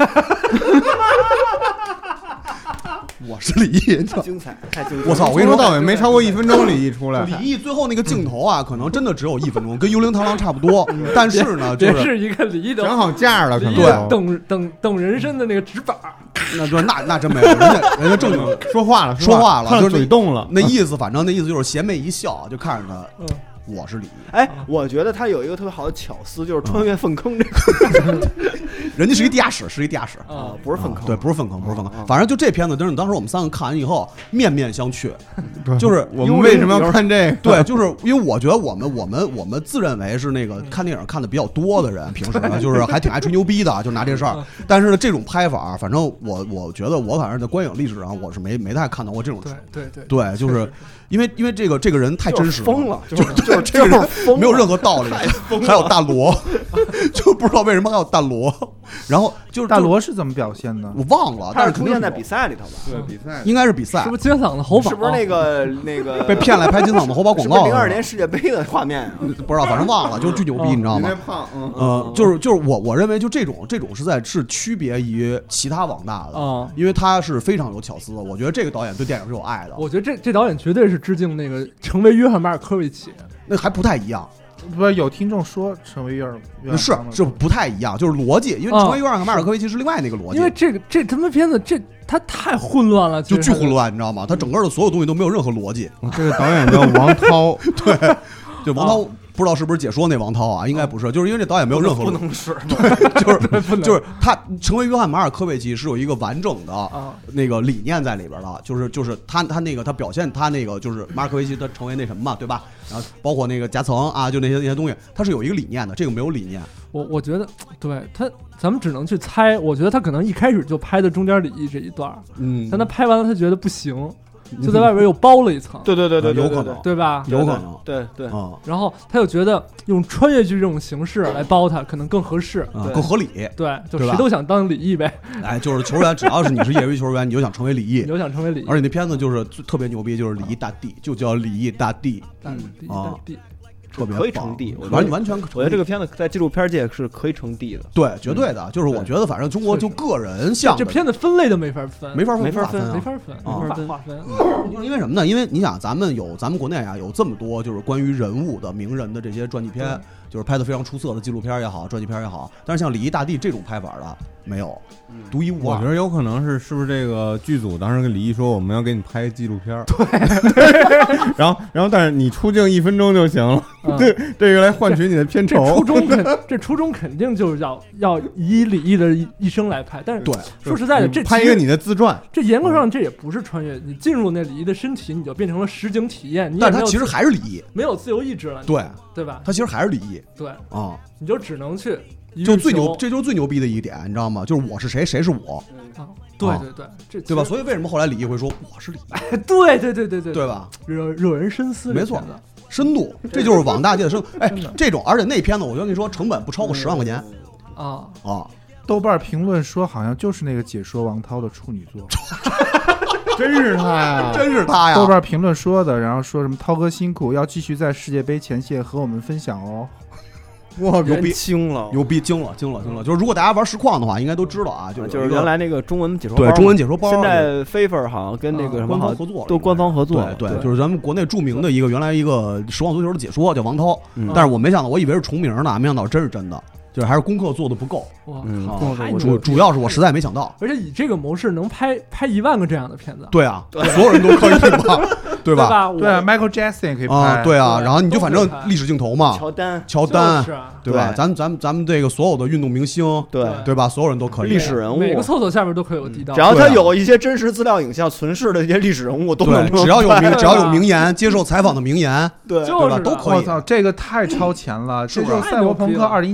我是李毅， 太精彩，太精彩！ 我操！我跟你说， 到尾没超过1分钟，李毅出来。 李毅最后那个镜头啊，可能真的只有1分钟，跟幽灵螳螂差不多。但是呢， 就是一个李毅的整好架了，可能对等人参的那个纸板。 那真没有，人家正经说话了， 就是嘴动了。 那意思，反正那意思就是邪魅一笑，就看着他。我是李毅。 哎，我觉得他有一个特别好的巧思，就是穿越粪坑这个。 人家是一地下室， 啊，不是粪坑， 对，不是粪坑。反正就这片子，真是当时我们3个看完以后面面相觑，就是我们为什么要看这个？ 对，就是因为我觉得我们自认为是那个看电影看的比较多的人，平时呢就是还挺爱吹牛逼的，就拿这事儿。但是呢，这种拍法，反正我觉得我反正在观影历史上我是没太看到过这种。对，就是因为这个人太真实了， 疯了， 就是这个人没有任何道理，还有大罗，就不知道为什么还有大罗。然后就是大罗是怎么表现的？ 我忘了，但是出现在比赛里头吧？ 对，比赛应该是比赛。 是不是金嗓子喉宝？ 是不是那个被骗来拍金嗓子喉宝广告 ？02年世界杯的画面， 不知道，反正忘了，就是巨牛逼，你知道吗？就是我认为就这种是区别于其他网大的，因为他是非常有巧思的。我觉得这个导演对电影是有爱的。 我觉得这导演绝对是致敬那个成为约翰马尔科维奇， 那还不太一样。 不是有听众说成为约翰是不太一样，就是逻辑，因为成为约翰马尔科维奇是另外那个逻辑。 因为这他妈片子它太混乱了， 就巨混乱，你知道吗？它整个的所有东西都没有任何逻辑。 这个导演叫王涛， 对，王涛。不知道是不是解说那王涛啊？应该不是，就是因为这导演没有任何不能是， 对，就是他成为约翰马尔科维奇是有一个完整的那个理念在里边的，就是他那个他表现他那个就是马尔科维奇他成为那什么嘛，对吧？然后包括那个夹层啊，就那些东西，他是有一个理念的，这个没有理念。 我觉得对他，咱们只能去猜。我觉得他可能一开始就拍的中间李毅这一段，但他拍完了他觉得不行。就在外边又包了一层， 对， 有可能， 对吧？ 有可能， 对， 然后他又觉得用穿越剧这种形式来包他，可能更合适， 更合理。 对，就谁都想当李毅呗。 哎，就是球员，只要是你是业余球员，你就想成为李毅，而且那片子就是特别牛逼，就是李毅大帝，就叫李毅大帝， 大帝。 特别可以成帝， 完全。 我觉得这个片子在纪录片界是可以成帝的， 对，绝对的。就是我觉得，反正中国就个人像这片子分类都没法分， 没法分， 无法划分。 因为什么呢？因为你想，咱们国内啊有这么多就是关于人物的名人的这些传记片，就是拍的非常出色的纪录片也好，传记片也好。但是像李毅大帝这种拍法的没有，独一无二。 我觉得有可能是不是这个剧组当时跟李毅说，我们要给你拍纪录片， 对， 然后但是你出镜1分钟就行了，对，这个来换取你的片酬。 这初衷肯定就是要以李毅的一生来拍，但是对， 说实在的，这拍一个你的自传， 这严格上这也不是穿越，你进入那李毅的身体，你就变成了实景体验， 但是他其实还是李毅， 没有自由意志了，对吧？ 他其实还是李毅， 对啊， 你就只能去。 这就是最牛逼的一点，你知道吗？就是我是谁，谁是我。 对， 对吧？所以为什么后来李毅会说我是李毅？ 对吧？ 惹人深思， 没错，深度，这就是网大界的深度。哎，这种，而且那片子，我就跟你说，成本不超过10万块钱啊。 豆瓣评论说，好像就是那个解说王涛的处女作。 真是他呀！ 真是他呀！ 豆瓣评论说的，然后说什么涛哥辛苦，要继续在世界杯前线和我们分享哦。 哇，牛逼惊了！ 就是如果大家玩实况的话，应该都知道啊， 就是原来那个中文解说包，对中文解说包， 现在飞粉好像跟那个什么合作， 都官方合作。 对，就是咱们国内著名的原来一个实况足球的解说叫王涛，但是我没想到，我以为是重名呢，没想到真是真的。就是还是功课做的不够，主要是我实在没想到， 而且以这个模式能拍1万个这样的片子， 对啊，所有人都可以吧，对吧？ 对啊 ，Michael Jackson 也可以拍， 对啊，然后你就反正历史镜头嘛，乔丹，对吧？咱们这个所有的运动明星，对吧？所有人都可以， 历史人物， 每个厕所下面都可以有地道， 只要他有一些真实资料影像存世的一些历史人物都能， 只要有名言，接受采访的名言，对吧？都可以。 我操，这个太超前了，这就是赛博朋克2077里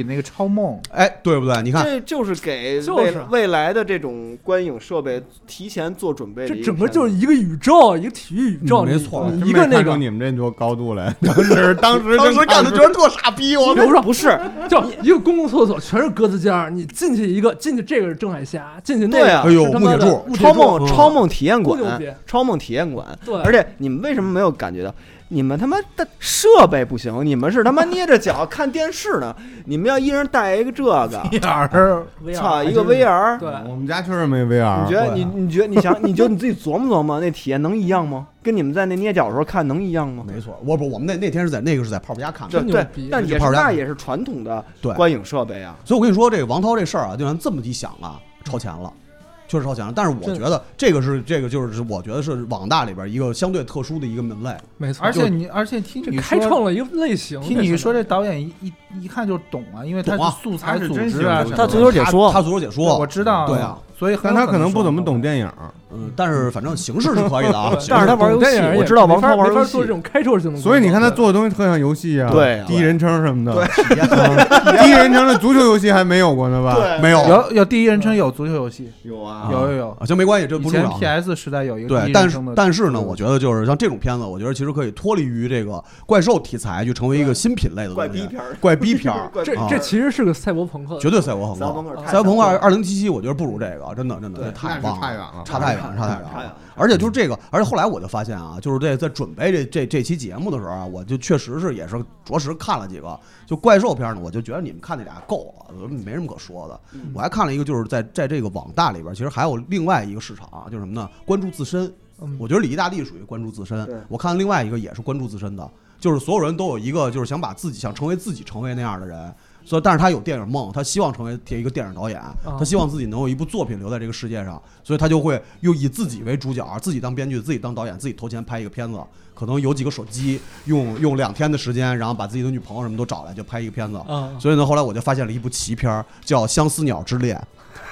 里那个超梦， 哎，对不对？你看， 这就是给就是未来的这种观影设备提前做准备的一个片子。 这整个就是一个宇宙，一个体育宇宙， 没错你一个那个你们这多高度来，当时干的觉得特傻逼，我比如说不是， 就一个公共厕所全是格子间儿，你进去这个是郑海霞，进去那个对啊哎呦是他妈的木铁柱超梦体验多牛逼馆，超梦体验馆。 对而且你们为什么没有感觉到？你们他妈的设备不行，你们是他妈捏着脚看电视呢。你们要一人带一个这个，操一个 VR， 对， 我们家确实没 VR。 你觉得你觉得你想你自己琢磨琢磨，那体验能一样吗？跟你们在那捏脚的时候看能一样吗？ 没错，我们那天是在泡泡家看的， 对，但那也是传统的对观影设备啊。 所以我跟你说，这个王涛这事儿啊，就像这么一想啊，超前了。确实超前了，但是我觉得这个就是我觉得是网大里边一个相对特殊的一个门类， 没错。 而且听你开创了一个类型， 听你说这导演一看就懂啊，因为他是素材组织啊， 他足球解说， 他足球解说， 我知道， 对啊， 所以但他可能不怎么懂电影， 但是反正形式是可以的啊。 但是他玩游戏，我知道王涛玩游戏， 做这种开拓性的， 所以你看他做的东西特像游戏啊， 对， 第一人称什么的， 对， 第一人称的足球游戏还没有过呢吧？ 没有第一人称有足球游戏， 有啊， 有， 行没关系，这不重要。 以前 PS 时代有一个对，但是呢，我觉得就是像这种片子，我觉得其实可以脱离于这个怪兽题材，去成为一个新品类的怪逼片怪逼片儿。 这其实是个赛博朋克， 绝对赛博朋克。赛博朋克2077，我觉得不如这个，真的太棒了，差太远了。而且就是这个，而且后来我就发现啊，就是在准备这期节目的时候啊，我就确实是也是着实看了几个就怪兽片呢，我就觉得你们看那俩够了，没什么可说的。我还看了一个，就是在这个网大里边，其实还有另外一个市场，就是什么呢？关注自身。我觉得李大利属于关注自身。我看另外一个也是关注自身的，就是所有人都有一个就是想成为自己成为那样的人。所以，但是他有电影梦，他希望成为一个电影导演，他希望自己能有一部作品留在这个世界上，所以他就会又以自己为主角，自己当编剧，自己当导演，自己投钱拍一个片子，可能有几个手机，用2天的时间，然后把自己的女朋友什么都找来，就拍一个片子。所以呢，后来我就发现了一部奇片，叫《相思鸟之恋》。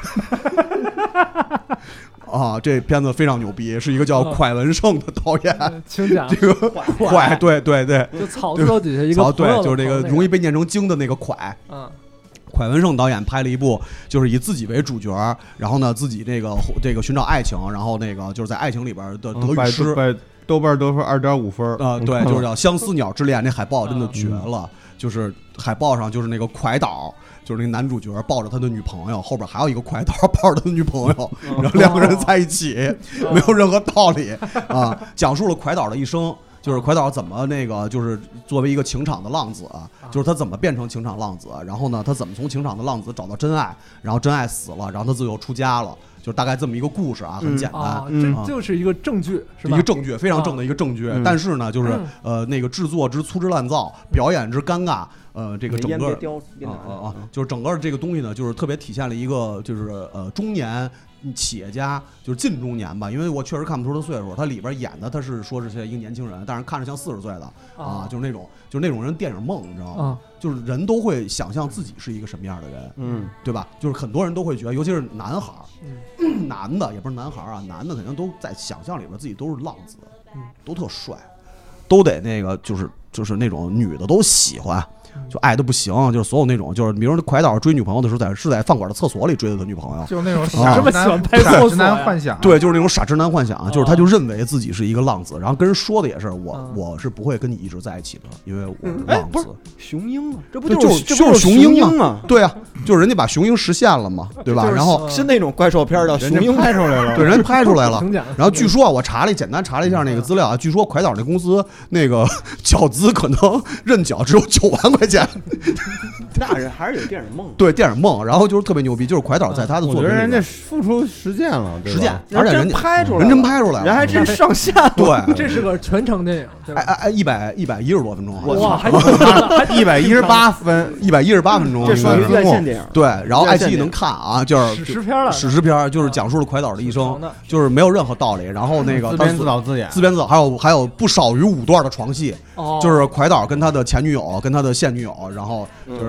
啊，这片子非常牛逼，是一个叫蒯文胜的导演， 请讲这个蒯，对， 就草字底下一个对，就是那个容易被念成精的那个蒯，蒯文胜导演拍了一部，就是以自己为主角，然后呢自己这个寻找爱情，然后那个就是在爱情里边的德语诗， 豆瓣得分2.5分对，就是叫《相思鸟之恋》，那海报真的绝了，就是海报上就是那个蒯岛。就是那个男主角抱着他的女朋友，后边还有一个蒯岛抱着他的女朋友，然后2个人在一起，没有任何道理啊！讲述了蒯岛的一生，就是蒯岛怎么就是作为一个情场的浪子，就是他怎么变成情场浪子，然后呢，他怎么从情场的浪子找到真爱，然后真爱死了，然后他自由出家了。就大概这么一个故事啊，很简单， 这就是一个证据，是吧？ 一个证据，非常正的一个证据。但是呢，就是那个制作之粗制滥造，表演之尴尬，这个整个就是整个这个东西呢，就是特别体现了一个就是中年企业家，就是近中年吧，因为我确实看不出他岁数，他里边演的他是说是一个年轻人，但是看着像40岁的啊，就是那种人电影梦，你知道吗？就是人都会想象自己是一个什么样的人，对吧？就是很多人都会觉得，尤其是男孩，男的也不是男孩啊，男的肯定都在想象里边自己都是浪子，都特帅，都得那个就是那种女的都喜欢。就爱的不行，就是所有那种，就是比如说蒯岛追女朋友的时候，是在饭馆的厕所里追的他女朋友， 就是那种这么喜欢拍傻直男幻想， 对，就是那种傻直男幻想，就是他就认为自己是一个浪子，然后跟人说的也是我是不会跟你一直在一起的，因为我是浪子。 雄鹰啊，这不就是雄鹰啊？对啊，就是人家把雄鹰实现了嘛，对吧？然后是那种怪兽片的雄鹰拍出来了， 对，人拍出来了。然后据说我简单查了一下那个资料啊，据说蒯岛那公司那个缴资可能认缴只有9万块钱。 那人还是有电影梦， 对电影梦，然后就是特别牛逼，就是蒯岛在他的作品里， 我觉得人家付出实践了， 实践，而且人拍出来， 人真拍出来了， 人还真上线了， 对， 这是个全程电影， 哎，110多分钟， 哇，还 118分 ，118分钟， 这属于院线电影， 对，然后爱奇艺能看啊，就是史诗片了， 史诗片就是讲述了蒯岛的一生，就是没有任何道理，然后那个自编自导自演， 还有不少于5段的床戏，就是蒯岛跟他的前女友跟他的现女友，然后就是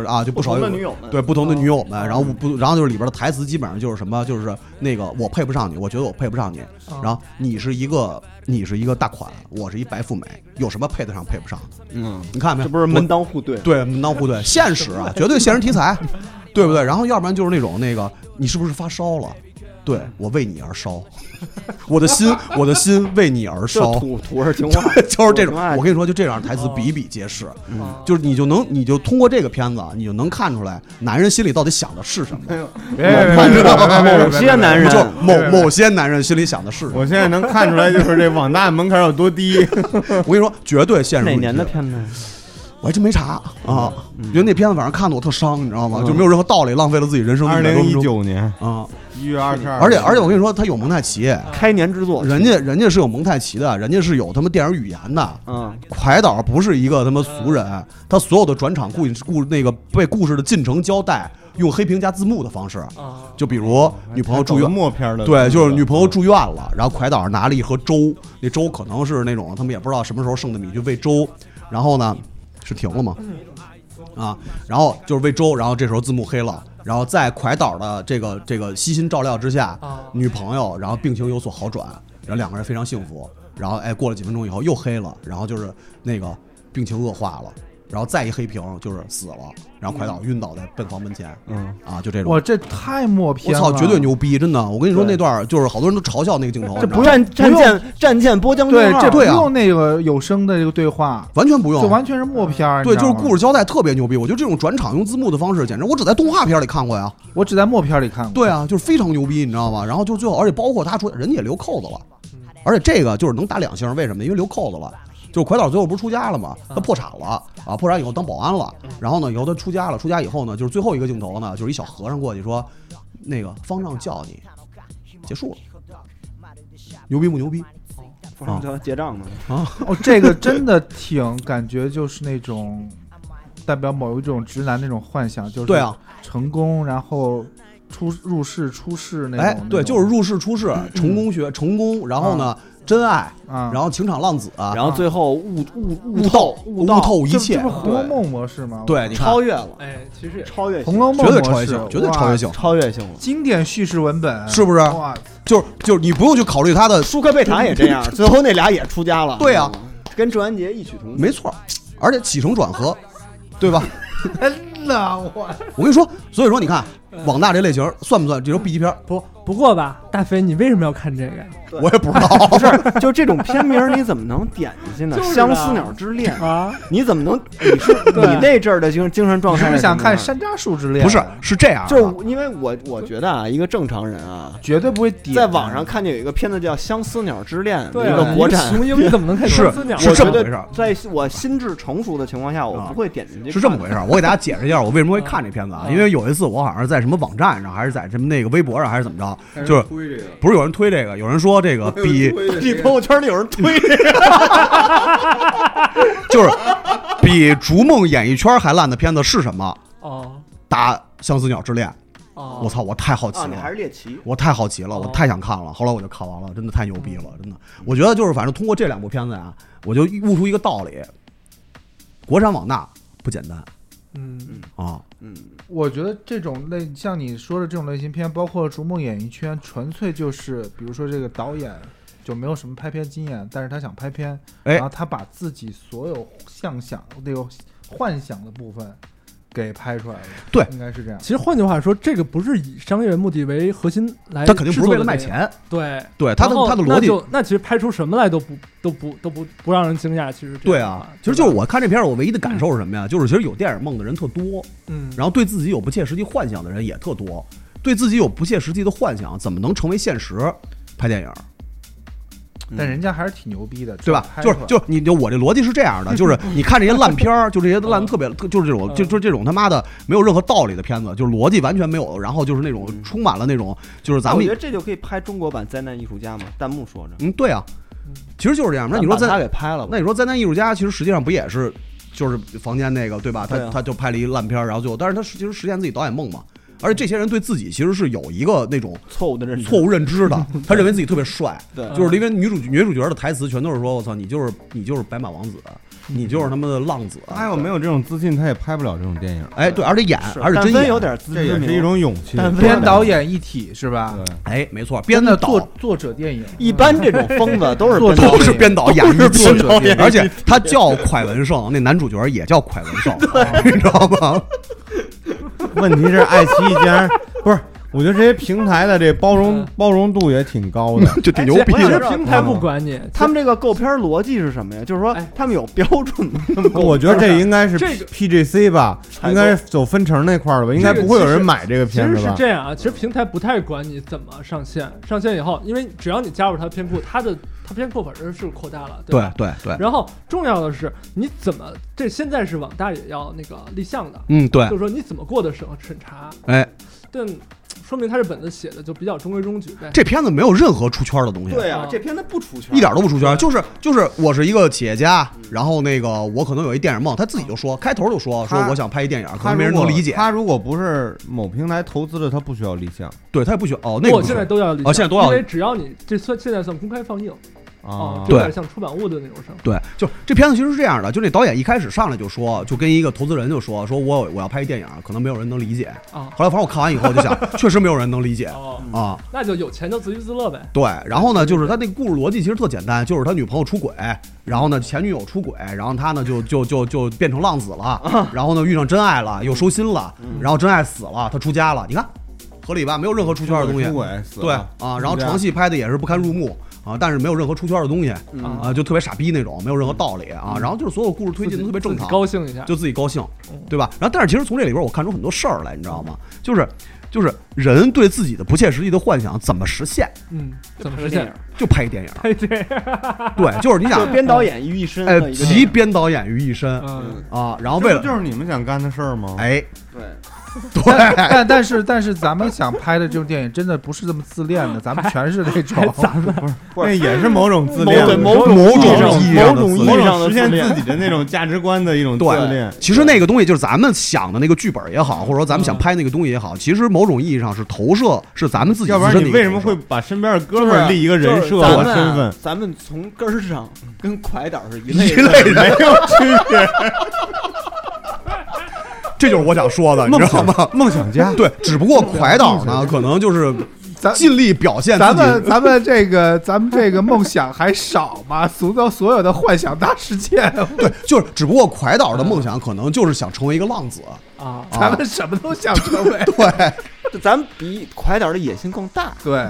啊，就不少有女友们， 对不同的女友们，然后就是里边的台词基本上就是什么，就是那个我配不上你，我觉得我配不上你，然后你是一个大款，我是一白富美，有什么配得上配不上的？你看没有？ 这不是门当户对？ 对，门当户对，现实啊，绝对现实题材，对不对？然后要不然就是那种那个你是不是发烧了？对，我为你而烧，我的心为你而烧， 土味情话， 就是这种。我跟你说，就这样台词比比皆是，就是你就通过这个片子，你就能看出来男人心里到底想的是什么。 知道吗？某些男人， 就某些男人心里想的是什么。 我现在能看出来，就是这网大门槛有多低。 我跟你说，绝对现实。 哪年的片子？ 我还真没查啊，觉得那片子反正看得我特伤，你知道吗？就没有任何道理，浪费了自己人生。 2019年啊 ，1月22日。 而且我跟你说，他有蒙太奇， 开年之作， 人家是有蒙太奇的，人家是有他妈电影语言的。蒯岛不是一个他妈俗人，他所有的转场那个被故事的进程交代，用黑屏加字幕的方式。就比如女朋友住院， 默片的， 对，就是女朋友住院了，然后蒯岛拿了一盒粥，那粥可能是那种他们也不知道什么时候剩的米去喂粥，然后呢。是停了吗？啊，然后就是喂粥，然后这时候字幕黑了，然后在蒯岛的这个悉心照料之下，女朋友然后病情有所好转，然后两个人非常幸福，然后过了几分钟以后又黑了，然后就是那个病情恶化了，然后再一黑屏就是死了，然后蒯岛晕倒在病房门前，就这种。 哇，这太默片了！ 我操，绝对牛逼，真的！我跟你说那段就是好多人都嘲笑那个镜头， 这不战舰波江对，这不用那个有声的这个对话， 完全不用， 就完全是默片。 对，就是故事交代特别牛逼。我觉得这种转场用字幕的方式，简直我只在动画片里看过呀， 我只在默片里看过。 对啊，就是非常牛逼，你知道吗？然后就最后，而且包括他说人家也留扣子了，而且这个就是能打2星，为什么？因为留扣子了。就是蒯岛最后不是出家了吗？他破产了啊，破产以后当保安了，然后呢，以后他出家了，出家以后呢，就是最后一个镜头呢，就是一小和尚过去说，那个方丈叫你，结束了，牛逼不牛逼？ 方丈叫他结账呢啊！哦，这个真的挺感觉就是那种代表某一种直男那种幻想，就是对啊， 成功然后入世出世那种， 对，就是入世出世，成功，然后呢？真爱，然后情场浪子， 然后最后悟透一切， 这不是《红楼梦》模式吗？ 对，你超越了， 其实超越 《红楼梦》 绝对超越性，绝对超越性了， 经典叙事文本， 是不是？哇，就是你不用去考虑他的。 舒克贝塔也这样，最后那俩也出家了。 对啊， 跟郑渊洁异曲同工。 没错，而且起承转合，对吧？ 真的， 我跟你说，所以说你看网大这类型算不算这种 B 级片？ 不过吧，大飞，你为什么要看这个呀？ 我也不知道， 不是，就这种片名你怎么能点进去呢？相思鸟之恋啊，你怎么能？你那阵儿的精神状态是不是想看山楂树之恋？ 不是，是这样， 就是因为我觉得啊，一个正常人啊， 绝对不会点。 在网上看见有一个片子叫《相思鸟之恋》， 一个国产雄鹰，你怎么能看相思鸟？ 是这么回事。 在我心智成熟的情况下，我不会点进去。 是这么回事，我给大家解释一下我为什么会看这片子啊？因为有一次我好像是在什么网站上，还是在什么那个微博上，还是怎么着，就是不是有人推这个，有人说这个比。 你朋友圈里有人推这个， 就是比《逐梦演艺圈》还烂的片子是什么？打《相思鸟之恋》。我操！我太好奇了， 你还是猎奇， 我太好奇了，我太想看了。后来我就看完了，真的太牛逼了，真的。我觉得就是反正通过这2部片子啊，我就悟出一个道理：国产网大不简单。 我觉得这种像你说的这种类型片，包括《逐梦演艺圈》，纯粹就是比如说这个导演就没有什么拍片经验，但是他想拍片，然后他把自己所有想那个幻想的部分给拍出来了。 对， 应该是这样。 其实换句话说，这个不是以商业目的为核心来， 他肯定不是为了卖钱。 对， 他的逻辑， 那其实拍出什么来都不让人惊讶。其实对啊，其实就是我看这片我唯一的感受是什么呀？就是其实有电影梦的人特多，然后对自己有不切实际幻想的人也特多。对自己有不切实际的幻想，怎么能成为现实？拍电影。 但人家还是挺牛逼的， 对吧？就是我这逻辑是这样的，就是你看这些烂片儿，就这些烂特别，就是这种就是这种他妈的没有任何道理的片子，就是逻辑完全没有，然后就是那种充满了那种就是咱们。 我觉得这就可以拍中国版灾难艺术家嘛？弹幕说着， 对啊，其实就是这样。那你说他给拍了， 那你说灾难艺术家其实实际上不也是就是房间那个对吧？他就拍了一烂片，然后最后，但是他其实实现自己导演梦嘛。 而且这些人对自己其实是有一个那种错误认知的，他认为自己特别帅， 对， 就是因为女主角的台词全都是说我操你就是白马王子。你就是他妈的浪子， 他要没有这种自信，他也拍不了这种电影。 哎，对，而且真演有点自这也是一种勇气。 编导演一体是吧？ 哎，没错，编导作者电影， 一般这种疯子都是编导演一体，而且他叫蒯文胜，那男主角也叫蒯文胜，你知道吗？ 问题是爱奇艺竟然不是。我觉得这些平台的这包容度也挺高的， 就挺牛逼的。 平台不管你， 他们这个购片逻辑是什么呀？就是说他们有标准吗？ 我觉得这应该是 PGC 吧，应该是走分成那块儿吧，应该不会有人买这个片子吧？ 其实是这样啊，其实平台不太管你怎么上线以后，因为只要你加入它片库，它片库反正是扩大了，对吧？ 对。 然后重要的是你怎么现在是网大也要那个立项的， 对， 就是说你怎么过的审查， 哎， 但说明他这本子写的就比较中规中矩呗。 这片子没有任何出圈的东西。 对啊，这片子不出圈， 一点都不出圈。就是我是一个企业家，然后那个我可能有一电影梦，他自己就说，开头就说我想拍一电影，可能没人能理解。 他如果不是某平台投资的，他不需要立项。 对，他也不需要。哦，那个现在都要立项， 现在都要， 因为只要你现在算公开放映。 对， 有点像出版物的那种声。 对，就这片子其实是这样的，就那导演一开始上来就说，就跟一个投资人就说我要拍一电影，可能没有人能理解啊。后来反正我看完以后就想，确实没有人能理解啊。 那就有钱就自娱自乐呗。 对，然后呢，就是他那个故事逻辑其实特简单，就是他女朋友出轨，然后呢前女友出轨，然后他呢就变成浪子了，然后呢遇上真爱了，又收心了，然后真爱死了，他出家了，你看合理吧？没有任何出圈的东西。对啊，然后床戏拍的也是不堪入目。但是没有任何出圈的东西就特别傻逼那种，没有任何道理啊。然后就是所有故事推进的特别正常， 高兴一下就自己高兴，对吧？然后但是其实从这里边我看出很多事儿来，你知道吗？就是人对自己的不切实际的幻想怎么实现？ 怎么实现？ 就拍电影，对，就是你想编导演于一身， 集编导演于一身啊。然后为了就是你们想干的事儿吗？ 哎， 对，但是咱们想拍的这种电影真的不是这么自恋的，咱们全是那种， 咱们不是，那也是某种自恋， 某种意义上的实现自己的那种价值观的一种自恋。 其实那个东西就是咱们想的那个剧本也好，或者说咱们想拍那个东西也好，其实某种意义上是投射，是咱们自己。 要不然你为什么会把身边的哥们儿立一个人设和身份？ 咱们从根儿上跟蒯岛是一类人， 没有区别。 这就是我想说的，你知道吗？ 梦想家对，只不过蒯岛呢，可能就是尽力表现自己。 咱们这个梦想还少吗？所有的幻想大世界。 对，就是只不过蒯岛的梦想可能就是想成为一个浪子啊。咱们什么都想成为。 对， 咱们比蒯岛的野心更大。 对，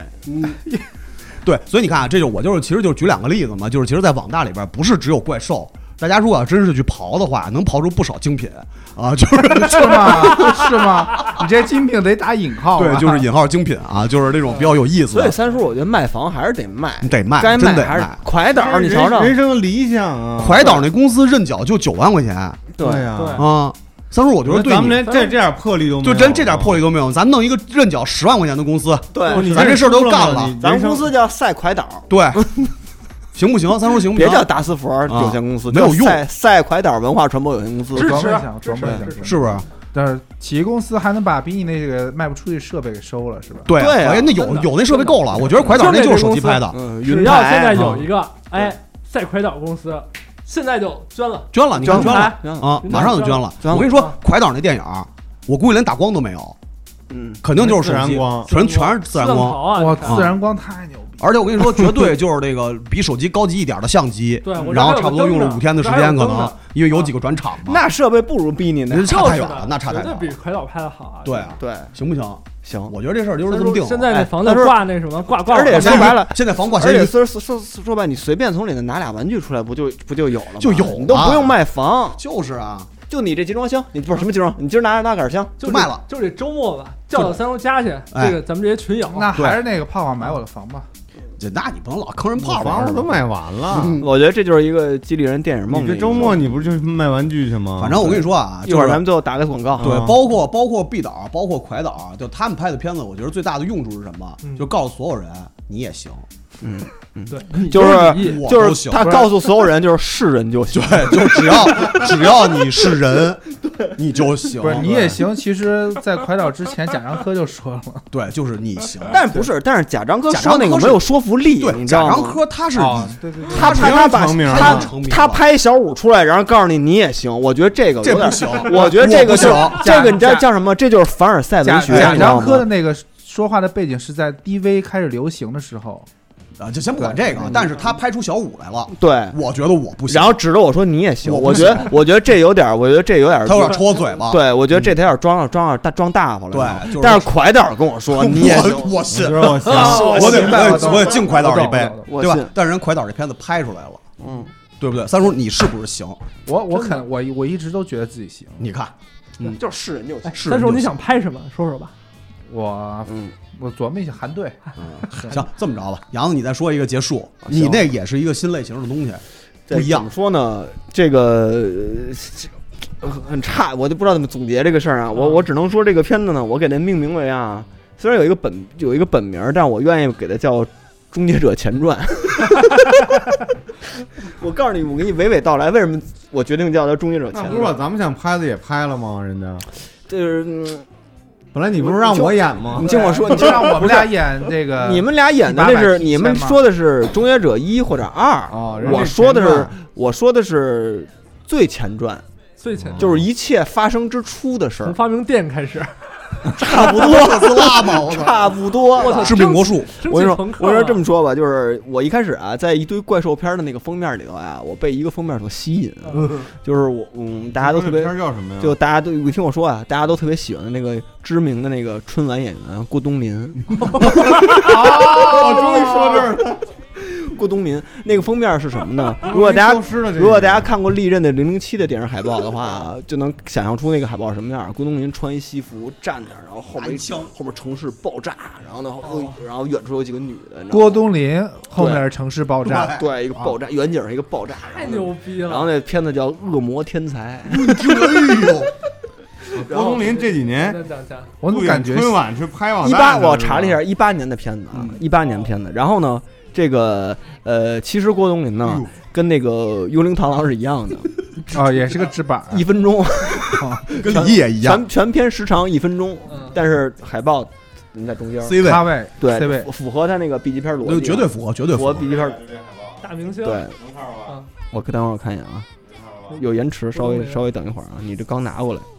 对，所以你看啊，其实就是举两个例子嘛，就是其实，在网大里边不是只有怪兽。大家如果要真是去刨的话，能刨出不少精品啊！ 是吗？你这精品得打引号， 对，就是引号精品啊，就是那种比较有意思的。 所以三叔，我觉得卖房还是得卖， 该卖还是蒯岛。你瞧瞧， 人生的理想啊！ 蒯岛那公司认缴就9万块钱， 对啊。三叔，我觉得对咱们连这点魄力都没有， 就真这点魄力都没有。咱弄一个认缴10万块钱的公司， 对， 咱这事儿都干了。 咱公司叫赛蒯岛， 对。行不行？三叔行不行？ 别叫达斯福有限公司， 没有用。 赛蒯岛文化传播有限公司， 支持， 是不是？ 但是企业公司还能把比你那个卖不出去设备给收了，是吧？ 对，那有那设备够了。我觉得蒯岛那就是手机拍的。 只要现在有一个赛蒯岛公司，现在就捐了， 你看捐了啊，马上就捐了。我跟你说，蒯岛那电影，我估计连打光都没有，肯定就是手机光，全是自然光。 哇，自然光太牛逼！ 而且我跟你说，绝对就是那个比手机高级一点的相机，然后差不多用了5天的时间，可能因为有几个转场嘛。 那设备不如逼你那差太远了，那差太远了。 比蒯岛拍的好啊！ 对，行不行？ 行， 我觉得这事儿就是这么定。 现在那房子挂那什么挂， 而且说白了， 现在房挂， 而且说白，你随便从里头拿俩玩具出来，不就有了吗？ 就有， 你都不用卖房。 就是啊。 就你这集装箱，你不是什么集装，你今儿拿杆箱就卖了。 就这周末吧，叫到三叔家去，这个咱们这些群友， 那还是那个泡泡买我的房吧。 那你不能老坑人泡房都卖完了。 我觉得这就是一个激励人电影梦。 你这周末你不是就卖玩具去吗？ 反正我跟你说啊， 一会儿咱们最后打个广告。 对，包括毕导，包括蒯岛，就他们拍的片子，我觉得最大的用处是什么？就告诉所有人， 你也行。 对， 就是他告诉所有人，就是是人就行， 对，就只要你是人，你就行。 不是你也行。其实，在快岛之前，贾樟柯就说了， 对，就是你行。 但是贾樟柯说那个没有说服力， 对， 你知道吗？ 贾樟柯他是对， 他拍小五出来，然后告诉你也行，我觉得这个不行， 我觉得这个是这个你知道叫什么？这就是凡尔赛文学。 贾樟柯的那个说话的背景是在 DV 开始流行的时候。 就先不管这个，但是他拍出小五来了， 对， 我觉得我不行， 然后指着我说你也行，我觉得这有点，他有点戳嘴巴， 对，我觉得这他有点装大发了， 对， 但是快点跟我说你也行， 我信， 我得敬快岛一杯，对吧？但是人快岛这片子拍出来了，对不对？三叔，你是不是行？ 我一直都觉得自己行， 你看， 就是人就行。 三叔，你想拍什么？说说吧。 我琢磨一下，韩队。 行，这么着吧，杨子，你再说一个结束。你那也是一个新类型的东西，不一样。 怎么说呢？这个很差，我就不知道怎么总结这个事儿啊。我只能说这个片子呢，我给它命名为啊，虽然有一个本名，但我愿意给它叫《终结者前传》。我告诉你，我给你娓娓道来，为什么我决定叫它《终结者前传》？ 那不是把咱们想拍的也拍了吗？人家就是本来你不是让我演吗？ 你听我说， 你就让我们俩演这个。 你们俩演的那是你们说的是《终结者1》或者2，我说的是最前传，就是一切发生之初的事儿， 从发明电开始。 差不多， 特斯拉嘛， 差不多。 致命魔术， 我跟你说这么说吧，就是我一开始啊，在一堆怪兽片的那个封面里头啊，我被一个封面所吸引，就是大家都特别叫什么呀？ 就大家都你听我说啊，大家都特别喜欢的那个知名的那个春晚演员郭冬临。 我终于说这儿了。 郭冬临那个封面是什么呢？如果大家看过历任的007的电影海报的话，就能想象出那个海报什么样。郭冬临穿一西服站那儿，然后后面城市爆炸，然后呢，然后远处有几个女的。 郭冬临后面是城市爆炸， 对，一个爆炸，远景是一个爆炸， 太牛逼了。 然后那片子叫《恶魔天才》。 哎呦！ 郭冬临这几年， 我怎么感觉春晚是拍网大？ 我查了一下，18年的片子啊，18年片子。然后呢？这个其实郭冬临呢，跟那个幽灵螳螂是一样的， 也是个纸板 ，1分钟， 跟李也一样， 全片时长1分钟，但是海报人在中间 ，C 位， 对 ，C 位， 符合他那个 B 级片逻辑， 绝对符合 B 级片大明星， 对，我等会儿我看一眼啊，有延迟，稍微等一会儿啊，你这刚拿过来，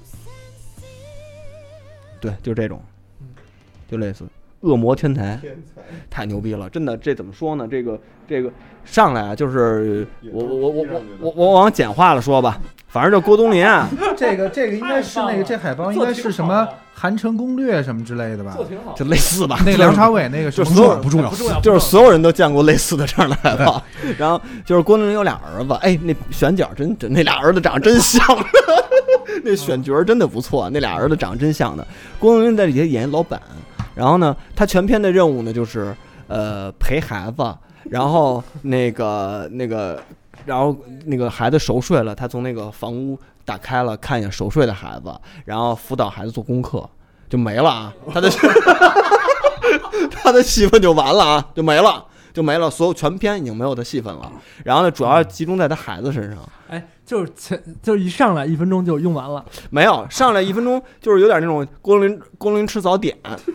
对，就这种，就类似。恶魔天才太牛逼了，真的，这怎么说呢？这个上来啊，就是我往简化了说吧，反正就郭冬临啊， 这个应该是那个这海报应该是什么《韩城攻略》什么之类的吧？ 就类似吧。 那梁朝伟那个就不重要， 就是所有人都见过类似的这样的海报。然后就是郭冬临有俩儿子，哎，那选角真那俩儿子长得真像，那选角真的不错，那俩儿子长得真像的。郭冬临在里面演老板。然后呢，他全篇的任务呢就是陪孩子，然后然后那个孩子熟睡了，他从那个房屋打开了，看一眼熟睡的孩子，然后辅导孩子做功课，就没了啊，他的戏份就完了啊，就没了，所有全篇已经没有他戏份了。然后呢，主要集中在他孩子身上。 哎，就是一上来1分钟就用完了， 没有上来1分钟，就是有点那种郭冬临吃早点，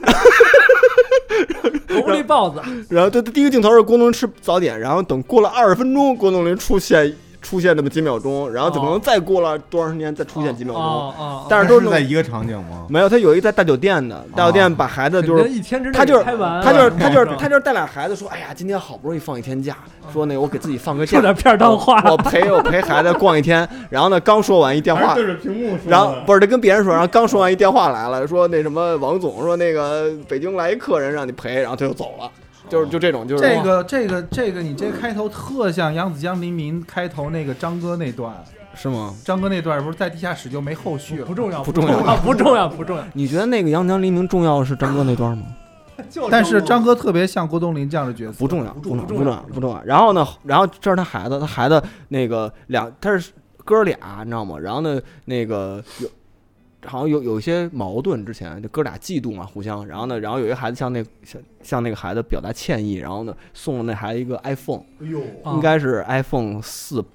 萝莉豹子。 然后第一个镜头是郭冬临吃早点，然后等过了20分钟，郭冬临出现那么几秒钟，然后可能再过了多长时间再出现几秒钟，但是都是在一个场景吗？ 没有，他有一个在大酒店的，大酒店把孩子就是 1天之内他就是带俩孩子说，哎呀，今天好不容易放1天假，说那个我给自己放个假， 说点片当话， 我陪孩子逛1天，然后呢刚说完一电话， 对着屏幕说， 然后不是他跟别人说，然后刚说完一电话来了，说那什么王总说那个北京来一客人让你陪，然后他就走了。就这种，就是这个，你这开头特像扬子江黎明开头那个张哥那段， 是吗？ 张哥那段不是在地下室就没后续了？ 不重要。 你觉得那个扬子江黎明重要的是张哥那段吗？ 但是张哥特别像郭冬临这样的角色， 不重要。然后呢，这是他孩子那个他是哥俩，你知道吗？然后呢，那个好像有一些矛盾，之前就哥俩嫉妒嘛，互相。然后呢，有一个孩子向那个孩子表达歉意，然后呢送了那孩子一个 iPhone，应该是 iPhone 4。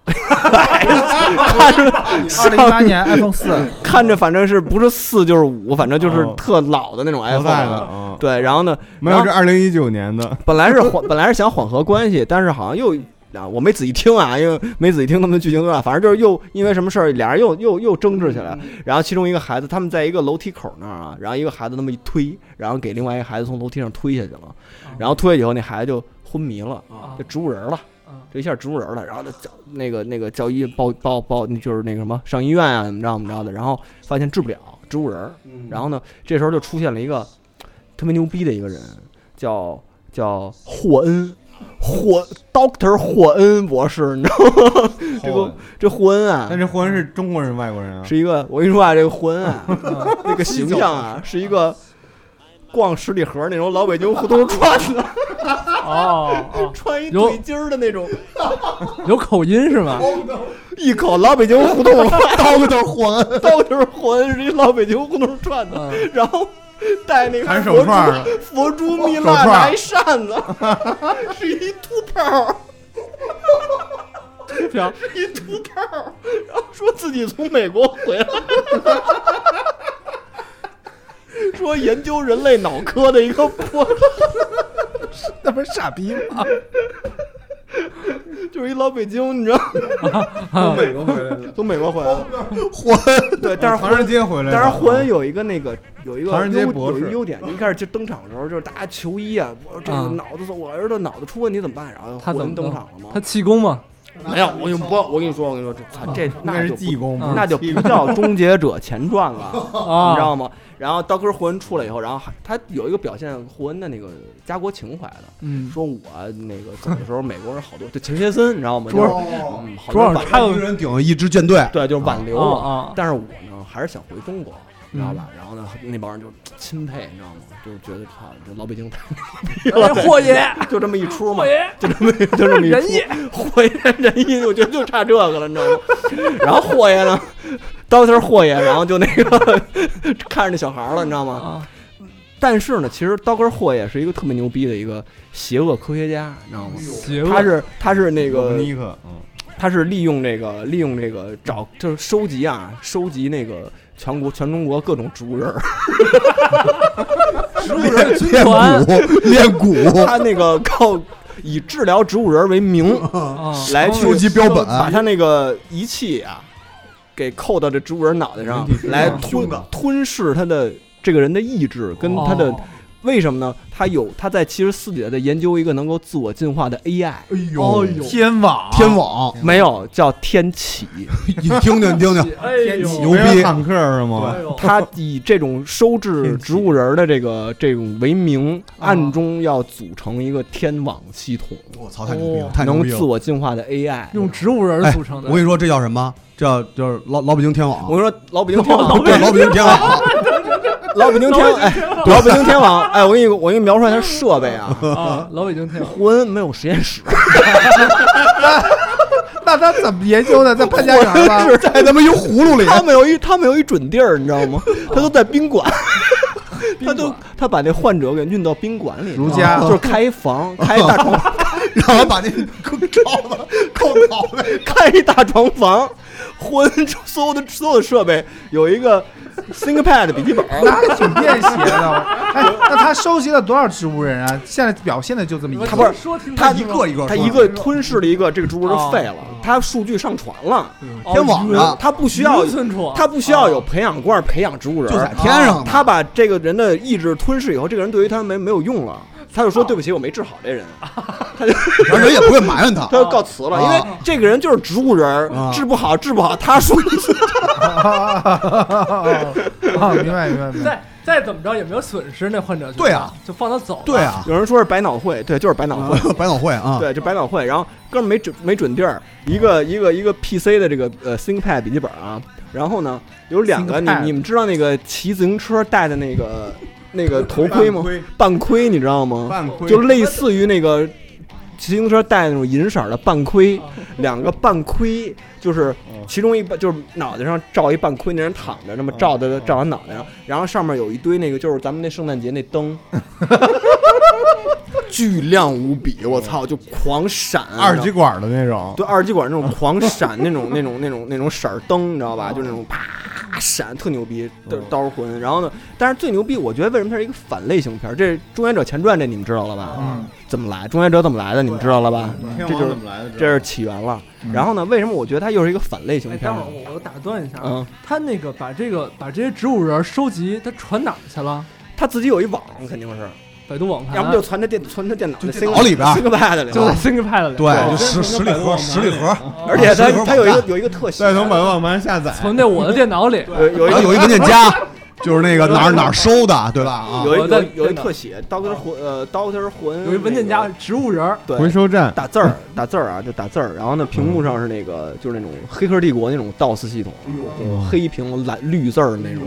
看着 2018年 iPhone 4， 看着反正是不是4就是5，反正就是特老的那种 iPhone。对，然后呢， 没有，这2019年的。 本来是想缓和关系，但是好像又我没仔细听啊，因为没仔细听他们的剧情对吧？反正就是又因为什么事儿，俩人又争执起来。然后其中一个孩子，他们在一个楼梯口那儿啊，然后一个孩子那么一推，然后给另外一个孩子从楼梯上推下去了。然后推下去以后，那孩子就昏迷了，就植物人了。这一下植物人了，然后叫那个叫医报，就是那个什么上医院啊，怎么着的，然后发现治不了植物人，然后呢，这时候就出现了一个特别牛逼的一个人，叫霍恩，Dr. 霍恩博士，你知道吗？这霍恩啊， 但这霍恩是中国人外国人啊？ 是一个，我跟你说啊，这个霍恩啊，那个形象啊，是一个逛十里河那种老北京胡同串的。穿一腿筋儿的那种， 有口音是吗？ 一口老北京胡同，刀个头霍恩是一老北京胡同串的，然后戴那个佛珠蜜蜡，拿一扇子，是一秃泡，是一秃泡，然后说自己从美国回来。说研究人类脑科的一个博士， 那不是傻逼吗？ 就是一老北京，你知道吗？ 从美国回来的， 从美国回来的。 霍恩对，但是唐人街回来的。 但是霍恩有一个唐人街博士优点，一开始就登场的时候就是大家求医啊，这个我儿子脑子出问题怎么办？然后他怎么登场了吗？ 他气功吗？ 没有，我跟你说，这那是济公， 那就不叫《终结者前传》了，你知道吗？然后刀科霍恩出来以后，然后他有一个表现霍恩的那个家国情怀的，说我那个走的时候，美国人好多，就钱学森，你知道吗？好多他有人顶一支舰队， 对，就是挽留我。但是我呢，还是想回中国，你知道吧？然后呢，那帮人就钦佩，你知道吗？就是觉得这老北京太牛逼了， 霍爷就这么一出嘛，就这么一仁义， 霍爷仁义，我觉得就差这个了，你知道吗？然后霍爷呢？刀头霍爷，然后就那个看着那小孩了，你知道吗？但是呢，其实刀根霍爷是一个特别牛逼的一个邪恶科学家，你知道吗？他是那个他是利用这个就是收集那个全中国各种植物人， 植物人军团练蛊， 他那个靠以治疗植物人为名来收集标本， 把他那个仪器啊。给扣到这植物人脑袋上来吞噬他的这个人的意志跟他的为什么呢？他在其实私底下在研究一个能够自我进化的 AI。哎呦，天网没有叫天启， 你听听， 天启牛逼， 坦克是吗？ 他以这种收治植物人的这种为名，暗中要组成一个天网系统。 我操，太牛逼了，太牛逼了！ 能自我进化的 AI， 用植物人组成的。 我跟你说，这叫什么？就是老北京天网。 我跟你说，老北京天网， 对，老北京天网。 老北京天网，哎，我给你描述一下设备啊， 老北京天网， 霍恩没有实验室， 那他怎么研究的？在潘家园吗？ 是在他妈一葫芦里， 他们有一准地儿，你知道吗？他都在宾馆。他把那患者给运到宾馆里， 如家就是开一房，开一大床， 然后把那扣脑袋， 开一大床房，混所有的设备，有一个 ThinkPad 笔记本， 那还挺便携的。哎，那他收集了多少植物人啊？现在表现的就这么一个， 他不是他一个吞噬了一个这个植物人废了，他数据上传了， 天网了， 他不需要有培养罐培养植物人， 就在天上。 他把这个人的意志吞噬以后，这个人对于他没有用了。他就说对不起，我没治好这人，他就人也不会埋怨他， 他就告辞了，因为这个人就是植物人，治不好，他说明白。 再怎么着也没有损失，那患者对啊， 就放他走。 对啊， 有人说是百脑汇，对，就是百脑汇， 百脑汇啊， 对，就百脑汇。然后哥们没准地儿，一个 PC 的这个ThinkPad 笔记本啊，然后呢有两个，你们知道那个骑自行车戴的那个头盔吗？半盔，你知道吗？ 半盔就类似于那个骑自行车戴那种银色的半盔，两个半盔，就是其中一半就是脑袋上罩一半盔，那人躺着，那么罩完脑袋上，然后上面有一堆那个就是咱们那圣诞节那灯。巨亮无比，我操，就狂闪二极管的那种， 对，二极管那种狂闪那种色儿灯，你知道吧？就那种啪闪，特牛逼，刀魂。然后呢，但是最牛逼，我觉得为什么它是一个反类型片？这《中原者前传》这你们知道了吧？怎么来？中原者怎么来的？你们知道了吧？这是起源了。然后呢，为什么我觉得它又是一个反类型片？ 待会儿我打断一下，他那个把这些植物人收集，他传哪儿去了？ 他自己有一网，肯定是。 百度网盘， 要不就传他电脑里边 ，ThinkPad 里， 就在 ThinkPad 里， 对，就十里盒， 而且它有一个特写， 再从百度网盘下载， 存在我的电脑里， 有一文件夹，就是那个哪儿收的，对吧？啊， 有一特写，刀根魂， 有一文件夹，植物人， 对， 回收站打字儿啊，就打字儿，然后呢，屏幕上是那个就是那种黑客帝国那种 DOS 系统，黑屏绿字儿那种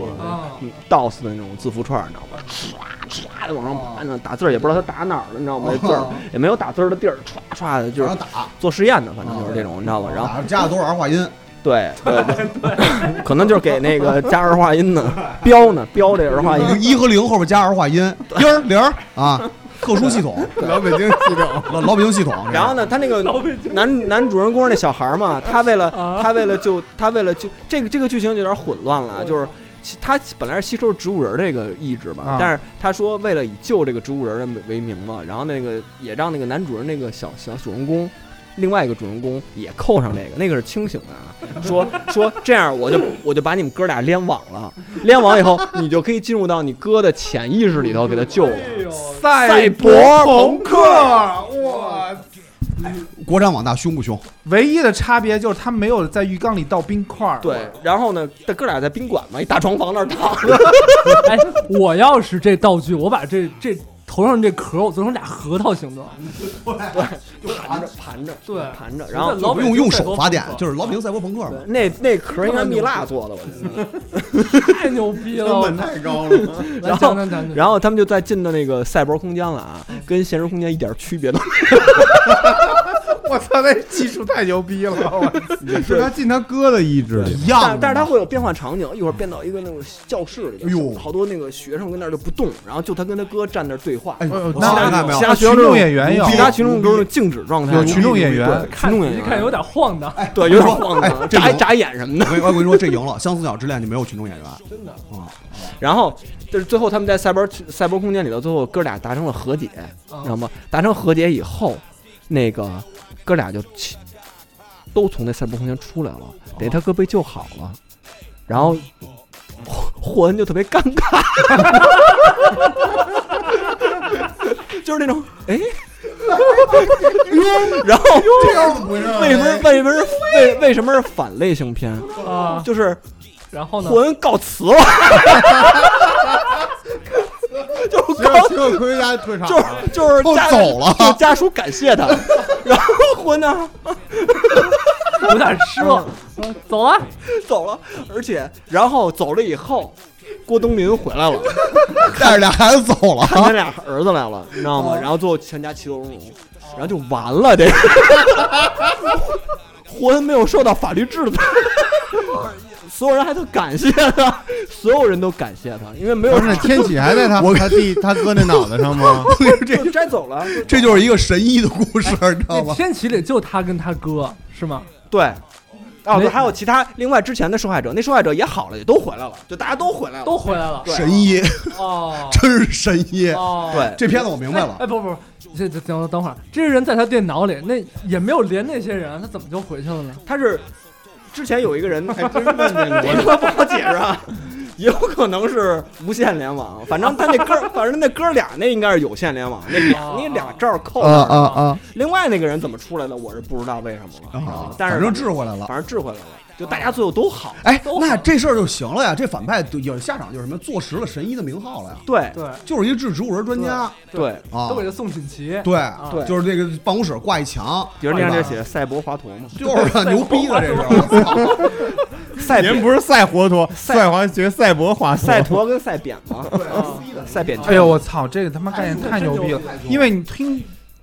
DOS 的那种字符串，你知道吧？唰的往上爬呢，打字也不知道他打哪儿了，你知道吗？这字儿也没有打字的地儿，唰唰的，就是做实验的，反正就是这种，你知道吧？然后加了多少儿化音？ 对，可能就是给那个加儿化音呢，标这儿化音 ，1和0后边加儿化音，0啊。特殊系统， 老北京系统， 老北京系统。 然后呢，他那个男主人公那小孩嘛，他为了就这个剧情有点混乱了，就是他本来是吸收植物人这个意志吧，但是他说为了以救这个植物人为名嘛，然后那个也让那个男主人那个小主人公。另外一个主人公也扣上那个是清醒的啊，说这样我就把你们哥俩联网了，联网以后你就可以进入到你哥的潜意识里头给他救了。赛博朋克， 哇！国产网大凶不凶？ 唯一的差别就是他没有在浴缸里倒冰块。 对，然后呢，这哥俩在宾馆嘛，一大床房那儿躺着。 哎，我要是这道具，我把这头上这壳我做成俩核桃形状， 对，就盘着， 对， 盘着，然后用手发电，就是老北京赛博朋克嘛。 那壳应该蜜蜡做的，我觉得太牛逼了， 成本太高了。 然后他们就在进到那个赛博空间了啊，跟现实空间一点区别都没有。我操，那技术太牛逼了！ 是他进他哥的意志一样， 但是他会有变换场景，一会儿变到一个那种教室里，哎呦，好多那个学生跟那儿就不动，然后就他跟他哥站那儿对话。 哎， 其他群众演员有， 其他群众都是静止状态， 有群众演员， 群众演员一看有点晃荡， 对，有点晃荡，眨眼什么的。 我跟你说，这赢了，《相思鸟之恋》就没有群众演员， 真的啊。 然后就是最后他们在赛博空间里头，最后哥俩达成了和解，知道吗？达成和解以后，那个哥俩就都从那赛博空间出来了，等于他哥被救好了，然后霍恩就特别尴尬，就是那种哎，然后为什么是反类型片啊？ 就是然后呢？ 霍恩告辞了。 就是科学家退场， 就是家走了， 就家属感谢他，然后霍呢有点失望， 走了，而且然后走了以后，郭冬临回来了， 带着俩孩子走了， 看他俩儿子来了，你知道吗？然后最后全家其乐融融，然后就完了，这霍恩没有受到法律制裁。所有人还都感谢他，所有人都感谢他，因为没有。 不是天启还在他哥那脑袋上吗？ 这摘走了， 这就是一个神医的故事，你知道吗？ 天启里就他跟他哥是吗？ 对。哦，对，还有其他另外之前的受害者，那受害者也好了，也都回来了，就大家都回来了， 神医哦， 真是神医哦。 对， 这片子我明白了。 哎，不，这等会儿，这些人在他电脑里，那也没有连那些人，他怎么就回去了呢？ 他是。之前有一个人还真问这个，我说不好解释啊，也有可能是无线联网，反正他那哥俩那应该是有线联网，那俩罩扣啊。 另外那个人怎么出来的，我是不知道为什么了，但是反正治回来了， 就大家最后都好。 哎，那这事儿就行了呀，这反派有下场就是什么，坐实了神医的名号了呀。 对， 就是一个治植物人专家。 对啊，都给他送锦旗。 对，就是这个办公室挂一墙， 底儿那上写赛博华佗嘛， 就是牛逼的这是。 您不是赛活脱，赛博华佗， 赛驼跟赛扁嘛，赛扁。 哎呦我操，这个他妈概念太牛逼了，因为你听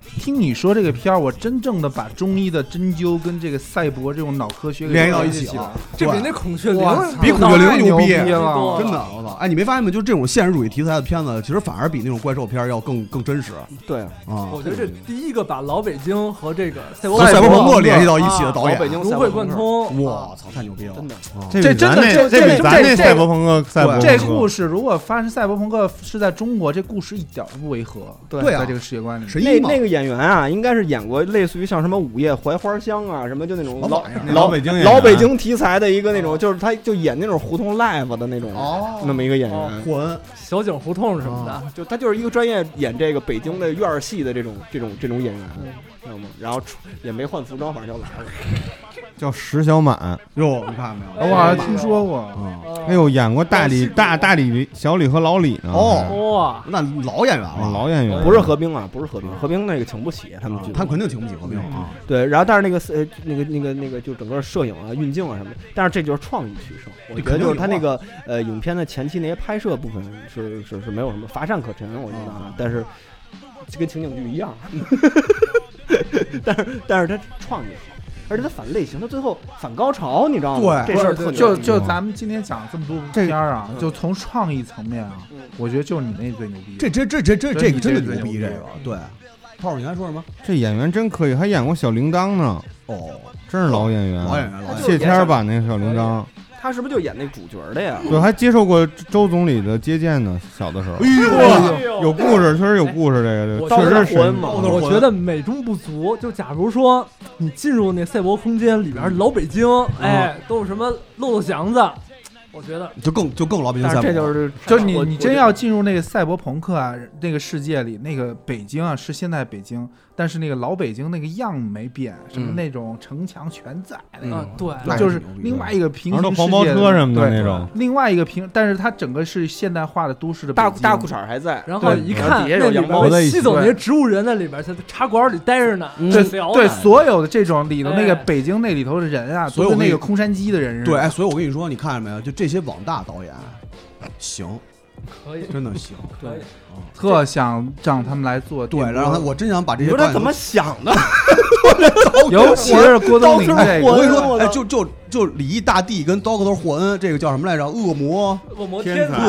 听你说这个片儿，我真正的把中医的针灸跟这个赛博这种脑科学给联系到一起了， 这比那孔雀翎比孔雀翎牛逼了， 真的，我操！哎，你没发现吗？就这种现实主义题材的片子，其实反而比那种怪兽片要更真实。 对啊， 我觉得这第一个把老北京和这个赛博朋克联系到一起的导演， 融会贯通。 我操，太牛逼了！真的， 这真的这比咱那赛博朋克这故事如果发生赛博朋克是在中国，这故事一点都不违和。 对啊，在这个世界观里， 那个演员啊，应该是演过类似于像什么午夜槐花香啊，什么就那种老北京题材的一个那种，就是他就演那种胡同 live 的那种那么一个演员， 混小井胡同什么的， 就他就是一个专业演这个北京的院戏的这种演员，知道吗？然后也没换服装，反正就来了。 叫石小满哟，你看没有？ 我好像听说过。 哎呦，演过大李、小李和老李呢。 哇， 那老演员了， 老演员不是何冰啊，不是何冰，何冰那个请不起他们剧， 他肯定请不起何冰啊。 对，然后但是那个就整个摄影啊、运镜啊什么的，但是这就是创意取胜。我觉得就是他那个影片的前期那些拍摄部分是没有什么乏善可陈，我觉得啊，但是就跟情景剧一样，但是他创意好。而且它反类型，它最后反高潮，你知道吗？ 对， 这事儿特牛。 就咱们今天讲这么多片儿啊，就从创意层面啊，我觉得就是你那最牛逼。 这个真的牛逼，这个对。炮儿，你刚才说什么？ 这演员真可以，还演过小铃铛呢。 哦， 真是老演员。 老演员， 谢天版那个小铃铛。 他是不是就演那主角的呀？ 对，还接受过周总理的接见呢。小的时候， 哎呦，有故事，确实有故事。这个确实是嘛。 我觉得美中不足。就假如说你进入那赛博空间里边，老北京，哎，都是什么漏祥子，我觉得就更老北京赛博。 这就是你真要进入那个赛博朋克啊那个世界里，那个北京啊是现在北京。但是那个老北京那个样没变，什么那种城墙全在那种， 对， 就是另外一个平行世界， 黄包车什么的那种， 另外一个但是它整个是现代化的都市的大裤衩还在， 然后一看那里边吸走那些植物人在里边，在茶馆里待着呢， 对，所有的这种里头那个北京那里头的人啊，都是那个空山鸡的人， 对，所以我跟你说，你看见没有？就这些网大导演，行。 可以， 真的行， 对， 特想让他们来做， 对，然后我真想把这些导演怎么想的， 尤其是郭冬临这个， 我跟你说，哎，就李毅大帝跟刀客头霍恩这个叫什么来着？恶魔天才，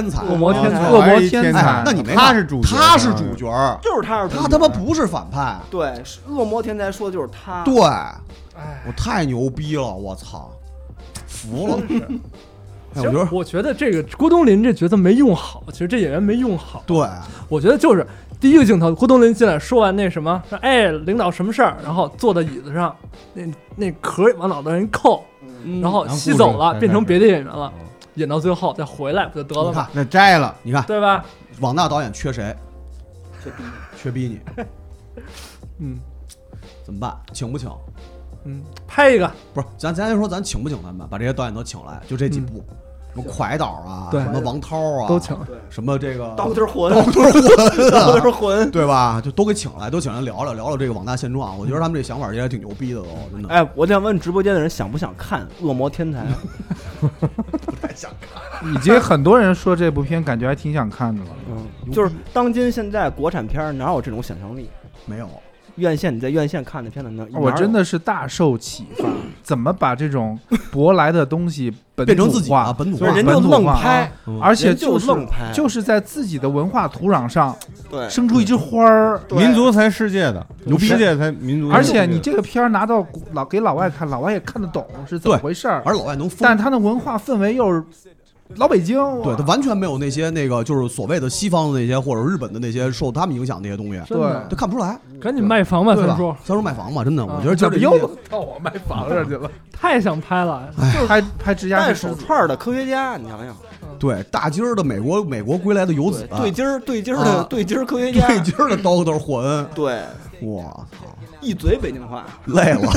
那你没他是主角， 就是他他妈不是反派， 对，恶魔天才说的就是他， 对，我太牛逼了，我操，服了。 我觉得这个郭冬临这角色没用好，其实这演员没用好。 对， 我觉得就是第一个镜头，郭冬临进来说完那什么，说哎领导什么事儿，然后坐在椅子上，那壳往脑袋上一扣，然后吸走了，变成别的演员了，演到最后再回来不就得了吗？ 那摘了， 你看对吧？ 网大导演缺谁？缺逼你，怎么办？请不请？ 拍一个不是，咱先说咱请不请他们，把这些导演都请来，就这几部，什么蒯导啊，什么王涛啊， 都请， 什么这个刀头魂， 对吧？就都给请来，都请来聊聊这个网大现状。我觉得他们这想法也挺牛逼的都，真的。 哎，我想问直播间的人想不想看《恶魔天才》？ 不太想看。 已经很多人说这部片感觉还挺想看的了。 就是当今现在国产片哪有这种想象力？ 没有。 院线你在院线看的片子呢？ 我真的是大受启发，怎么把这种舶来的东西变成自己啊，本土化， 人就愣拍， 而且就是在自己的文化土壤上生出一枝花儿， 民族才世界的，牛逼，世界才民族。 而且你这个片儿拿到给老外看，老外也看得懂是怎么回事儿， 而老外能， 但他的文化氛围又是。老北京， 对，他完全没有那些就是所谓的西方的那些或者日本的那些受他们影响那些东西， 对， 他看不出来。 赶紧卖房吧，三叔卖房吧，真的，我觉得这又到我卖房上去了， 太想拍了， 就是拍芝加哥戴手串的科学家，你想想， 对，大金儿的美国归来的游子， 对金儿科学家， 对金儿的刀头霍恩， 对， 我操， 一嘴北京话， 累了。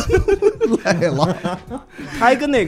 他还跟那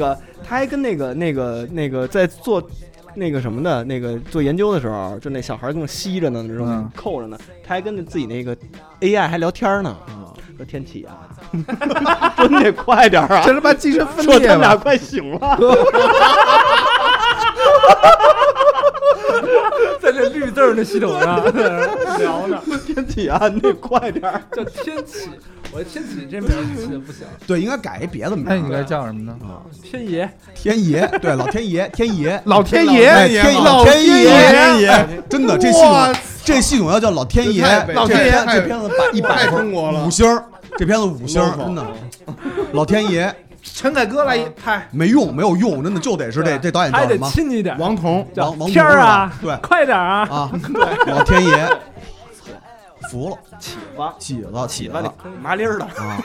个在做那个什么的，那个做研究的时候，就那小孩正吸着呢，那种扣着呢，他还跟自己那个 AI 还聊天呢，说天气啊，说你得快点啊， 这他妈精神分裂， 说他俩快醒了。 在这绿字的系统上聊呢。 天启啊，你得快点儿。 叫天启，我天启这名起的不行。 对，应该改一别的名字。 那你应该叫什么呢？ 天爷， 天爷，对，老天爷，天爷， 老天爷， 老天爷， 真的，这系统要叫老天爷。 老天爷， 这片子100分5星，这片子5星，真的。老天爷， 陈凯歌来拍， 没有用，真的就得是这导演叫还得什么？ 亲你点， 王彤， 王天儿啊， 对， 快点啊！ 啊，老天爷，服了，起子， 麻利儿的啊，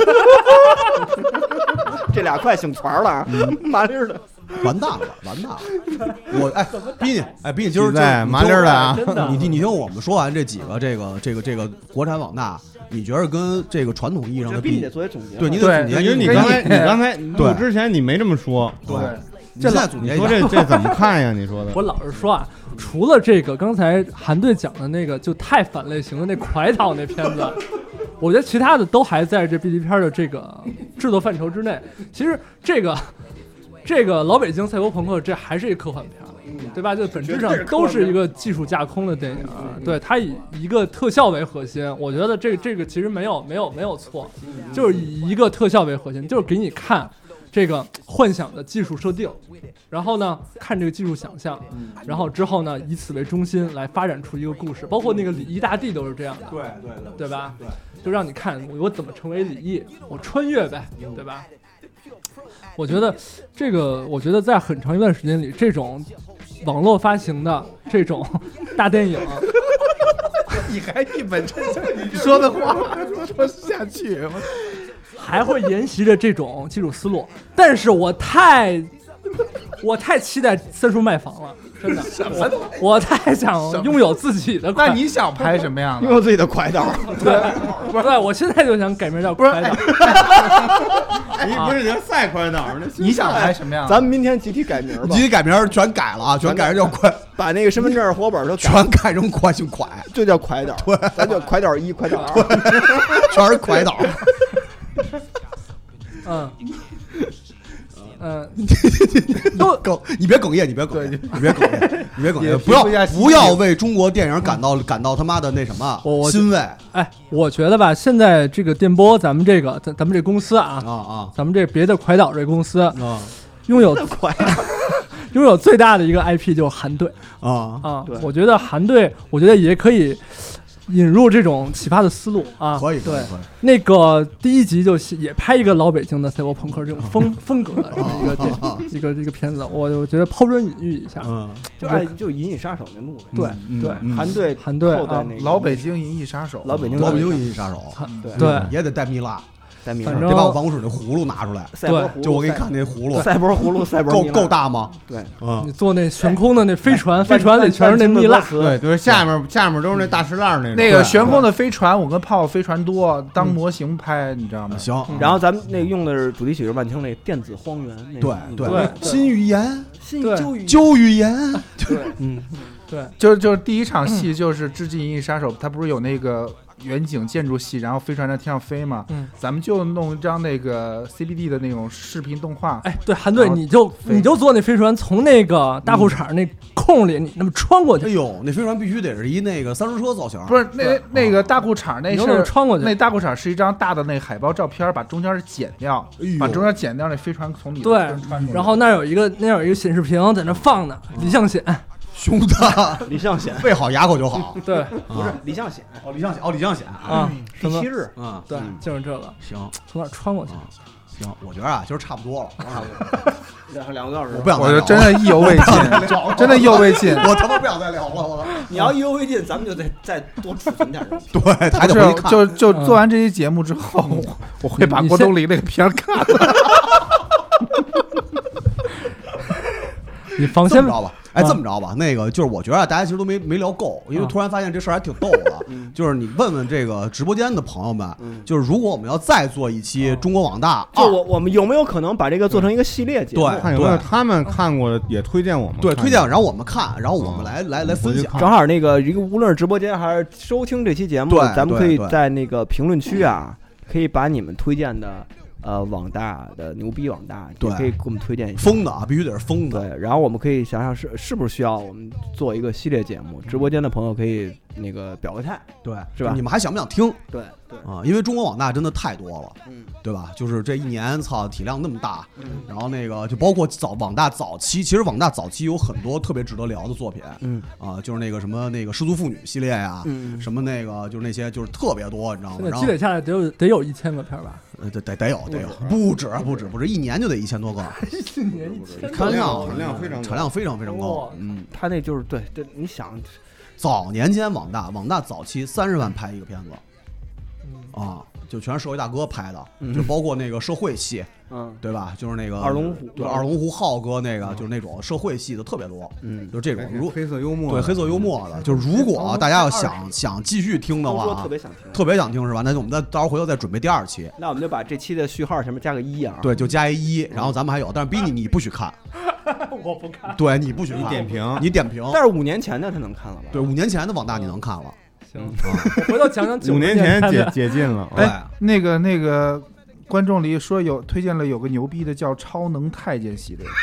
这俩快姓团了啊，麻利儿的。 完蛋了！我比你今儿在麻利儿的啊！ 你听我们说完这几个这个国产网大，你觉得跟这个传统意义上的必须得作为总结？ 对，你得总结， 因为你刚才录之前你没这么说， 对，你现在总结一下， 你说这怎么看呀？你说的， 我老实说啊，除了这个刚才韩队讲的那个就太反类型的那快导那片子，我觉得其他的都还在这 B 级片的这个制作范畴之内。其实这个老北京赛博朋克这还是一科幻片，对吧？就本质上都是一个技术架空的电影，对，它以一个特效为核心，我觉得这个其实没有错，就是以一个特效为核心，就是给你看这个幻想的技术设定，然后呢看这个技术想象，然后之后呢以此为中心来发展出一个故事，包括那个李毅大帝都是这样的，对吧？就让你看我怎么成为李毅，我穿越呗，对吧？我觉得在很长一段时间里，这种网络发行的这种大电影， 你还一本正经，你说的话说下去， 还会沿袭着这种技术思路。但是我太期待三叔卖房了，真的，我太想拥有自己的。 那你想拍什么样的？ 拥有自己的快导？ 对，我现在就想改名叫快导。 你不是叫赛快导？ 你想拍什么样？ 咱们明天集体改名吧。 集体改名全改了啊，全改成叫快， 把那个身份证、活本都全改成快姓快， 就叫快导。 对， 咱叫快导1、快导2， 全是快导。你别哽咽，你别哽咽，不要为中国电影感到他妈的那什么欣慰。 哎，我觉得吧，现在这个电波，咱们这公司啊，咱们这别的快导这公司拥有最大的一个 IP 就是韩队啊，我觉得韩队，也可以引入这种启发的思路啊， 可以。 对，那个第一集就也拍一个老北京的赛博朋克这种风格的这么一个片子，我觉得抛砖引玉一下， 就银翼杀手那路子， 对，韩队啊， 老北京银翼杀手， 老北京银翼杀手， 对， 也得带蜜蜡。 反正得把我办公室那葫芦拿出来， 对， 就我给你看那葫芦， 赛博葫芦，赛博够大吗？ 对， 你做那悬空的那飞船里全是那蜜蜡， 对，下面都是那大石烂那种。 那个悬空的飞船，我跟泡飞船多当模型拍，你知道吗？ 行， 然后咱们那个用的是主题曲是万青那电子荒原， 对，新语言， 旧语言， 对， 就是第一场戏就是致敬《银翼杀手》，他不是有那个远景建筑戏，然后飞船在天上飞嘛，咱们就弄一张那个 CBD 的那种视频动画。 哎，对，韩队，你就坐那飞船从那个大裤衩那空里，你那么穿过去。 哎呦，那飞船必须得是一那个三轮车造型。 不是，那个大裤衩那是穿过去， 那大裤衩是一张大的那海报照片，把中间剪掉，把中间剪掉，那飞船从里对，然后那有一个显示屏在那放呢，李向显。 兄弟， 李向显喂好哑口就好。 对， 不是李向显， 李向显啊， 第7日啊，对，就是这个。 行， 从那穿过去。 行，我觉得啊，就是差不多了。 2个多小时， 我不想再聊了。 我觉得真的意犹未尽，真的意犹未尽。 我他妈不想再聊了。我你要意犹未尽，咱们就得再多储存点。 对，还得回看。就做完这期节目之后，我会把郭冬临那个片看了。 你放心吧。哎，这么着吧，那个就是我觉得大家其实都没聊够，因为突然发现这事儿还挺逗的。就是你问问这个直播间的朋友们，就是如果我们要再做一期中国网大， 就我们有没有可能把这个做成一个系列节目？ 对，有没有他们看过的也推荐我们？ 对，推荐，然后我们看，然后我们来分享。 正好那个一个无论是直播间还是收听这期节目，咱们可以在那个评论区啊，可以把你们推荐的网大的牛逼网大， 对， 也可以给我们推荐一下疯的啊，必须得是疯的。 对，然后我们可以想想是不是需要我们做一个系列节目，直播间的朋友可以那个表个态， 对， 是吧？ 你们还想不想听？ 对对啊，因为中国网大真的太多了， 嗯， 对吧？就是这一年，操，体量那么大，然后那个就包括网大早期，其实网大早期有很多特别值得聊的作品，就是那个什么那个失足妇女系列呀，什么那个就是那些就是特别多，你知道吗？ 现在积累下来得有1000个片吧？ 得有，不止，一年就得1000多个， 一年1000， 产量非常高。 他那就是对，你想， 早年间网大早期30万拍一个片子，啊，就全是社会大哥拍的，就包括那个社会戏，对吧？就是那个二龙湖， 对，二龙湖浩哥那个，就是那种社会戏的特别多，就这种黑色幽默， 对，黑色幽默的，就是如果大家要想继续听的话，特别想听是吧？那就我们到时候回头再准备第2期， 那我们就把这期的序号前面加个1啊， 对，就加一1，然后咱们还有，但是逼你不许看。 我不看， 对，你不许看，你点评， 但是5年前的他能看了吧？ 对，5年前的网大你能看了。 行，我回头讲 5年前解禁了。 哎，那个观众里说推荐了有个牛逼的叫《超能太监》系列。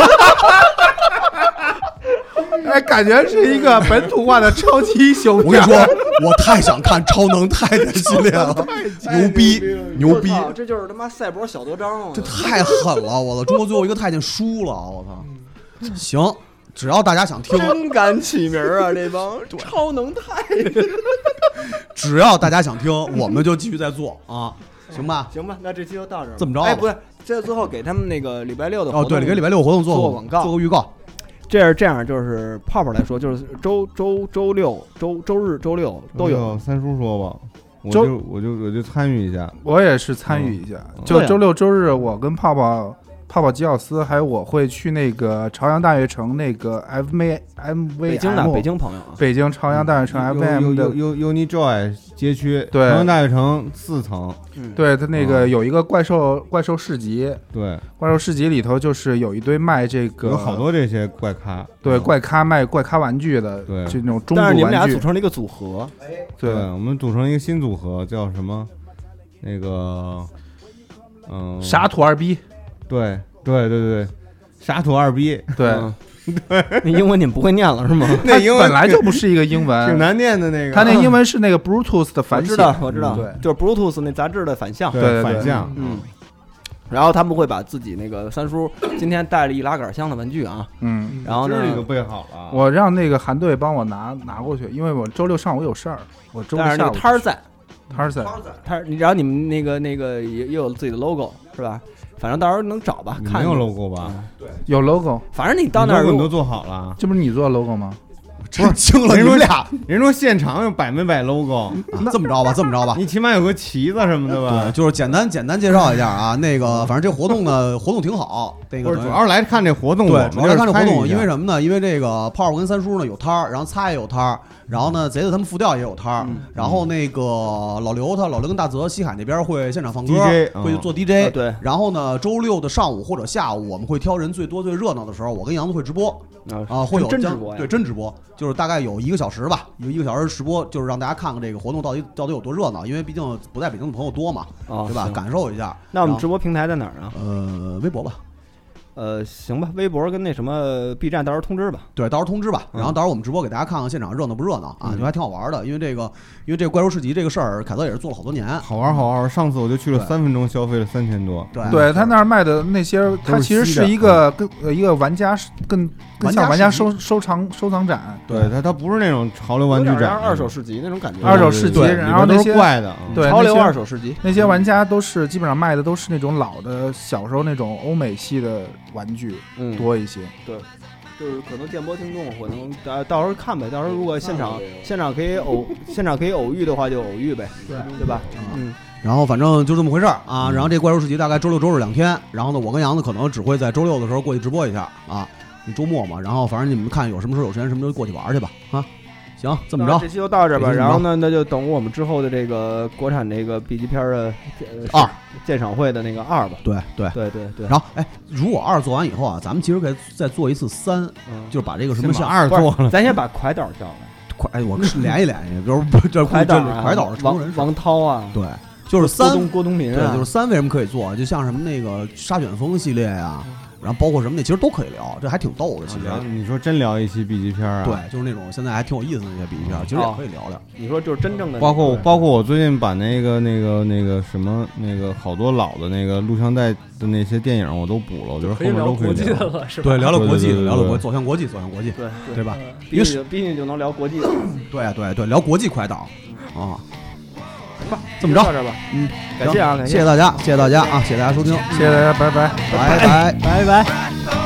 哎，感觉是一个本土化的超级英雄。 我跟你说，我太想看《超能太监》系列了，牛逼！ 这就是他妈赛博小德章， 这太狠了！我操，中国最后一个太监输了，我操！行，只要大家想听， 真敢起名啊！这帮超能太监， 只要大家想听，我们就继续再做啊，行吧？ 行吧，那这期就到这儿。 这么着？ 哎，不对，最后给他们那个礼拜6的活动， 对，给礼拜6活动做广告， 做个预告。 这样就是泡泡来说，就是周六、周日、周六都有。 三叔说吧，我就参与一下， 我也是参与一下。就周六周日，我跟泡泡吉奥斯还有我会去那个朝阳大悦城那个 FMVM 北京朋友啊， 北京朝阳大悦城 FM 的 UniJoy 街区， 对， 朝阳大悦城4层， 对，它那个有一个怪兽市集， 对， 怪兽市集里头就是有一堆卖这个， 有好多这些怪咖， 对，怪咖卖怪咖玩具的， 对， 就那种中古玩具。 但是你们俩组成了一个组合， 对，我们组成一个新组合，叫什么？那个， 傻土2逼。 对，傻土2逼， 对， 那英文你们不会念了是吗？ 那英文本来就不是一个英文， 挺难念的那个。 他那英文是那个 Bluetooth 的反向， 我知道， 对， 就是 Bluetooth 那杂志的反向， 对，反向， 然后他们会把自己那个三叔今天带了一拉杆箱的玩具啊，然后呢这个备好了， 我让那个韩队帮我拿过去，因为我周六上午有事儿，我周六下午摊儿在，然后你们那个也有自己的 logo 是吧？反正到时候能找吧，看没有 logo 吧？ 对，有 logo。 反正你到那儿你都做好了， 这不是你做的 logo 吗？ 真惊了，你们俩！ 人说现场有摆没摆 logo， 这么着吧， 你起码有个旗子什么的吧？ 对，就是简单介绍一下啊。那个，反正这活动呢，活动挺好。那个主要是来看这活动， 对，主要来看这活动，因为什么呢？因为这个泡泡跟三叔呢有摊儿，然后擦也有摊儿，然后呢贼子他们复调也有摊儿，然后那个老刘跟大泽西海那边会现场放歌，会做 DJ， 对。 然后呢，周六的上午或者下午，我们会挑人最多最热闹的时候，我跟杨子会直播会有真直播呀， 对，真直播，就是大概有1个小时吧，有1个小时直播，就是让大家看看这个活动到底有多热闹，因为毕竟不在北京的朋友多嘛，对吧？感受一下。 那我们直播平台在哪儿啊？ 微博吧。 行吧，微博跟那什么 B 站到时候通知吧。 对，到时候通知吧。然后到时候我们直播给大家看看现场热闹不热闹啊，就还挺好玩的。因为这个怪兽市集这个事儿，凯泽也是做了好多年， 好玩。上次我就去了3分钟，消费了3000多。 对他那儿卖的那些，他其实是一个一个玩家更像玩家收藏展。 对，他不是那种潮流玩具展， 二手市集那种感觉。 二手市集，然后那些怪的， 对， 潮流二手市集， 那些玩家都是基本上卖的都是那种老的小时候那种欧美系的玩具多一些。 对，就是可能电波听众可能到时候看呗，到时候如果现场可以偶遇的话就偶遇呗，对吧？ 然后反正就这么回事儿啊。然后这怪兽市集大概周六周日2天，然后呢，我跟杨子可能只会在周六的时候过去直播一下啊。你周末嘛，然后反正你们看有什么时候有时间什么时候过去玩去吧啊。行，这么着， 这期就到这吧。然后呢，那就等我们之后的这个国产这个 B 级片的鉴赏会的那个2吧。对。 然后如果2做完以后啊，咱们其实可以再做一次3，就是把这个什么像 2做了， 咱先把快导叫来。 我联系，比如这快导成人王涛啊， 对。 就是郭冬临对，就是3为什么可以做，就像什么那个沙卷风系列呀。然后包括什么的，其实都可以聊，这还挺逗的。其实你说真聊一期 B 级片啊？ 对，就是那种现在还挺有意思的那些 B 级片，其实也可以聊聊。 你说就是真正的， 包括我最近把那个什么那个好多老的那个录像带的那些电影我都补了，我觉得后面都可以聊了，是吧？ 对，聊聊国际，聊聊走向国际，对吧？ 毕竟就能聊国际的。 对，聊国际快档啊。这么着， 到这吧。 感谢大家，谢谢大家啊，谢谢大家收听， 谢谢大家，拜拜。 拜拜。